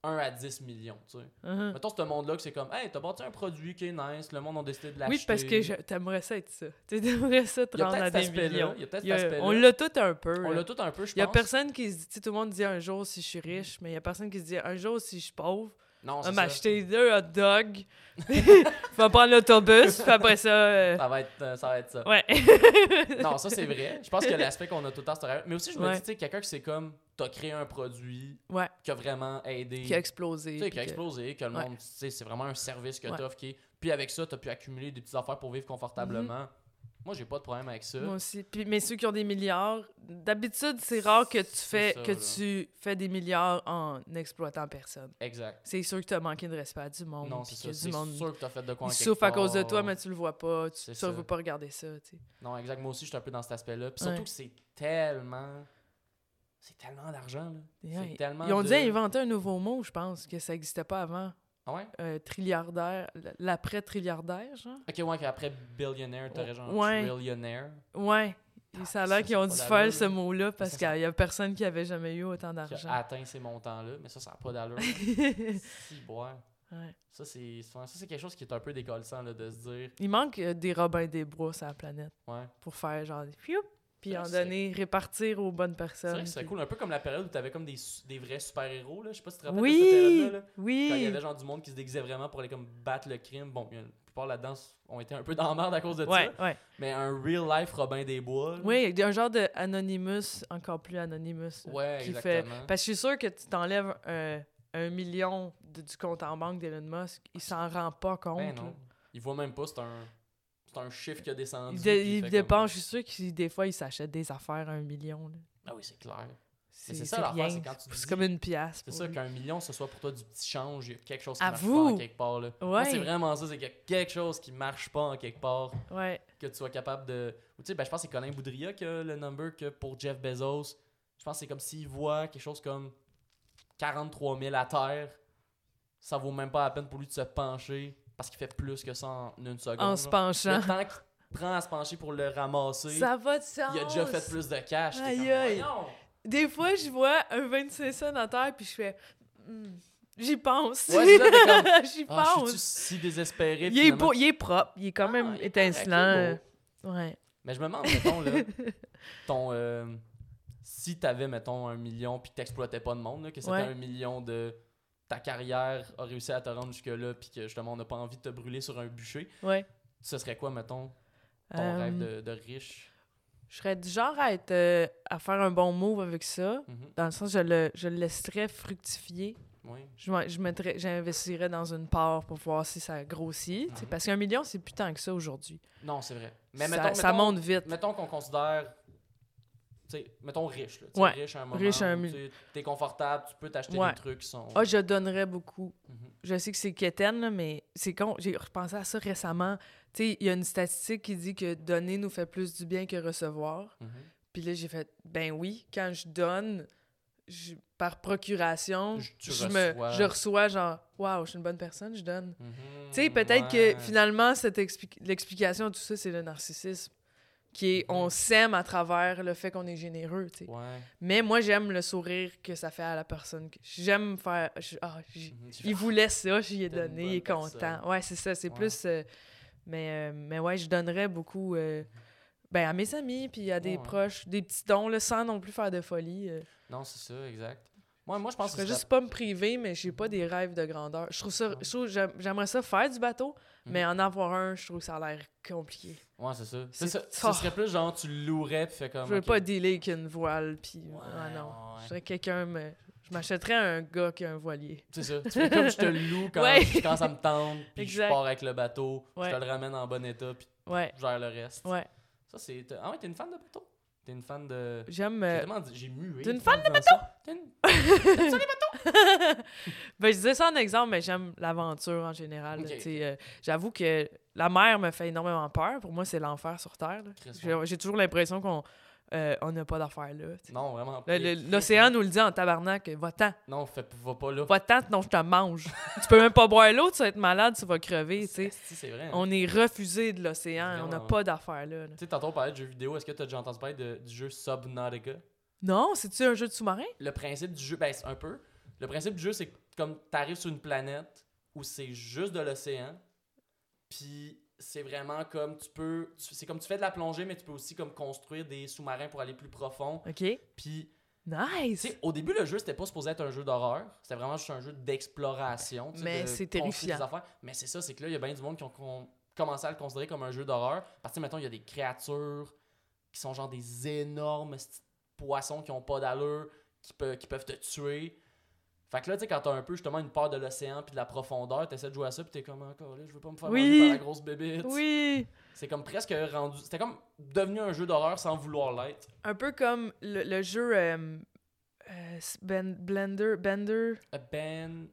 un à dix millions, tu sais. Uh-huh. Mettons, ce monde-là que c'est comme, hey, t'as bâti un produit qui est nice, le monde a décidé de l'acheter. Oui, parce que je, t'aimerais ça être ça. Tu aimerais ça te rendre à des millions. Il y a peut-être cet aspect-là. On l'a tout un peu. On l'a tout un peu, je pense. Il y a personne qui se dit, tu sais, tout le monde dit un jour si je suis riche, mais il y a personne qui se dit un jour si je suis pauvre. Non, on c'est va ça. m'acheter deux hot dogs. Faut prendre l'autobus, puis après ça. Euh... Ça va être euh, ça. Va être ça. Ouais. Non, ça c'est vrai. Je pense que l'aspect qu'on a tout le temps, c'est mais aussi je me ouais. dis, tu sais, quelqu'un qui c'est comme, t'as créé un produit ouais. qui a vraiment aidé. Qui a explosé. Tu sais, qui a que... explosé, que le ouais. monde, tu sais, c'est vraiment un service que ouais. t'offres. Qui... Puis avec ça, t'as pu accumuler des petites affaires pour vivre confortablement. Mm-hmm. Moi, j'ai pas de problème avec ça. Moi aussi. Puis, mais ceux qui ont des milliards, d'habitude, c'est rare que tu fais ça, que tu fais des milliards en n'exploitant personne. Exact. C'est sûr que tu as manqué de respect à du monde. Non, c'est ça. C'est du monde... sûr que tu as fait de quoi en quelque quelque souffre part. à cause de toi, mais tu le vois pas. Tu ne veux pas regarder ça. T'sais. Non, exact. Moi aussi, je suis un peu dans cet aspect-là. Puis surtout ouais. que c'est tellement... C'est tellement d'argent, là. Yeah. C'est tellement Ils ont de... dit inventer un nouveau mot, je pense, que ça n'existait pas avant. Ah ouais? Euh, trilliardaire, l'après-trilliardaire, genre. Ok, ouais, qu'après billionnaire, t'aurais genre ouais. trillionnaire. Ouais. Et ça a l'air qu'ils ont dû faire ce mot-là parce qu'il n'y a personne qui avait jamais eu autant d'argent. Qui a atteint ces montants-là, mais ça, ça n'a pas d'allure. Si, boire. Ouais. Ça, c'est, ça, c'est quelque chose qui est un peu décollissant, là, de se dire... Il manque euh, des Robin des Bois sur la planète. Ouais. Pour faire genre des fioup, puis en donner, répartir aux bonnes personnes. C'est vrai que c'est puis... cool, un peu comme la période où t'avais comme des, des vrais super-héros, là. Je sais pas si tu te rappelles oui, de cette période-là. Là, oui! Quand il y avait genre du monde qui se déguisait vraiment pour aller comme battre le crime. Bon, la plupart là-dedans ont été un peu dans la merde à cause de ouais, ça. Ouais. Mais un real-life Robin des Bois. Là. Oui, un genre de Anonymous, encore plus Anonymous. Ouais, qui exactement. Fait... Parce que je suis sûr que tu t'enlèves un, un million de, du compte en banque d'Elon Musk, il s'en rend pas compte. Ben non. Là. Il voit même pas, c'est un... C'est un chiffre qui a descendu. Il, de, il dépense, comme... je suis sûr que des fois, il s'achète des affaires à un million. Là. Ah oui, c'est clair. C'est, c'est ça l'affaire, c'est quand tu C'est dis, comme une pièce. C'est ça, qu'un million, ce soit pour toi du petit change, il y a quelque chose qui à marche vous. pas en quelque part. Là. Ouais. Moi, c'est vraiment ça, c'est qu'il y a quelque chose qui marche pas en quelque part. Ouais. Que tu sois capable de... Tu sais, ben, je pense que c'est Colin Boudria qui a le number que pour Jeff Bezos. Je pense que c'est comme s'il voit quelque chose comme quarante-trois mille à terre, ça vaut même pas la peine pour lui de se pencher parce qu'il fait plus que ça en une seconde. En se penchant. Le temps qu'il prend à se pencher pour le ramasser, ça va de sens. Il a déjà fait plus de cash. Aïe, comme, aïe. Des fois, je vois un vingt-cinq cents à terre puis je fais... Mm, j'y pense. Ouais, c'est ça, t'es comme... J'y ah, pense. Je suis si désespéré. Il est, beau, il est propre. Il est quand même ah, étincelant. Ouais. Mais je me demande, mettons, là, ton... Euh, si t'avais, mettons, un million puis que t'exploitais pas de monde, là, que c'était ouais. un million de... ta carrière a réussi à te rendre jusque-là puis que, justement, on n'a pas envie de te brûler sur un bûcher, ouais. ce serait quoi, mettons, ton euh, rêve de, de riche? Je serais du genre à, être, euh, à faire un bon move avec ça, mm-hmm. dans le sens que je le, je le laisserais fructifier. Oui. Je, je mettrais, j'investirais dans une part pour voir si ça grossit. Mm-hmm. Parce qu'un million, c'est plus tant que ça aujourd'hui. Non, c'est vrai. Mais ça, mettons, ça mettons, monte vite. Mettons qu'on considère... T'sais, mettons riche, là. Ouais. Riche à un moment riche un où t'es confortable, tu peux t'acheter ouais. des trucs qui sont... Ah, oh, je donnerais beaucoup. Mm-hmm. Je sais que c'est quétaine, là, mais c'est con. J'ai repensé à ça récemment. Tu sais, il y a une statistique qui dit que donner nous fait plus du bien que recevoir. Mm-hmm. Puis là, j'ai fait, ben oui, quand je donne, je, par procuration, je, je, reçois. Me, je reçois genre, waouh, je suis une bonne personne, je donne. Mm-hmm. Tu sais, peut-être ouais. que finalement, cette expli- l'explication de tout ça, c'est le narcissisme. Qui est, on s'aime à travers le fait qu'on est généreux, tu sais. Ouais. Mais moi, j'aime le sourire que ça fait à la personne. J'aime faire... Je, ah, mm-hmm. Il voulait ça, j'y ai donné, il est content. Personne. Ouais, c'est ça, c'est ouais. plus... Euh, mais, euh, mais ouais, je donnerais beaucoup euh, ben, à mes amis, puis à des ouais. proches, des petits dons, là, sans non plus faire de folie. Euh. Non, c'est ça, exact. Moi, moi je pense je que je c'est juste pas me priver, mais j'ai pas des rêves de grandeur. Je trouve ça... Ouais. Je trouve, j'aimerais ça faire du bateau, mm-hmm. mais en avoir un, je trouve que ça a l'air compliqué. Ouais, c'est ça. C'est ça, oh. Ce serait plus genre, tu louerais puis fait comme... Je veux okay. pas dealer avec une voile, puis... Ouais, ah non. Ouais. Je serais quelqu'un... Mais... Je m'achèterais un gars qui a un voilier. C'est ça. Tu fais comme je te loue quand, ouais. quand ça me tente, puis je pars avec le bateau, ouais. je te le ramène en bon état, puis ouais. je gère le reste. Ouais. Ça, c'est... Ah ouais, t'es une fan de bateau? T'es une fan de... J'aime... Euh... J'ai, tellement dit... J'ai mué. T'es une fan de bateau? T'es une... T'aimes ça les bateaux? Ben, je disais ça en exemple, mais j'aime l'aventure en général. Okay. Euh, j'avoue que la mer me fait énormément peur. Pour moi, c'est l'enfer sur Terre. J'ai, j'ai toujours l'impression qu'on euh, on n'a pas d'affaires là. T'sais. Non, vraiment. Le, le, l'océan nous le dit en tabarnak. Va-t'en. Non, fait, va pas là. Va-t'en, non, je te mange. Tu peux même pas boire l'eau, tu vas être malade, tu vas crever. C'est, c'est vrai. Hein? On est refusé de l'océan. Vraiment, on n'a pas d'affaires là. Tu sais, tantôt on parlait de jeux vidéo. Est-ce que tu as déjà entendu parler de, du jeu Subnautica? Non, c'est-tu un jeu de sous-marin? Le principe du jeu, ben c'est un peu. Le principe du jeu, c'est que comme t'arrives sur une planète où c'est juste de l'océan, puis c'est vraiment comme tu peux... Tu, c'est comme tu fais de la plongée, mais tu peux aussi comme construire des sous-marins pour aller plus profond. OK. Puis... Nice! T'sais, au début, le jeu, c'était pas supposé être un jeu d'horreur. C'était vraiment juste un jeu d'exploration. Mais de c'est terrifiant. Des affaires. Mais c'est ça, c'est que là, il y a bien du monde qui ont, qui ont commencé à le considérer comme un jeu d'horreur. Parce que, mettons, il y a des créatures qui sont genre des énormes poissons qui ont pas d'allure, qui, peut, qui peuvent te tuer. Fait que là, tu sais, quand t'as un peu justement une peur de l'océan puis de la profondeur, t'essaies de jouer à ça puis t'es comme encore là, je veux pas me faire oui. manger par la grosse bébite. Oui! C'est comme presque rendu. C'était comme devenu un jeu d'horreur sans vouloir l'être. Un peu comme le, le jeu euh, euh, ben, Blender. Bender. A Ben.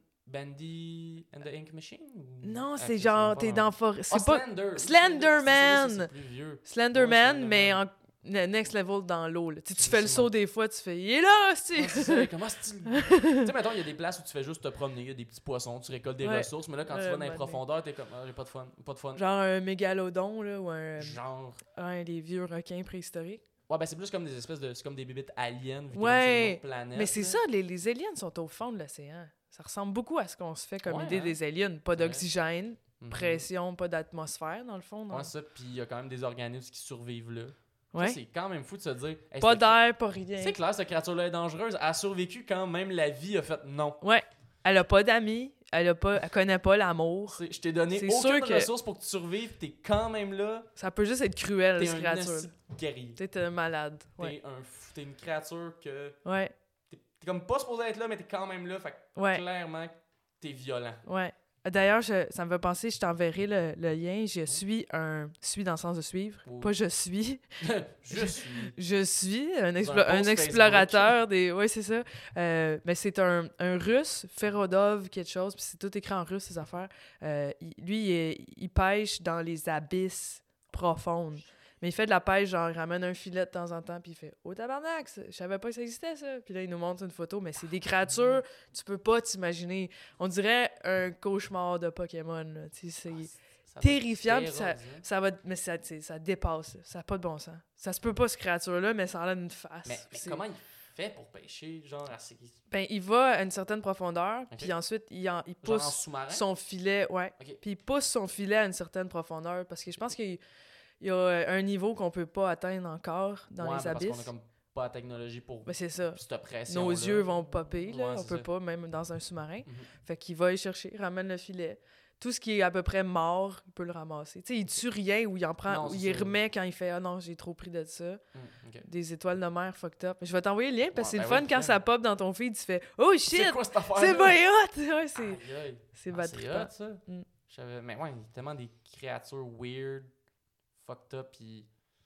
Bandy and the Ink Machine? Ou... Non, ah, c'est genre, t'es dans forêt. C'est oh, pas. Slender! Slenderman! C'est plus vieux. Slenderman, Ouais, mais en next level dans l'eau. Tu C'est fais le saut des fois, tu fais il est là, c'est. Ouais, c'est ça, comment c'est tu sais, mettons, il y a des places où tu fais juste te promener, il y a des petits poissons, tu récoltes des Ouais. ressources, mais là, quand Ouais, tu vas dans les bonne profondeurs, t'es comme, ah, j'ai pas de fun, pas de fun. Genre un mégalodon, là, ou un. Genre. Un des vieux requins préhistoriques. Ouais, ben c'est plus comme des espèces de. C'est comme des bébites aliens, vu que Ouais. c'est une autre planète. Mais c'est là. ça, les, les aliens sont au fond de l'océan. Ça ressemble beaucoup à ce qu'on se fait comme Ouais, idée hein. des aliens. Pas C'est vrai. d'oxygène, Mhm. pression, pas d'atmosphère, dans le fond. Non? Ouais, ça, puis il y a quand même des organismes qui survivent là. Ouais. Ça, c'est quand même fou de se dire. Hey, Pas cette- d'air, pas rien. C'est clair, cette créature-là est dangereuse. Elle a survécu quand même la vie a fait non. Ouais. Elle a pas d'amis, elle a pas, elle connaît pas l'amour. C'est- Je t'ai donné C'est aucune sûr que- ressource pour que tu survives, t'es quand même là. Ça peut juste être cruel, T'es cette un créature. esti de guerrier. T'es un malade. Ouais. T'es un fou. T'es une créature que. Ouais. T'es t'es comme pas supposé être là, mais t'es quand même là. Fait que Ouais. clairement, t'es violent. Ouais. D'ailleurs, je- ça me fait penser, je t'enverrai le, le lien. Je suis un. Suis dans le sens de suivre. Oui. Pas je suis. Je suis. Je suis un, explo- Dans un un post explorateur des. Oui, c'est ça. Euh, mais c'est un, un russe, Ferodov, quelque chose, puis c'est tout écrit en russe, ces affaires. Euh, il- lui, il, est- il pêche dans les abysses profondes. Mais il fait de la pêche, genre, il ramène un filet de temps en temps, puis il fait « Oh tabarnak, ça- je savais pas que ça existait, ça! » Puis là, il nous montre une photo, mais c'est des créatures, tu peux pas t'imaginer. On dirait un cauchemar de Pokémon, là. Tu sais, c'est Ça va terrifiant, être puis ça, terrorisant. ça va... Mais ça, tu sais, ça dépasse, là. Ça n'a pas de bon sens. Ça se peut pas, cette créature-là, mais ça a l'air d'une face. Mais, mais C'est- comment il fait pour pêcher? Genre, à ses- Ben, il va à une certaine profondeur, Ok. puis ensuite, il, en- il genre en pousse sous-marin? son filet, ouais. Ok. Puis il pousse son filet à une certaine profondeur, parce que je pense qu'il il y a euh, un niveau qu'on peut pas atteindre encore dans Ouais, les ben, abysses. Parce qu'on a comme pas la technologie pour Ben, c'est ça. cette pression. Nos yeux vont popper, là. Ouais, on c'est peut ça. pas, même dans un sous-marin. Mhm. Fait qu'il va y chercher, il ramène le filet. Tout ce qui est à peu près mort, il peut le ramasser. Tu sais, il tue rien ou il en prend, Non, ou c'est il ça. remet quand il fait « Ah non, j'ai trop pris de ça. Mm, ok. » Des étoiles de mer fucked up. Je vais t'envoyer le lien parce que Ouais, c'est ben le fun oui, quand crème. ça pop dans ton feed, tu fais « Oh shit! C'est quoi cette affaire? C'est bien hot! » Ouais, c'est... Aïe, aïe. C'est Ah, bad c'est trippant. hot, ça. Mm. Je savais- Mais ouais, il y a tellement des créatures weird, fucked up, pis...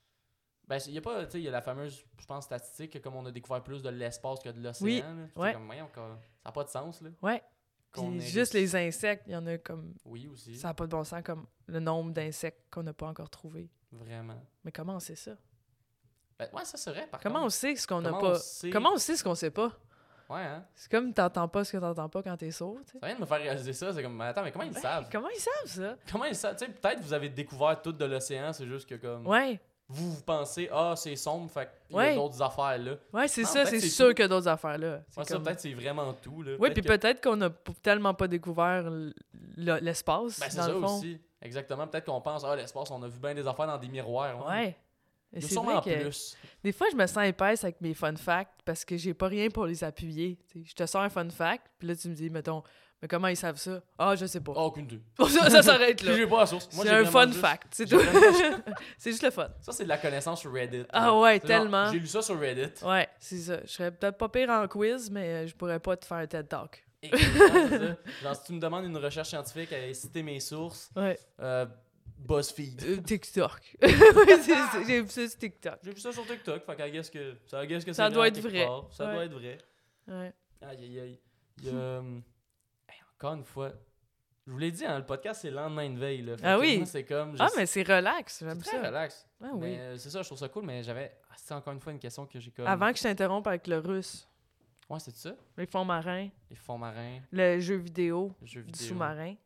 Ben, il y a pas, tu sais, il y a la fameuse, je pense, statistique que comme on a découvert plus de l'espace que de l'océan, Oui, là, c'est ouais. comme, voyons, ça n'a pas de sens, là. Ouais. Qu'on Puis ait juste des- les insectes, il y en a comme... Oui, aussi. Ça n'a pas de bon sens comme le nombre d'insectes qu'on n'a pas encore trouvé. Vraiment. Mais comment on sait ça? Ben, ouais, ça serait, par Comment on contre. sait ce qu'on n'a Comment pas? on sait- Comment on sait ce qu'on sait pas? Ouais, hein. C'est comme t'entends pas ce que t'entends pas quand t'es sourd, tu sais. Ça vient de me faire réaliser ça, c'est comme, mais attends, mais comment ils le Ouais, savent? Comment ils savent ça? Comment ils savent? Tu sais, peut-être vous avez découvert tout de l'océan, c'est juste que comme... Ouais, Vous, vous pensez, ah, c'est sombre, fait qu'il y Ouais. a d'autres affaires là. ouais, c'est Non, ça, peut-être c'est c'est sûr tout. qu'il y a d'autres affaires là. C'est Ouais, ça, comme- peut-être c'est vraiment tout, là. Oui, puis que- peut-être qu'on a p- tellement pas découvert l- l- l'espace, Ben, c'est dans ça le fond. aussi. Exactement. Peut-être qu'on pense, ah, l'espace, on a vu bien des affaires dans des miroirs. Ouais. Il Et y a c'est sûrement vrai que plus. des fois, je me sens épaisse avec mes fun facts parce que j'ai pas rien pour les appuyer. tu sais. Je te sors un fun fact, puis là, tu me dis, mettons, mais comment ils savent ça? Ah, je sais pas. Ah, aucune idée. ça, ça s'arrête Puis là. j'ai pas la source. Moi, C'est j'ai un vraiment fun juste- fact, c'est j'ai tout. vraiment- C'est juste le fun. Ça, c'est de la connaissance sur Reddit. Ah là. ouais, C'est genre, tellement. J'ai lu ça sur Reddit. Ouais, c'est ça. Je serais peut-être pas pire en quiz, mais euh, je pourrais pas te faire un TED Talk. Exactement, c'est ça. Genre, si tu me demandes une recherche scientifique à citer mes sources, Ouais. euh, BuzzFeed. Euh, TikTok. Ouais, c'est ça. J'ai vu ça sur TikTok. J'ai vu ça sur TikTok, fait qu'à guess que ça, guess que Ça c'est doit vrai être quelque vrai. part. Ça Ouais. doit être vrai. Ouais. Aïe, aïe, aïe. Il y a, euh, hey, encore une fois, je vous l'ai dit, hein, le podcast, c'est le lendemain de veille. Là. Fait Ah que oui. moi, c'est comme... Ah, je- mais c'est relax, c'est j'aime très ça. relax. Ah oui. Mais, euh, c'est ça, je trouve ça cool, mais j'avais... Ah, c'est encore une fois une question que j'ai comme... Avant que je t'interrompe avec le russe, Ouais, c'est ça. les fonds marins, Les fonds marins, le jeu vidéo les jeux du vidéo. sous-marin.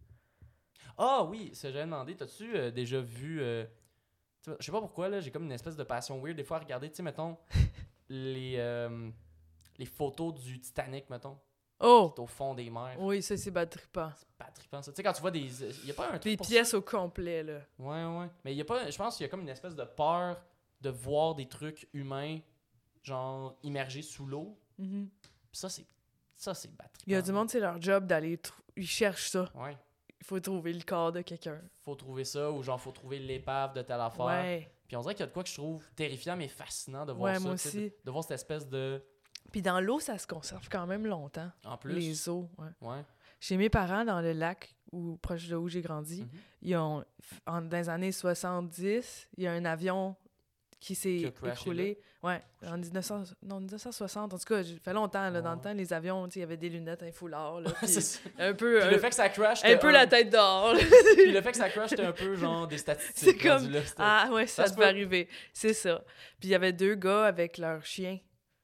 Ah oui, ça j'avais demandé. T'as-tu euh, déjà vu... euh, tu vois, je sais pas pourquoi, là, j'ai comme une espèce de passion weird des fois à regarder, tu sais, mettons, les, euh, les photos du Titanic, mettons. Oh! Qui est au fond des mers. Oui, ça, c'est bad trippant. C'est pas trippant, ça. Tu sais, quand tu vois des... Il y a pas un truc Des pour pièces ça? au complet, là. Ouais, ouais. Mais il y a pas... Je pense qu'il y a comme une espèce de peur de voir des trucs humains, genre, immergés sous l'eau. Mm-hmm. Puis ça, c'est... Ça, c'est bad trippant. Il y a du monde, c'est leur job d'aller... Tr- Ils cherchent ça. Ouais. Il faut trouver le corps de quelqu'un. Faut trouver ça, ou genre, faut trouver l'épave de telle affaire. Ouais. Puis on dirait qu'il y a de quoi que je trouve terrifiant, mais fascinant de voir Ouais, ça. moi tu sais, aussi. De, de voir cette espèce de... Puis dans l'eau, ça se conserve quand même longtemps. En plus... Les eaux, ouais. Ouais. Chez mes parents, dans le lac, ou proche de où j'ai grandi, Mm-hmm. ils ont, en, dans les années soixante-dix, il y a un avion qui s'est Qui a crashé écroulé. Ouais, en dix-neuf cents, non, dix-neuf cent soixante. En tout cas, ça fait longtemps. Là, Oh. Dans le temps, les avions, il y avait des lunettes, un foulard. Là, puis C'est ça. un peu, Puis un, le fait que ça crash, un c'était peu la tête dehors. là. Puis le fait que ça crash, c'était un peu genre des statistiques. C'est comme... rendu là, c'était- Ah ouais, ça, Ça se devait peut. arriver. C'est ça. Puis il y avait deux gars avec leur chien.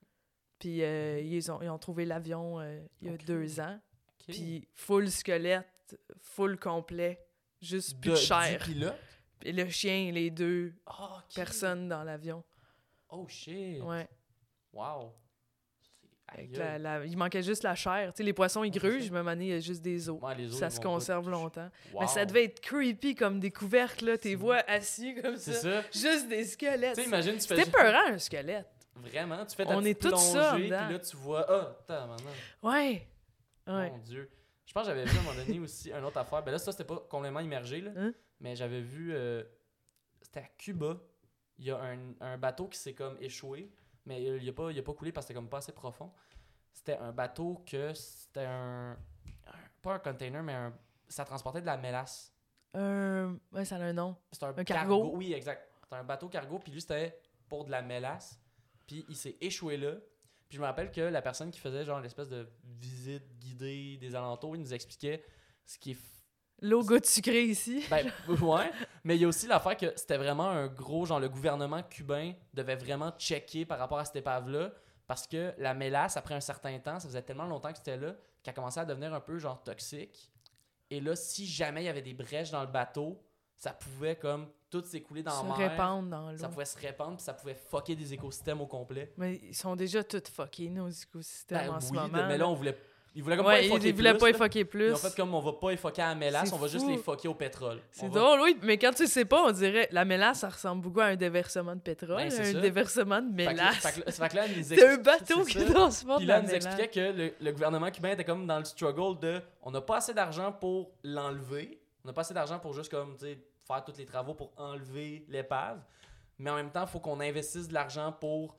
Puis euh, ils, ont, ils ont trouvé l'avion euh, il y a Ok. deux ans. Ok. Puis full squelette, full complet, juste plus de, de chair. dix pilotes? Puis le chien, les deux Ah, ok. personnes dans l'avion. Oh shit. Ouais. Wow. C'est- Avec aïe, la- aïe. la- il manquait juste la chair. Tu sais, les poissons, ils Ouais, c'est grugent, ça. mais à un moment donné, il y a juste des os. Ouais, les autres, Ça ils se vont pas conserve toucher. longtemps. Wow. Mais ça devait être creepy comme découverte, là. T'es C'est- vois assis comme C'est ça. ça. Juste des squelettes. Tu sais, imagine, tu fais. C'était peurant, un squelette. Vraiment, tu fais ta On est petite tous ça, plongée, puis dedans. là, tu vois. Ah, attends, maintenant. Ouais. Ouais. Mon Dieu. Je pense que j'avais vu à un moment donné aussi une autre affaire. Ben là, ça, c'était pas complètement immergé, là. Hein? Mais j'avais vu. euh, C'était à Cuba. Il y a un, un bateau qui s'est comme échoué. Mais il n'a pas, il a pas coulé parce que c'était comme pas assez profond. C'était un bateau que c'était un, un- Pas un container, mais un, ça transportait de la mélasse. Euh, ouais, ça a un nom. C'était un, Un cargo. Oui, exact. C'était un bateau cargo, puis lui, c'était pour de la mélasse. Puis il s'est échoué là. Puis je me rappelle que la personne qui faisait genre l'espèce de visite guidée des alentours, il nous expliquait ce qui est... f- L'eau goûte sucrée ici. Ben, ouais. Mais il y a aussi l'affaire que c'était vraiment un gros... Genre, le gouvernement cubain devait vraiment checker par rapport à cette épave-là. Parce que la mélasse, après un certain temps, ça faisait tellement longtemps que c'était là, qu'elle commençait à devenir un peu genre toxique. Et là, si jamais il y avait des brèches dans le bateau, ça pouvait comme tout s'écouler dans Se la mer. répandre dans l'eau. Ça pouvait se répandre, puis ça pouvait fucker des écosystèmes au complet. Mais ils sont déjà tous fuckés, nos écosystèmes, Ben en ce oui, moment. mais là, on voulait... Ils voulaient comme ouais, pas ils, effoquer ils voulaient plus, pas là. effoquer plus. Ils ont fait comme on va pas effoquer à la mélasse, C'est on va juste fou. les fucker au pétrole. C'est On va- drôle, oui, mais quand tu sais pas, on dirait la mélasse, ça ressemble beaucoup à un déversement de pétrole, Ben, c'est un ça. déversement de Fait que là- mélasse. fait que là- fait que là, ils nous C'est un expli- bateau c'est qui ça. transporte Puis de là, la ils nous mélasse. expliquait que le, le gouvernement cubain était comme dans le struggle de on n'a pas assez d'argent pour l'enlever, on n'a pas assez d'argent pour juste comme tu sais, faire tous les travaux pour enlever l'épave, mais en même temps, il faut qu'on investisse de l'argent pour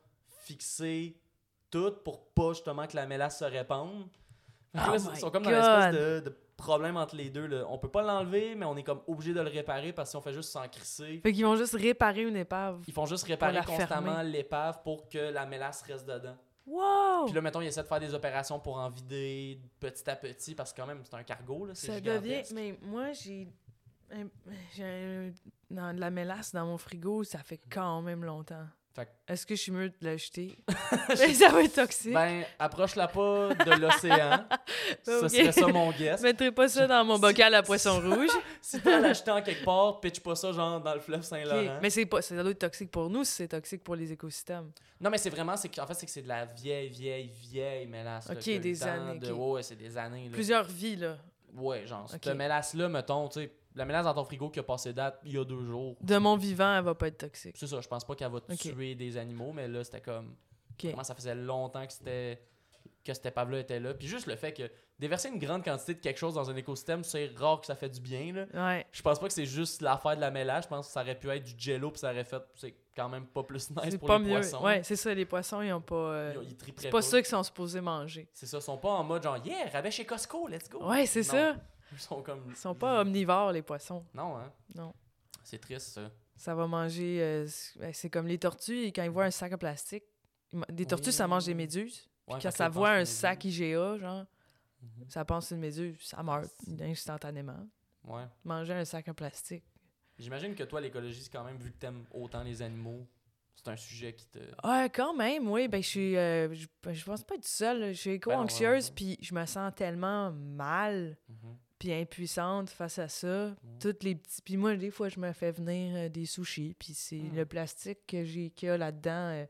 fixer tout pour pas justement que la mélasse se répande. Fait que Oh là, my ils sont comme dans God. l'espèce de, de problème entre les deux. Là. On peut pas l'enlever, mais on est comme obligé de le réparer parce que si on fait juste s'en crisser, Fait qu'ils vont juste réparer une épave. ils font juste réparer la constamment fermer. l'épave pour que la mélasse reste dedans. Wow! Puis là, mettons, ils essaient de faire des opérations pour en vider petit à petit parce que quand même, c'est un cargo. Là, c'est Ça devient... gigantesque. Mais moi, j'ai... un- J'ai un- dans de la mélasse dans mon frigo, ça fait quand même longtemps. Fait que- Est-ce que je suis mieux de l'acheter? Mais ça va être toxique. Ben, approche-la pas de l'océan. Ça Ok. serait ça mon guess. Je mettrai pas ça dans mon Si- bocal à poisson rouge. Si tu l'acheter en quelque part, pitch pas ça genre dans le fleuve Ok. Saint-Laurent. Mais c'est pas, ça doit être toxique pour nous si c'est toxique pour les écosystèmes. Non, mais c'est vraiment, c'est que- en fait, c'est que c'est de la vieille, vieille, vieille mélasse. là, Ok, qui a eu le des temps années, De... ok. Ouais, ouais, c'est des années. Là. Plusieurs vies, là. Ouais, genre, Ok. cette mélasse-là, mettons, tu sais, la mélasse dans ton frigo qui a passé date il y a deux jours. De mon vivant, elle va pas être toxique. C'est ça, je pense pas qu'elle va Ok. tuer des animaux, mais là, c'était comme. Ok. Vraiment, ça faisait longtemps que c'était. Que cette épave-là était là. Puis juste le fait que déverser une grande quantité de quelque chose dans un écosystème, c'est rare que ça fait du bien, là. Ouais. Je pense pas que c'est juste l'affaire de la mélasse. Je pense que ça aurait pu être du jello, puis ça aurait fait. C'est quand même pas plus nice C'est pour pas les mieux. poissons. Ouais, c'est ça, les poissons, ils ont pas. euh, Ils, ils triperaient C'est pas pas. ça qu'ils sont supposés manger. C'est ça, ils sont pas en mode genre, yeah, rabais chez Costco, let's go. Ouais, c'est Non. ça. Ils sont comme. Ils sont pas omnivores, les poissons. Non, hein. Non. C'est triste, ça. Ça va manger. euh, c'est ben, c'est comme les tortues, et quand ils voient un sac en plastique. ils ma- Des tortues, Oui. ça mange des méduses. Ouais, Puis fait quand que ça là, ils voit pensent un que sac c'est I G A, genre, Mhm. ça pense une méduse, ça meurt instantanément. Ouais. Manger un sac en plastique. J'imagine que toi, l'écologie, c'est quand même, vu que t'aimes autant les animaux, c'est un sujet qui te. Ouais, quand même, oui. Ben, je suis. euh, je, ben, je pense pas être seule. là. Je suis éco-anxieuse, ouais. puis je me sens tellement mal, Mhm. puis impuissante face à ça. Toutes les petits. Puis moi, des fois, je me fais venir euh, des sushis, puis c'est Mm. le plastique que j'ai qu'il y a là-dedans. euh,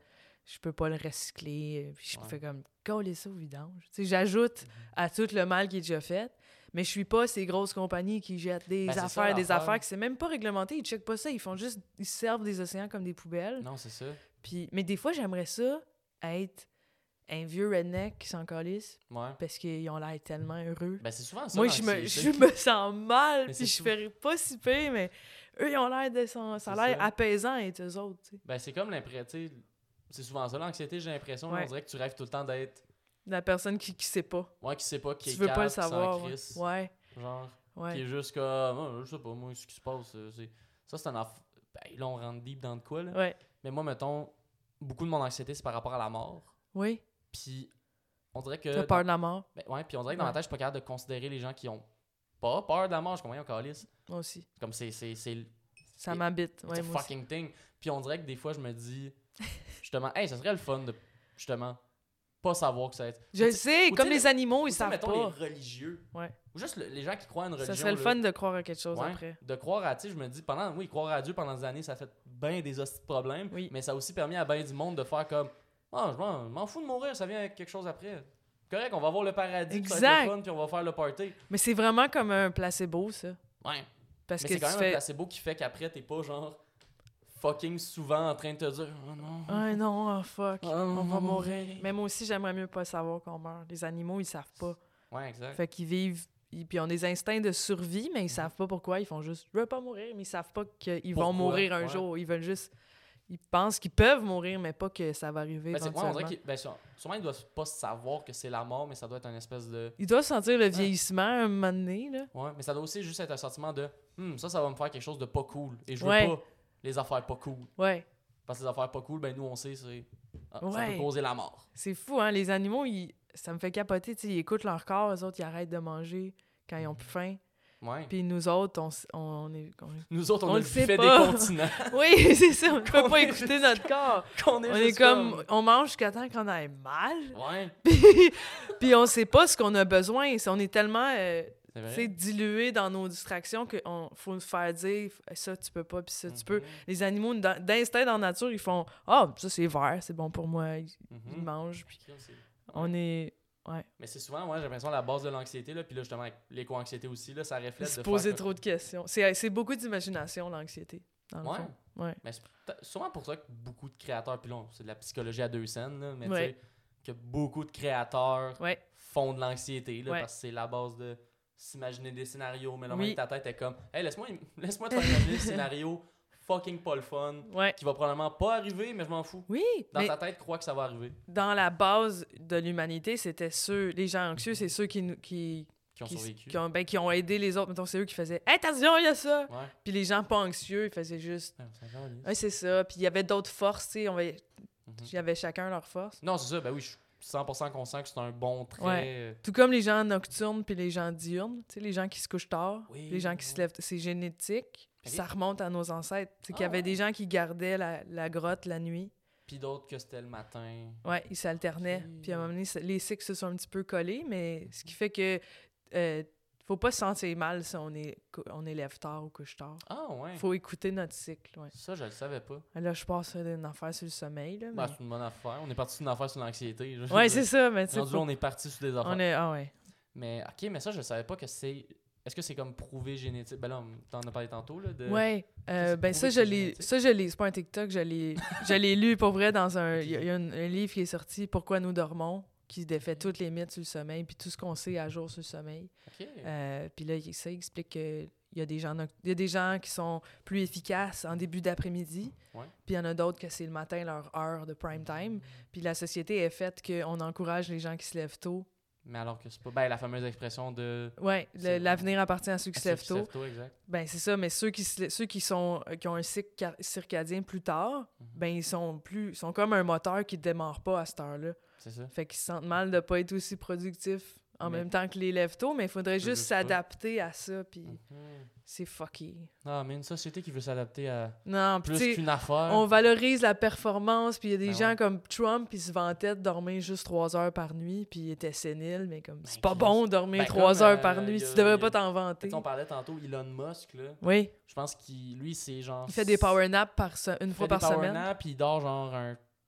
je peux pas le recycler. Puis je Ouais. fais comme, coller ça au vidange. Tu sais, j'ajoute Mm-hmm. à tout le mal qui est déjà fait, mais je suis pas ces grosses compagnies qui jettent des Ben, c'est affaires, ça, des l'affaire. affaires qui c'est même pas réglementé. Ils checkent pas ça. Ils font juste, ils se servent des océans comme des poubelles. Non, c'est ça. Puis, mais des fois, j'aimerais ça être un vieux redneck qui s'en calisse Ouais. parce qu'ils ont l'air tellement heureux. Ben, c'est souvent ça. Moi, je me, l'anxiété. je me sens mal, Mais puis c'est je sou- ferais pas si pire, mais eux, ils ont l'air de... Ça C'est a l'air ça. apaisant être eux autres, tu sais. Ben, c'est comme l'impression. tu sais, C'est souvent ça, l'anxiété, j'ai l'impression. Ouais. On dirait que tu rêves tout le temps d'être. La personne qui, qui sait pas. Ouais, qui sait pas, qui Tu est veux pas le calme, qui s'en savoir. Ouais. crisse, Ouais. Genre. ouais. Qui est juste comme. Ah, je sais pas, moi, ce qui se passe. euh, c'est... Ça, c'est un aff... Ben, là, on rentre deep dans de quoi, là. Ouais. Mais moi, mettons, beaucoup de mon anxiété, c'est par rapport à la mort. Oui. Puis, on dirait que. T'as peur de la mort. Ben, ouais, puis on dirait que dans Ouais. ma tête, je suis pas capable de considérer les gens qui ont pas peur de la mort. Je comprends, ils ont calisse. Moi aussi. Comme c'est. c'est, c'est Ça Et- m'habite. It's Ouais, a moi aussi. fucking thing. Puis on dirait que des fois, je me dis, justement, hey, ça serait le fun de, justement, pas savoir que ça va être. Je le sais, ou comme tu sais, les animaux, Ou ils tu sais, savent mettons, pas. les religieux. Ouais. Ou juste le- les gens qui croient à une religion. Ça serait le là. fun de croire à quelque chose Ouais, après. de croire à, tu sais, je me dis, pendant, oui, croire à Dieu pendant des années, ça fait bien des hosties de problèmes. Oui. Mais ça a aussi permis à bien du monde de faire comme, ah, je m'en, m'en fous de mourir, ça vient avec quelque chose après. Correct, on va voir le paradis, puis ça va être Exact. le fun, puis on va faire le party. Mais c'est vraiment comme un placebo, ça. Ouais. Parce Mais que c'est quand tu même un fais... placebo qui fait qu'après, t'es pas genre fucking souvent en train de te dire, oh non. Ah non, oh fuck, Oh, on va on mourir. Mais moi aussi, j'aimerais mieux pas savoir qu'on meurt. Les animaux, ils savent pas. Ouais, exact. Fait qu'ils vivent... Ils, puis ils ont des instincts de survie, mais ils savent pas pourquoi. Ils font juste « je veux pas mourir », mais ils savent pas qu'ils vont Pourquoi? mourir un Ouais. jour. Ils veulent juste... Ils pensent qu'ils peuvent mourir, mais pas que ça va arriver Ben, c'est- ouais, on éventuellement. dirait qu'ils ben, sû- sûrement ils doivent pas savoir que c'est la mort, mais ça doit être une espèce de. Ils doivent sentir le vieillissement un moment donné, là. Ouais, mais ça doit aussi juste être un sentiment de Hum, ça, ça va me faire quelque chose de pas cool. Et je veux Ouais. pas les affaires pas cool. Ouais. Parce que les affaires pas cool, ben nous on sait, c'est. Ah, ça Ouais. peut causer la mort. C'est fou, hein? Les animaux, ils... ça me fait capoter. Tu sais, ils écoutent leur corps, eux autres, ils arrêtent de manger quand ils ont plus faim. Ouais. Puis nous autres, on, s- on est... on est- Nous autres, on, on a le le sait buffet des pas. continents. Oui, c'est ça. On ne peut Qu'on pas est écouter juste- notre corps. Qu'on est On est juste comme... On mange jusqu'à temps qu'on ait mal. Ouais, Puis, puis on sait pas ce qu'on a besoin. On est tellement euh, c'est tu sais, vrai. dilué dans nos distractions qu'il faut nous faire dire ça, tu peux pas, puis ça, tu peux. Mhm. Les animaux, dans- d'instinct dans la nature, ils font « Ah, ça, c'est vert, c'est bon pour moi. » Ils, Mhm. ils mangent. Puis Crime, c'est- on est... Ouais. Mais c'est souvent, ouais, j'ai l'impression, la base de l'anxiété, là, puis là, justement, avec l'éco-anxiété aussi, là, ça reflète Se de poser faire trop de questions. C'est c'est beaucoup d'imagination, l'anxiété, dans le Ouais. fond. Ouais. Mais c'est peut-être- sûrement pour ça que beaucoup de créateurs, puis là, c'est de la psychologie à deux scènes, là, mais Ouais. tu sais, que beaucoup de créateurs Ouais. font de l'anxiété, là, Ouais. parce que c'est la base de s'imaginer des scénarios, mais là, Oui. même ta tête est comme, hey, laisse-moi laisse-moi te faire imaginer le scénario fucking pas le fun, Ouais. qui va probablement pas arriver, mais je m'en fous. Oui, Dans mais ta tête, crois que ça va arriver. dans la base de l'humanité, c'était ceux... Les gens anxieux, c'est ceux qui... nous- qui Qui ont qui, survécu. qui ont, ben, qui ont aidé les autres. Mettons, c'est eux qui faisaient « Hey, attention, il y a ça! Ouais. » Puis les gens pas anxieux, ils faisaient juste Ouais, c'est encore lisse. « Ouais, c'est ça. » Puis il y avait d'autres forces, tu sais. On va... Il Mhm. y avait chacun leur force. Non, c'est ça, ben oui, je suis cent pour cent conscient que c'est un bon trait. Ouais. euh, Tout comme les gens nocturnes puis les gens diurnes. Tu sais, les gens qui se couchent tard, Oui, les gens qui se ouais. lèvent... C'est génétique. Puis Ok. ça remonte à nos ancêtres. C'est qu'il y Ah, avait ouais. des gens qui gardaient la, la grotte la nuit. Puis d'autres que c'était le matin. Ouais, ils s'alternaient. Ok. Puis à un moment donné, ça- les cycles se sont un petit peu collés, mais ce qui fait que euh, faut pas se sentir mal si on est cou- on élève tard ou couche tard. Ah, ouais. Faut écouter notre cycle. Ouais. Ça, je le savais pas. Là, je passe d'une affaire sur le sommeil. Là, Ben, mais... c'est une bonne affaire. On est parti sur une affaire sur l'anxiété. Je- Ouais, je- c'est ça, mais tu sais, Rendu faut- là, on est parti sur des affaires. on est... Ah ouais. Mais, ok, mais ça, je savais pas que c'est. Est-ce que c'est comme prouvé génétique? Ben là, on- t'en as parlé tantôt, là. De... Ouais, euh, c'est ben ça, prouvé que je c'est l'ai, génétique. ça, je l'ai, c'est pas un TikTok, je l'ai, je l'ai lu pour vrai dans un, Ok. il y a, il y a un, un livre qui est sorti, Pourquoi nous dormons, qui défait Ok. tous les mythes sur le sommeil, puis tout ce qu'on sait à jour sur le sommeil. Ok. Euh, puis là, il- ça explique que il y a des gens, noc- il y a des gens qui sont plus efficaces en début d'après-midi, Ouais. puis il y en a d'autres que c'est le matin, leur heure de prime time. Puis la société est faite qu'on encourage les gens qui se lèvent tôt. Mais alors que c'est pas. Ben, la fameuse expression de. Ouais, le- C'est- l'avenir appartient à ceux qui se ceux lèvent qui tôt. lèvent tôt, exact. Ben c'est ça, mais ceux qui se- ceux qui sont euh, qui ont un cycle car- circadien plus tard, Mhm. ben ils sont plus ils sont comme un moteur qui démarre pas à cette heure-là. C'est ça. Fait qu'ils se sentent mal de pas être aussi productifs en Mais- même temps que les lève tôt, mais il faudrait Tu veux juste juste pas. s'adapter à ça, puis Mhm. c'est fucké. Ah, mais une société qui veut s'adapter à Non, puis plus tu sais, qu'une affaire. on valorise la performance, puis il y a des Ben gens ouais. comme Trump, qui se vantaient de dormir juste trois heures par nuit, puis il était sénile, mais comme, c'est pas Chris. bon de dormir Ben, trois comme, heures par euh, nuit, y a- tu devrais y a- pas t'en Tu vanter. sais, on parlait tantôt Elon Musk, là. Oui, Je pense qu'il lui, c'est genre. il fait des power naps par se- une il fois fait des par power semaine. naps, puis il dort genre un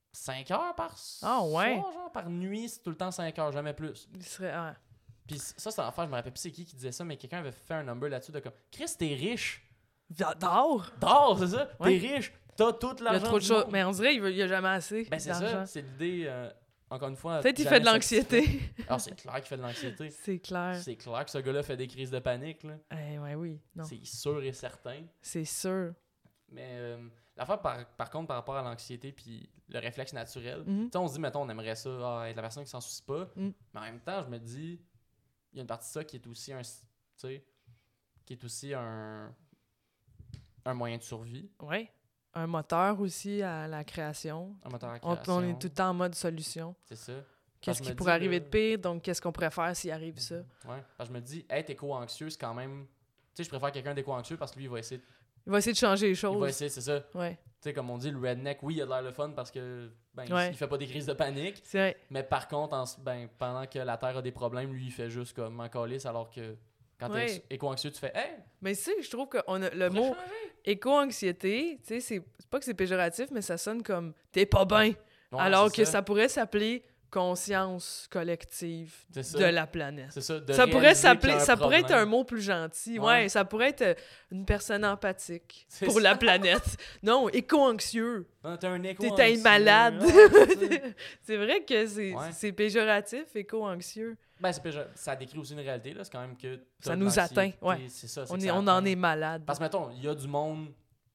cinq heures par ah, ouais. soir, genre, par nuit, c'est tout le temps cinq heures, jamais plus. Il serait... Ah. Puis ça, c'est l'affaire, je me rappelle plus c'est qui qui disait ça, mais quelqu'un avait fait un number là-dessus de comme « Chris, t'es riche! » D'or? D'or, c'est ça? Ouais. T'es riche! T'as toute l'argent. Il y a trop de du choses. monde. Mais on dirait qu'il n'y a jamais assez. Ben, c'est ça. C'est l'idée, euh, encore une fois. Peut-être qu'il fait de l'anxiété. Ah, c'est clair qu'il fait de l'anxiété. C'est clair. C'est clair que ce gars-là fait des crises de panique. Là. Eh, ouais, oui. Non. C'est sûr et certain. C'est sûr. Mais euh, l'affaire, par, par contre, par rapport à l'anxiété puis le réflexe naturel, mm-hmm. tu sais, on se dit, mettons, on aimerait ça, ah, être la personne qui s'en soucie pas. Mm. Mais en même temps, je me dis, il y a une partie de ça qui est aussi un. Tu sais, qui est aussi un. un moyen de survie. Oui. Un moteur aussi à la création. Un moteur à la On, création. on est tout le temps en mode solution. C'est ça. Qu'est-ce qui pourrait arriver de pire, donc qu'est-ce qu'on pourrait faire s'il arrive ça? Ouais. Parce que je me dis, être éco-anxieux, c'est quand même. Tu sais, je préfère quelqu'un d'éco-anxieux parce que lui, il va essayer. Il va essayer de changer les choses. Il va essayer, c'est ça. Ouais. Tu sais, comme on dit, le redneck, oui, il a de l'air le fun parce que. Ben, ouais. il fait pas des crises de panique. C'est vrai. Mais par contre, en, ben, pendant que la Terre a des problèmes, lui, il fait juste comme en calice alors que. Quand ouais. t'es éco-anxieux, tu fais « Hey! » Mais tu sais, je trouve que on a, le mot éco-anxiété, tu sais, c'est pas que c'est péjoratif, mais ça sonne comme « t'es pas bien ouais, ». Alors que ça. ça pourrait s'appeler « conscience collective de la planète ». C'est ça. De ça pourrait s'appeler, ça problème. pourrait être un mot plus gentil. Ouais, ouais ça pourrait être une personne empathique c'est pour ça. La planète. Non, éco-anxieux. Non, t'es un éco-anxieux. T'es un malade. Ouais, c'est vrai que c'est, ouais. c'est péjoratif, éco-anxieux. Ben, c'est péjor... ça décrit aussi une réalité, là. C'est quand même que... Ça nous atteint, ouais. C'est ça, c'est on, est, est, on en est malade. Parce que, mettons, il y a du monde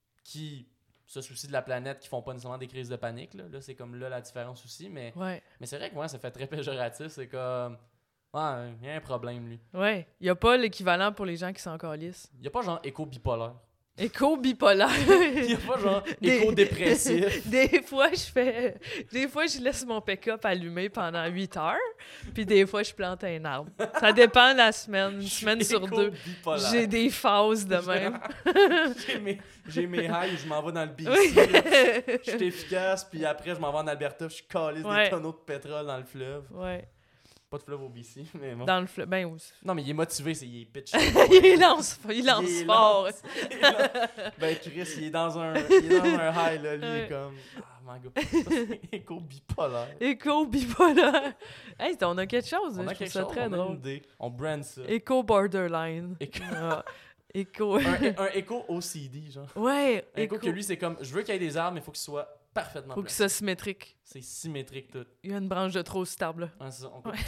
qui se soucie de la planète, qui font pas nécessairement des crises de panique, là. Là, c'est comme là la différence aussi, mais... Ouais. Mais c'est vrai que moi, ça fait très péjoratif. C'est comme... Ouais, il y a un problème, lui. Ouais. Il y a pas l'équivalent pour les gens qui sont encore lisses. Il y a pas genre éco-bipolaire. Éco-bipolaire. Il y a pas genre éco-dépressif. Des, des fois, je fais... Des fois, je laisse mon pick-up allumé pendant huit heures, puis des fois, je plante un arbre. Ça dépend de la semaine. Une semaine sur deux. J'ai des phases de même. j'ai, mes, j'ai mes highs, je m'en vais dans le B C. Oui. Je suis efficace, puis après, je m'en vais en Alberta, je suis calé ouais. des tonneaux de pétrole dans le fleuve. Ouais. Pas de fleuve au B C, mais bon. Dans le fleuve, ben aussi. Non, mais il est motivé, c'est, il est pitch. il lance, il lance il fort. Lance, il lance. Ben, Chris, il est dans un, il est dans un high, là. Lui, ouais. il est comme... Ah, mon gars, ça, c'est éco-bipolaire. Éco-bipolaire. Hey, on a quelque chose, on je a trouve quelque ça chose, très on drôle. Une idée. On brand ça. Éco-borderline. Éco... Ah, éco... un, un éco-O C D, genre. Ouais. Un éco que lui, c'est comme, je veux qu'il y ait des arbres, mais il faut qu'il soit parfaitement Faut placé. Faut que ça symétrique. C'est symétrique, tout. Il y a une branche de trop sur table. Ouais, c'est ça. On ouais.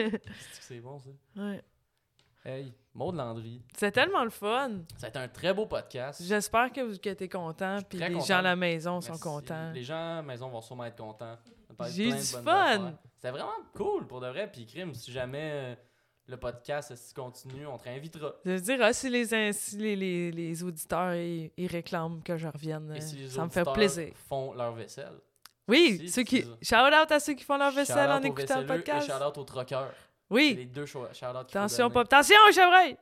C'est bon, ça. Ouais. Hey, Maud Landry. C'est tellement le fun. Ça a été un très beau podcast. J'espère que, que tu es content, puis les content. gens à la maison Merci. sont contents. Les gens à la maison vont sûrement être contents. J'ai eu du fun. C'était vraiment cool, pour de vrai. Puis, crime, si jamais... Euh, le podcast, si continue, on te réinvitera. Je veux dire, ah, si, les, si les, les, les auditeurs ils, ils réclament que je revienne, Et si les ça me fait plaisir. Font leur vaisselle. Oui, si, ceux qui... shout-out à ceux qui font leur vaisselle en écoutant le podcast. Et shout-out aux troqueurs. Oui. Les deux shout-out. Attention, pop. Attention, chevreuil!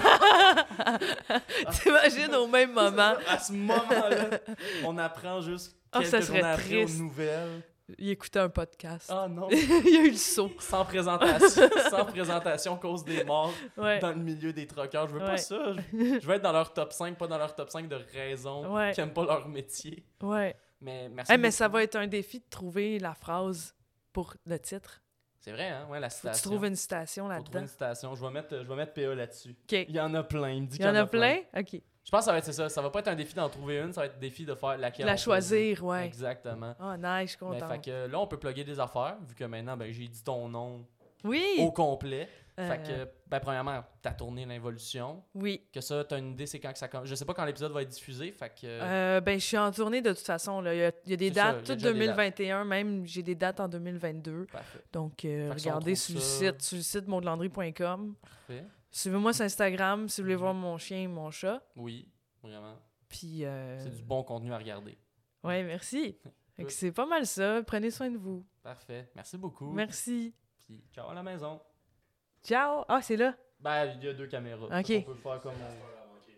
T'imagines au même moment. À ce moment-là, on apprend juste quelques oh, ça serait journées après aux nouvelles. Il écoutait un podcast. Ah non! Il y a eu le saut. Sans présentation, sans présentation, cause des morts ouais. dans le milieu des troqueurs. Je veux ouais. pas ça. Je, je veux être dans leur top cinq, pas dans leur top cinq de raisons ouais. qui aiment pas leur métier. Ouais. Mais merci. Hey, mais ça va être un défi de trouver la phrase pour le titre. C'est vrai, hein? Ouais, la citation. Faut que tu trouves une citation là-dedans. Faut trouver une citation. Je vais mettre, je vais mettre P A là-dessus. Okay. Il y en a plein. Il me dit Il y en a plein? plein? OK. Je pense que ça va être ça. Ça va pas être un défi d'en trouver une, ça va être un défi de faire laquelle. La choisir, ouais. Exactement. Ah, oh, nice, je suis content. Mais, fait que là, on peut plugger des affaires, vu que maintenant, ben, j'ai dit ton nom oui. au complet. Euh... Fait que, ben, premièrement, t'as tourné l'Involution. Oui. Que ça, t'as une idée, c'est quand que ça commence. Je sais pas quand l'épisode va être diffusé, fait que... Euh, ben, je suis en tournée de toute façon, là. Il y a, il y a des c'est dates, toutes deux mille vingt et un, même, j'ai des dates en deux mille vingt-deux. Parfait. Donc, euh, regardez sur le, site, sur le site maud landry point com. Parfait. Suivez-moi sur Instagram si vous voulez voir mon chien et mon chat. Oui, vraiment. Puis... Euh... C'est du bon contenu à regarder. Ouais, merci. Fait que c'est pas mal ça. Prenez soin de vous. Parfait. Merci beaucoup. Merci. Puis, ciao à la maison. Ciao. Ah, c'est là? Ben, il y a deux caméras. OK. On peut le faire comme on...